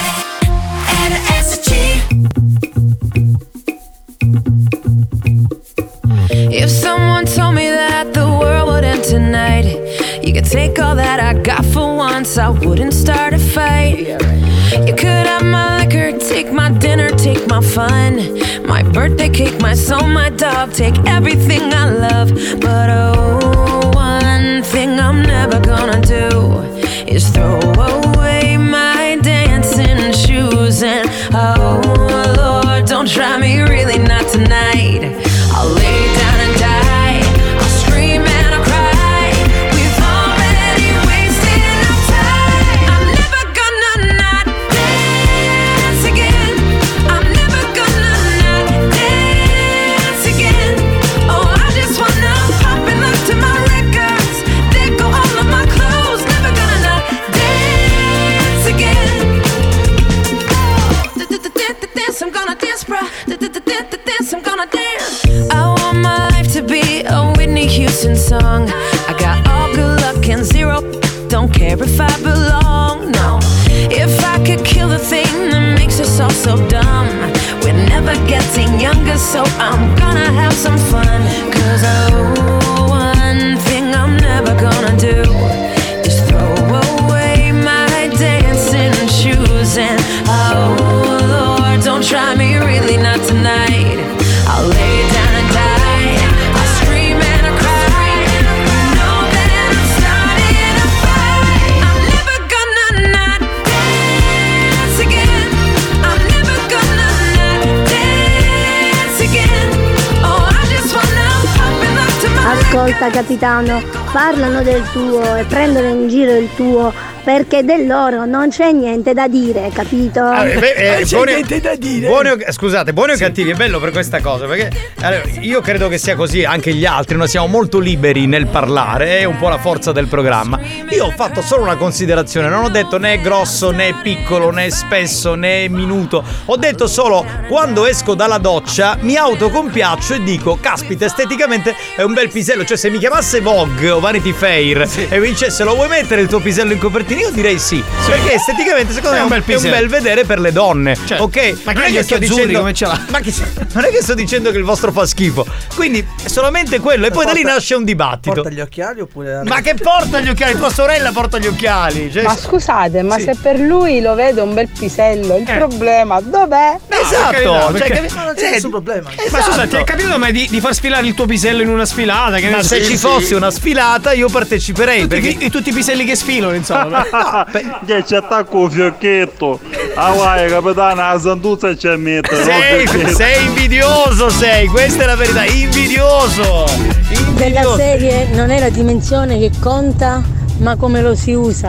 If someone told me that the world would end tonight, you could take all that I got for once, I wouldn't start a fight. You could have my liquor, take my dinner, take my fun, my birthday cake, my soul, my dog, take everything I love. But oh, one thing I'm never gonna do is throw away my dancing shoes. And oh Lord, don't try me, really not tonight. I'll lay down and die, I'll scream and I'll cry. We've already wasted enough time. I'm never gonna not dance again. I'm never gonna not dance again. Oh, I just wanna pop and look to my records. There go all of my clothes. Never gonna not dance again. Dance, I'm gonna dance, bruh. Dance, I'm gonna dance. I want my life to be a Whitney Houston song. I got all good luck and zero, don't care if I belong, no. If I could kill the thing that makes us all so dumb, we're never getting younger, so I'm gonna have some fun. Cause oh, one thing I'm never gonna do is throw away my dancing shoes. And oh Lord, don't try me, really not tonight. I'll lay down and die, I'll scream and I'll cry. Know that I'm starting a fight. I'm never gonna not dance again. I'm never gonna not dance again. Oh, I just wanna pop and look to my Ascolta capitano, parlano del tuo e prendono in giro il tuo, perché del loro non c'è niente da dire, capito? Niente da dire. Scusate, buoni o cattivi, è bello per questa cosa, perché allora, io credo che sia così, anche gli altri, noi siamo molto liberi nel parlare, è un po' la forza del programma. Io ho fatto solo una considerazione, non ho detto né grosso né piccolo né spesso né minuto, ho detto solo quando esco dalla doccia mi autocompiaccio e dico caspita, esteticamente è un bel pisello, cioè se mi chiamasse Vogue o Vanity Fair e mi dicesse lo vuoi mettere il tuo pisello in copertina, io direi sì, perché esteticamente secondo me è un bel vedere per le donne, ok? Ma non è che sto dicendo come ce l'ha. Non è che sto dicendo che il vostro fa schifo, quindi è solamente quello e poi da lì nasce un dibattito. Porta gli occhiali oppure ma che porta gli occhiali? Tua sorella porta gli occhiali, cioè... Ma scusate, ma se per lui lo vedo un bel pisello, il problema dov'è? Esatto, non c'è nessun problema. Ma scusa, ti è capitato mai di far sfilare il tuo pisello in una sfilata? Ma se ci fosse una sfilata io parteciperei, perché tutti i piselli che sfilano, insomma. Che c'è attacco un fiocchetto. Ah vai, capitano, la santuzza c'è a mettere. Sei invidioso, questa è la verità, invidioso. Della serie non è la dimensione che conta, ma come lo si usa.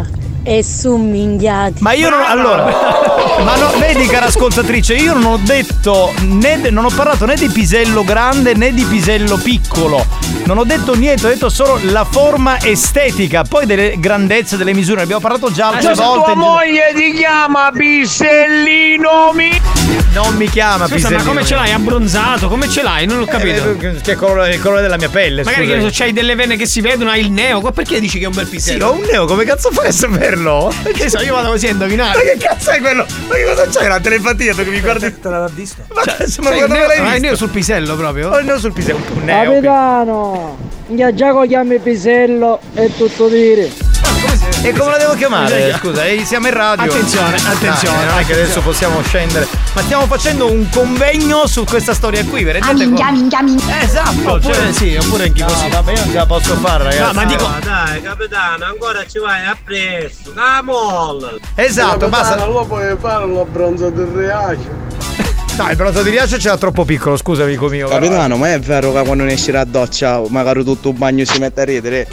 e summingiati. Ma io non. Allora, ma no, vedi, cara ascoltatrice, io non ho detto non ho parlato né di pisello grande né di pisello piccolo. Non ho detto niente, ho detto solo la forma estetica. Poi delle grandezze, delle misure, ne abbiamo parlato già altre volte. Tua moglie ti chiama pisellino Non mi chiama Scusa, pisellino. ma come ce l'hai? Abbronzato? Come ce l'hai? Non ho capito. Che è il colore della mia pelle. Magari che c'hai delle vene che si vedono, hai il neo. Perché dici che è un bel pisello? Sì, ho un neo, come cazzo fai a saperlo? Perché so, io vado così a indovinare. Ma che cazzo è quello? Ma che cosa c'hai? La telepatia che mi guardi? Te l'aveva visto? Ma hai il neo sul pisello proprio? Ho il neo sul pisello. Un neo. Capitano, già lo chiami pisello e tutto dire. E come la devo chiamare? Scusa, siamo in radio. Attenzione. Non è che adesso possiamo scendere. Ma stiamo facendo un convegno su questa storia qui, vi rendete conto? Esatto. Oppure sì, oppure anche così. Vabbè, io non ce la posso fare, ragazzi. No, ma dico. Dai, capitano, ancora ci vai appresso. La molla. Esatto, basta. Non lo puoi fare lo bronzo del Riace. No, il bronzo di Riace c'era troppo piccolo, scusa amico mio. Capitano, ma è vero che quando ne esci da doccia magari tutto il bagno si mette a ridere?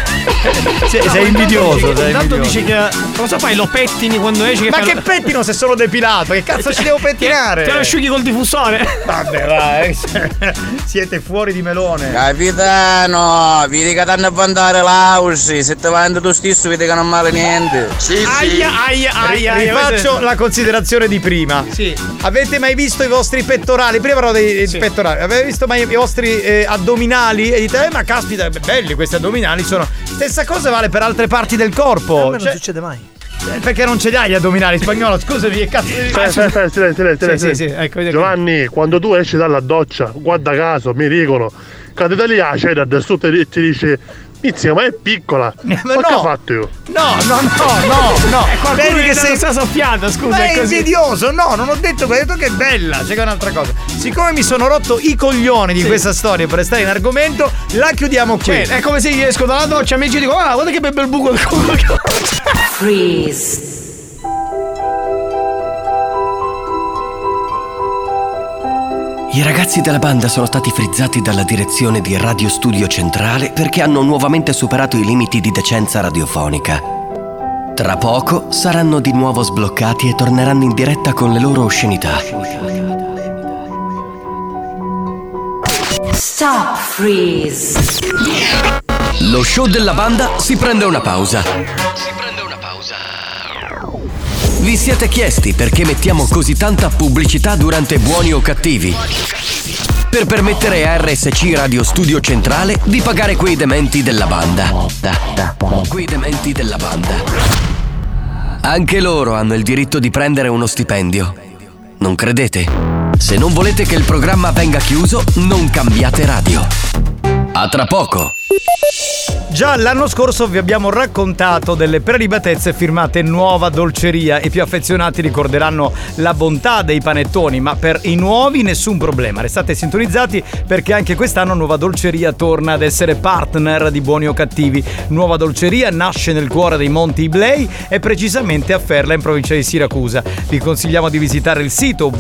Sei invidioso. Intanto dici che cosa fai? Lo pettini quando esci? Ma che pettino se sono depilato? Che cazzo ci devo pettinare? Te lo asciughi col diffusore? Vabbè, vai. Siete fuori di melone. Capitano, vedi che t'hanno a vantare l'ausi. Se te vai tu stesso vedi che non male niente. Sì. Aia. Rifaccio la considerazione di prima. Sì. Avete mai visto i vostri pettorali? Prima parlo dei pettorali. Avete visto mai i vostri addominali? E dite, ma caspita, belli questi addominali sono. Stessa cosa vale per altre parti del corpo. A me non succede mai. Perché non ce li hai gli addominali, spagnolo? Scusami, che cazzo. Sì. Ecco, Giovanni, quando tu esci dalla doccia, guarda caso, mi dicono che da lì a cena adesso ti dice Mizzica, ma è piccola. Ma che ho fatto io? No. Vedi che sei sta soffiata, scusa. Ma è invidioso, no, non ho detto quello, ho detto che è bella, c'è un'altra cosa. Siccome mi sono rotto i coglioni di questa storia per restare in argomento, la chiudiamo qui. Cioè, è come se io esco dalla doccia, mi dico, guarda che bel buco del culo. Freeze. I ragazzi della banda sono stati frizzati dalla direzione di Radio Studio Centrale perché hanno nuovamente superato i limiti di decenza radiofonica. Tra poco saranno di nuovo sbloccati e torneranno in diretta con le loro oscenità. Stop freeze. Lo show della banda si prende una pausa. Vi siete chiesti perché mettiamo così tanta pubblicità durante Buoni o Cattivi? Per permettere a RSC Radio Studio Centrale di pagare quei dementi della banda. Quei dementi della banda. Anche loro hanno il diritto di prendere uno stipendio. Non credete? Se non volete che il programma venga chiuso, non cambiate radio. A tra poco. Già l'anno scorso vi abbiamo raccontato delle prelibatezze firmate Nuova Dolceria. I più affezionati ricorderanno la bontà dei panettoni, ma per i nuovi nessun problema. Restate sintonizzati perché anche quest'anno Nuova Dolceria torna ad essere partner di Buoni o Cattivi. Nuova Dolceria nasce nel cuore dei Monti Iblei e precisamente a Ferla in provincia di Siracusa. Vi consigliamo di visitare il sito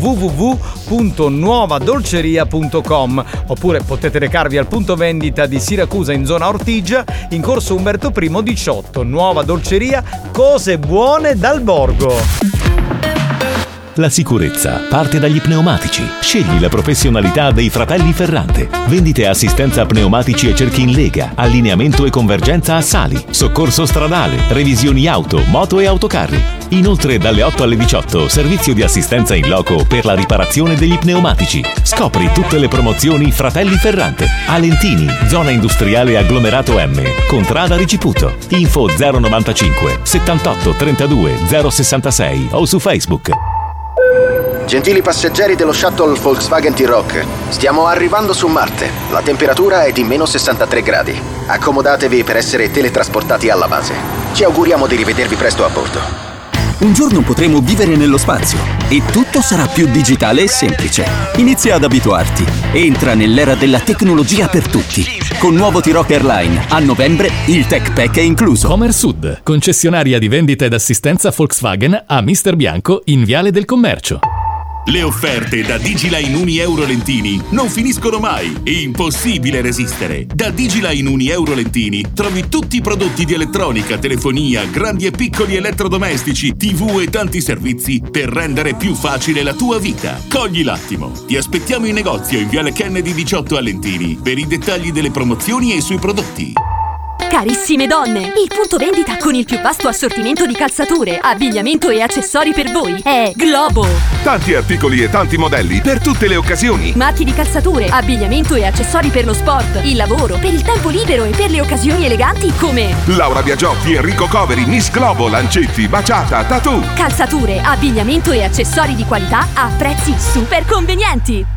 www.nuovadolceria.com oppure potete recarvi al punto vendita di Siracusa in zona Ortigia in corso Umberto I 18. Nuova Dolceria, cose buone dal borgo. La sicurezza parte dagli pneumatici. Scegli la professionalità dei fratelli Ferrante. Vendite e assistenza a pneumatici e cerchi in lega, allineamento e convergenza a sali, soccorso stradale, revisioni auto, moto e autocarri. Inoltre dalle 8 alle 18 servizio di assistenza in loco per la riparazione degli pneumatici. Scopri tutte le promozioni Fratelli Ferrante. Alentini, zona industriale agglomerato M, Contrada Riciputo. Info 095 78 32 066 o su Facebook. Gentili passeggeri dello shuttle Volkswagen T-Roc, stiamo arrivando su Marte. La temperatura è di meno 63 gradi. Accomodatevi per essere teletrasportati alla base. Ci auguriamo di rivedervi presto a bordo. Un giorno potremo vivere nello spazio e tutto sarà più digitale e semplice. Inizia ad abituarti. Entra nell'era della tecnologia per tutti. Con nuovo T-Roc Airline, a novembre il Tech Pack è incluso. Comersud, concessionaria di vendita ed assistenza Volkswagen a Mister Bianco in Viale del Commercio. Le offerte da Digiline Uni Lentini non finiscono mai. È impossibile resistere. Da Digiline Uni Lentini trovi tutti i prodotti di elettronica, telefonia, grandi e piccoli elettrodomestici, TV e tanti servizi per rendere più facile la tua vita. Cogli l'attimo. Ti aspettiamo in negozio in Viale Kennedy 18 a Lentini per i dettagli delle promozioni e sui prodotti. Carissime donne, il punto vendita con il più vasto assortimento di calzature, abbigliamento e accessori per voi è Globo. Tanti articoli e tanti modelli per tutte le occasioni. Marchi di calzature, abbigliamento e accessori per lo sport, il lavoro, per il tempo libero e per le occasioni eleganti come Laura Biagiotti, Enrico Coveri, Miss Globo, Lancetti, Baciata, Tattoo. Calzature, abbigliamento e accessori di qualità a prezzi super convenienti.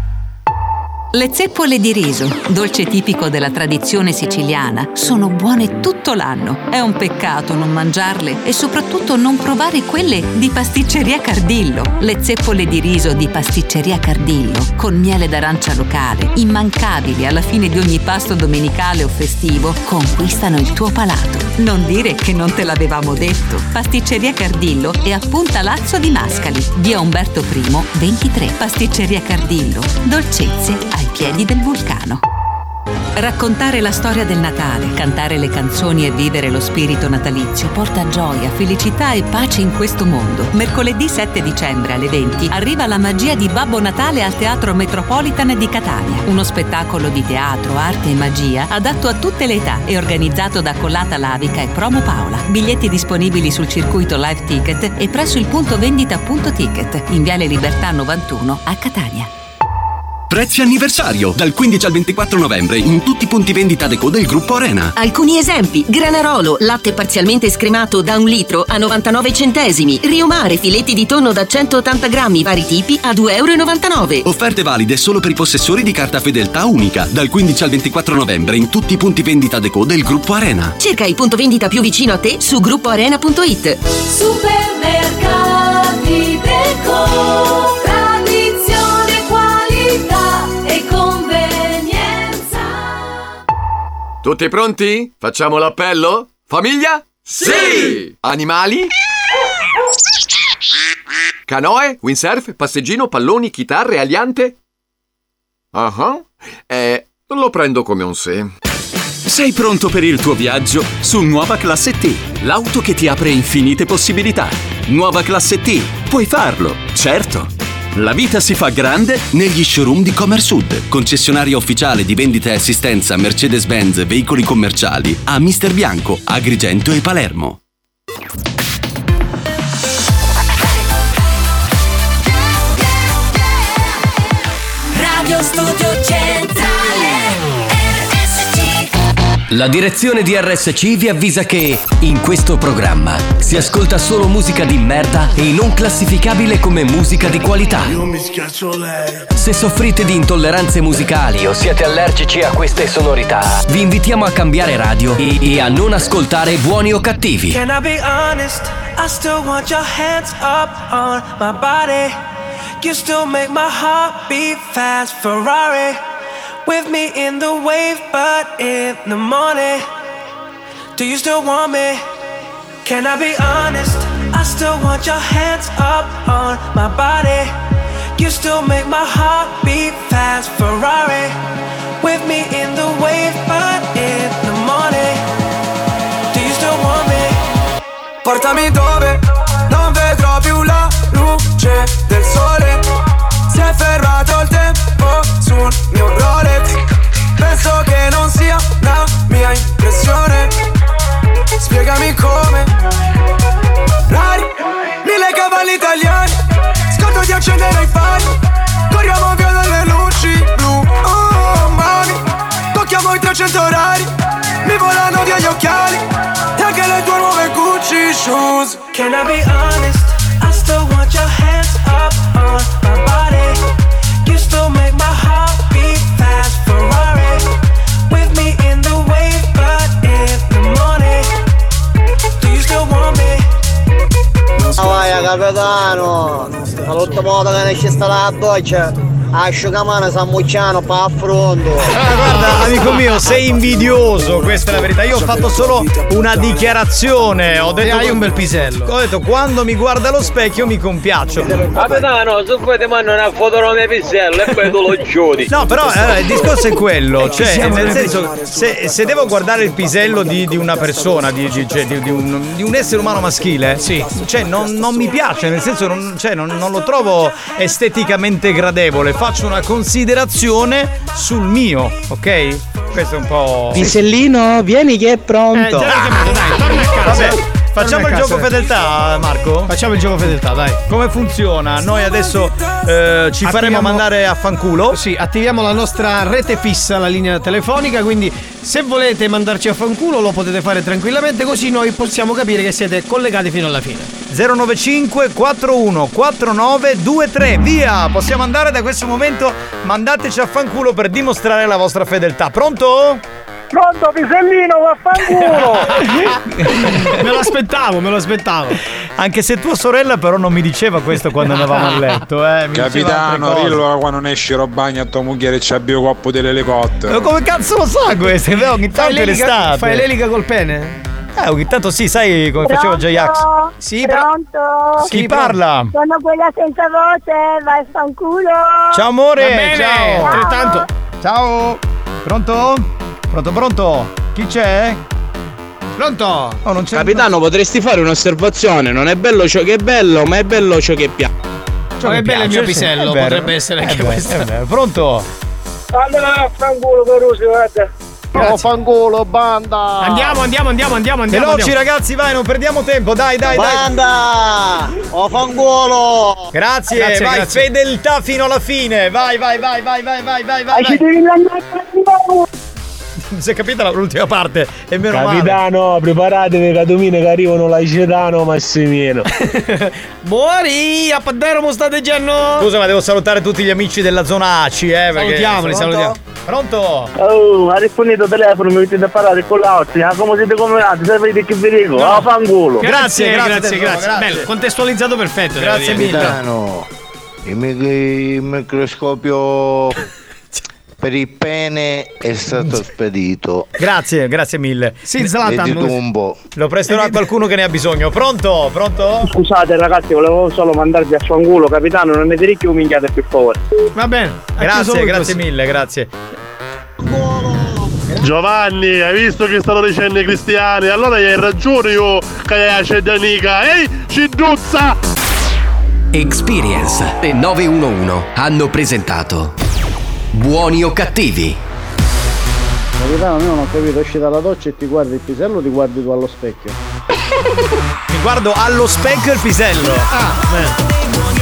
Le zeppole di riso, dolce tipico della tradizione siciliana, sono buone tutto l'anno. È un peccato non mangiarle e soprattutto non provare quelle di Pasticceria Cardillo. Le zeppole di riso di Pasticceria Cardillo, con miele d'arancia locale, immancabili alla fine di ogni pasto domenicale o festivo, conquistano il tuo palato. Non dire che non te l'avevamo detto. Pasticceria Cardillo è a Punta Lazzo di Mascali, via Umberto I, 23. Pasticceria Cardillo, dolcezze ai piedi del vulcano. Raccontare la storia del Natale, cantare le canzoni e vivere lo spirito natalizio porta gioia, felicità e pace in questo mondo. Mercoledì 7 dicembre alle 20 arriva la magia di Babbo Natale al Teatro Metropolitan di Catania. Uno spettacolo di teatro, arte e magia adatto a tutte le età e organizzato da Collata Lavica e Promo Paola. Biglietti disponibili sul circuito Live Ticket e presso il punto vendita Punto Ticket in Viale Libertà 91 a Catania. Prezzi anniversario dal 15 al 24 novembre in tutti i punti vendita Deco del gruppo Arena. Alcuni esempi: Granarolo, latte parzialmente scremato da 1 litro a 99 centesimi. Rio Mare, filetti di tonno da 180 grammi, vari tipi a 2,99 €. Offerte valide solo per i possessori di carta fedeltà unica dal 15 al 24 novembre in tutti i punti vendita Deco del gruppo Arena. Cerca il punto vendita più vicino a te su gruppoarena.it. Supermercati Deco. Tutti pronti? Facciamo l'appello? Famiglia? Sì! Animali? Canoe? Windsurf? Passeggino? Palloni? Chitarre? Aliante? Lo prendo come un sì. Sei pronto per il tuo viaggio su Nuova Classe T, l'auto che ti apre infinite possibilità. Nuova Classe T, puoi farlo, certo. La vita si fa grande negli showroom di Comersud, concessionaria ufficiale di vendita e assistenza Mercedes-Benz veicoli commerciali a Mister Bianco, Agrigento e Palermo. Radio Studio Centrale. La direzione di RSC vi avvisa che in questo programma si ascolta solo musica di merda e non classificabile come musica di qualità. Se soffrite di intolleranze musicali o siete allergici a queste sonorità, vi invitiamo a cambiare radio e a non ascoltare Buoni o Cattivi. Can I be honest? I still want your hands up on my body. You still make my heart beat fast, Ferrari. With me in the wave, but in the morning. Do you still want me? Can I be honest? I still want your hands up on my body. You still make my heart beat fast, Ferrari. With me in the wave, but in the morning. Do you still want me? Portami dove non vedrò più la luce del sole. Si è fermato il tempo sul mio Rolex. Penso che non sia una mia impressione. Spiegami come. Rari, 1000 cavalli italiani. Scotto di accendere i fari. Corriamo via dalle luci blu. Oh mami, tocchiamo i 300 orari. Mi volano via gli occhiali e anche le tue nuove Gucci shoes. Can I be honest? I still want your hands up on my body. You still make my heart beat fast, Ferrari. With me in the wave, but in the morning. Do you still want me? Vai capitano, all'ultimo modo che ne esce sta la doccia. asciugamano Sammucciano pa' affronto. Guarda, amico mio, sei invidioso, questa è la verità. Io ho fatto solo una dichiarazione. Ho detto hai un bel pisello. Ho detto quando mi guarda allo specchio mi compiaccio. Capitano, se poi ti mando una foto del mio pisello e poi tu lo giudi. No, però il discorso è quello, cioè nel senso se devo guardare il pisello di una persona, di un essere umano maschile, sì, cioè non mi piace, nel senso non lo trovo esteticamente gradevole. Faccio una considerazione sul mio, ok? Questo è un po'. Pisellino, vieni che è pronto. Dai, torna a casa. Vabbè. Facciamo il gioco fedeltà, Marco? Facciamo il gioco fedeltà, dai. Come funziona? Noi adesso ci faremo mandare a fanculo. Sì, attiviamo la nostra rete fissa, la linea telefonica, quindi se volete mandarci a fanculo lo potete fare tranquillamente, così noi possiamo capire che siete collegati fino alla fine. 095 41 49 23. Via! Possiamo andare da questo momento. Mandateci a fanculo per dimostrare la vostra fedeltà. Pronto? Pronto, pisellino, vaffanculo! Me lo aspettavo. Anche se tua sorella però non mi diceva questo quando andavamo a letto, Capitano, dillo quando ne esci bagno a tua moglie c'è il coppo dell'elicottero. Ma come cazzo lo sa questo? Ogni tanto l'estate. Fai l'elica col pene? Ogni tanto sì, sai come faceva J-Ax? Sì, pronto? Chi parla? Sono quella senza voce, vai a fanculo. Ciao amore. Va bene, ciao. Altrettanto. Ciao. Pronto? Pronto? Chi c'è? Pronto? Oh, non c'è. Capitano, potresti fare un'osservazione. Non è bello ciò che è bello, ma è bello ciò che piace. Ciò che è bello è il mio pisello, potrebbe essere anche questo. Pronto? Andate a fanculo, Caruso, guarda. Oh, fanculo, banda! Andiamo. Veloci ragazzi, vai, non perdiamo tempo, dai. Banda! Oh, fanculo! Grazie, vai, grazie. Fedeltà fino alla fine, vai. Ci devi andare. Non si è capita l'ultima parte, è meno male. Capitano, preparatevi che domenica arrivano l'Aicetano Massimino. Muori, a Paddero mo state dicendo? Scusa, ma devo salutare tutti gli amici della zona ACI, salutiamoli. Pronto? Oh, ha risposto il telefono, mi mettete a parlare con l'altro. Come siete combinati? Sapete che vi dico? No. Ah, fanculo. Grazie. Bello, contestualizzato perfetto. Grazie mille. Capitano, il microscopio per il pene è stato spedito. Grazie mille. Sì, Zlatan. Lo presterò a qualcuno che ne ha bisogno. Pronto? Scusate ragazzi, volevo solo mandarvi a fanculo, capitano, non mi direi che minchiate per favore. Va bene. Grazie mille, grazie. Giovanni, hai visto che stanno dicendo i cristiani? Allora hai ragione io che c'è Danica. Ehi, Cinduzza! Experience e 911 hanno presentato Buoni o cattivi? Capitano, io non ho capito, esci dalla doccia e ti guardi il pisello o ti guardi tu allo specchio? Mi guardo allo specchio il pisello. Bene.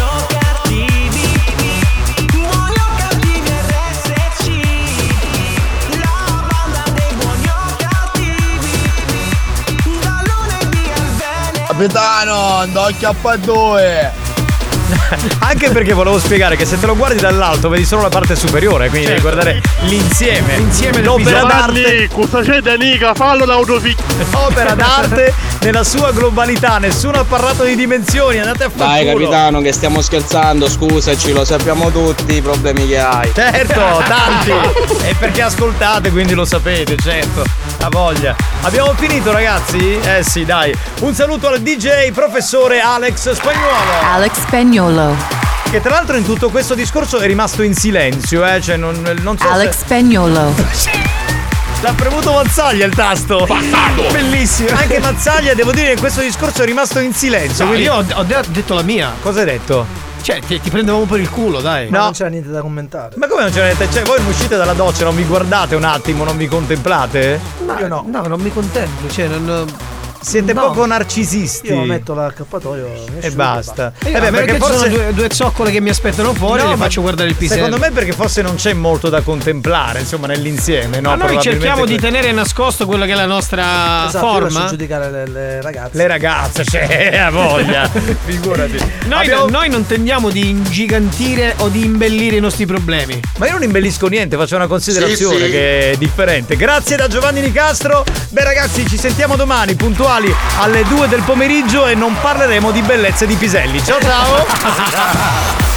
Capitano, andò a K2. Anche perché volevo spiegare che se te lo guardi dall'alto vedi solo la parte superiore, quindi devi guardare l'insieme l'opera d'arte. Cosa c'è Danica? Fallo da opera d'arte nella sua globalità, nessuno ha parlato di dimensioni, andate a fare. Dai capitano, che stiamo scherzando, scusaci, lo sappiamo tutti i problemi che hai. Certo, tanti. E perché ascoltate, quindi lo sapete, certo. La voglia. Abbiamo finito ragazzi? Eh sì, dai. Un saluto al DJ professore Alex Spagnuolo. Che tra l'altro in tutto questo discorso è rimasto in silenzio, cioè non so Alex Spagnuolo. L'ha premuto Mazzaglia il tasto. Bastardo. Bellissimo. Anche Mazzaglia, devo dire, in questo discorso è rimasto in silenzio. No, io ho detto la mia. Cosa hai detto? Cioè, ti prendevamo per il culo, dai. No. Non c'era niente da commentare. Ma come non c'era niente? Cioè, voi uscite dalla doccia, non vi guardate un attimo, non vi contemplate? Io no. No, non mi contemplo, cioè siete poco narcisisti. Io metto l'accappatoio e basta. Perché forse sono due zoccole che mi aspettano fuori, le faccio guardare il pisello. Secondo me perché forse non c'è molto da contemplare, insomma, nell'insieme, no? Ma noi cerchiamo di tenere nascosto quello che è la nostra forma. Io lascio giudicare le ragazze. Le ragazze, c'è a voglia. Figurati. Noi non tendiamo di ingigantire o di imbellire i nostri problemi. Ma io non imbellisco niente, faccio una considerazione che è differente. Grazie da Giovanni Nicastro. Beh ragazzi, ci sentiamo domani puntuali alle 2 del pomeriggio e non parleremo di bellezze di piselli. Ciao ciao.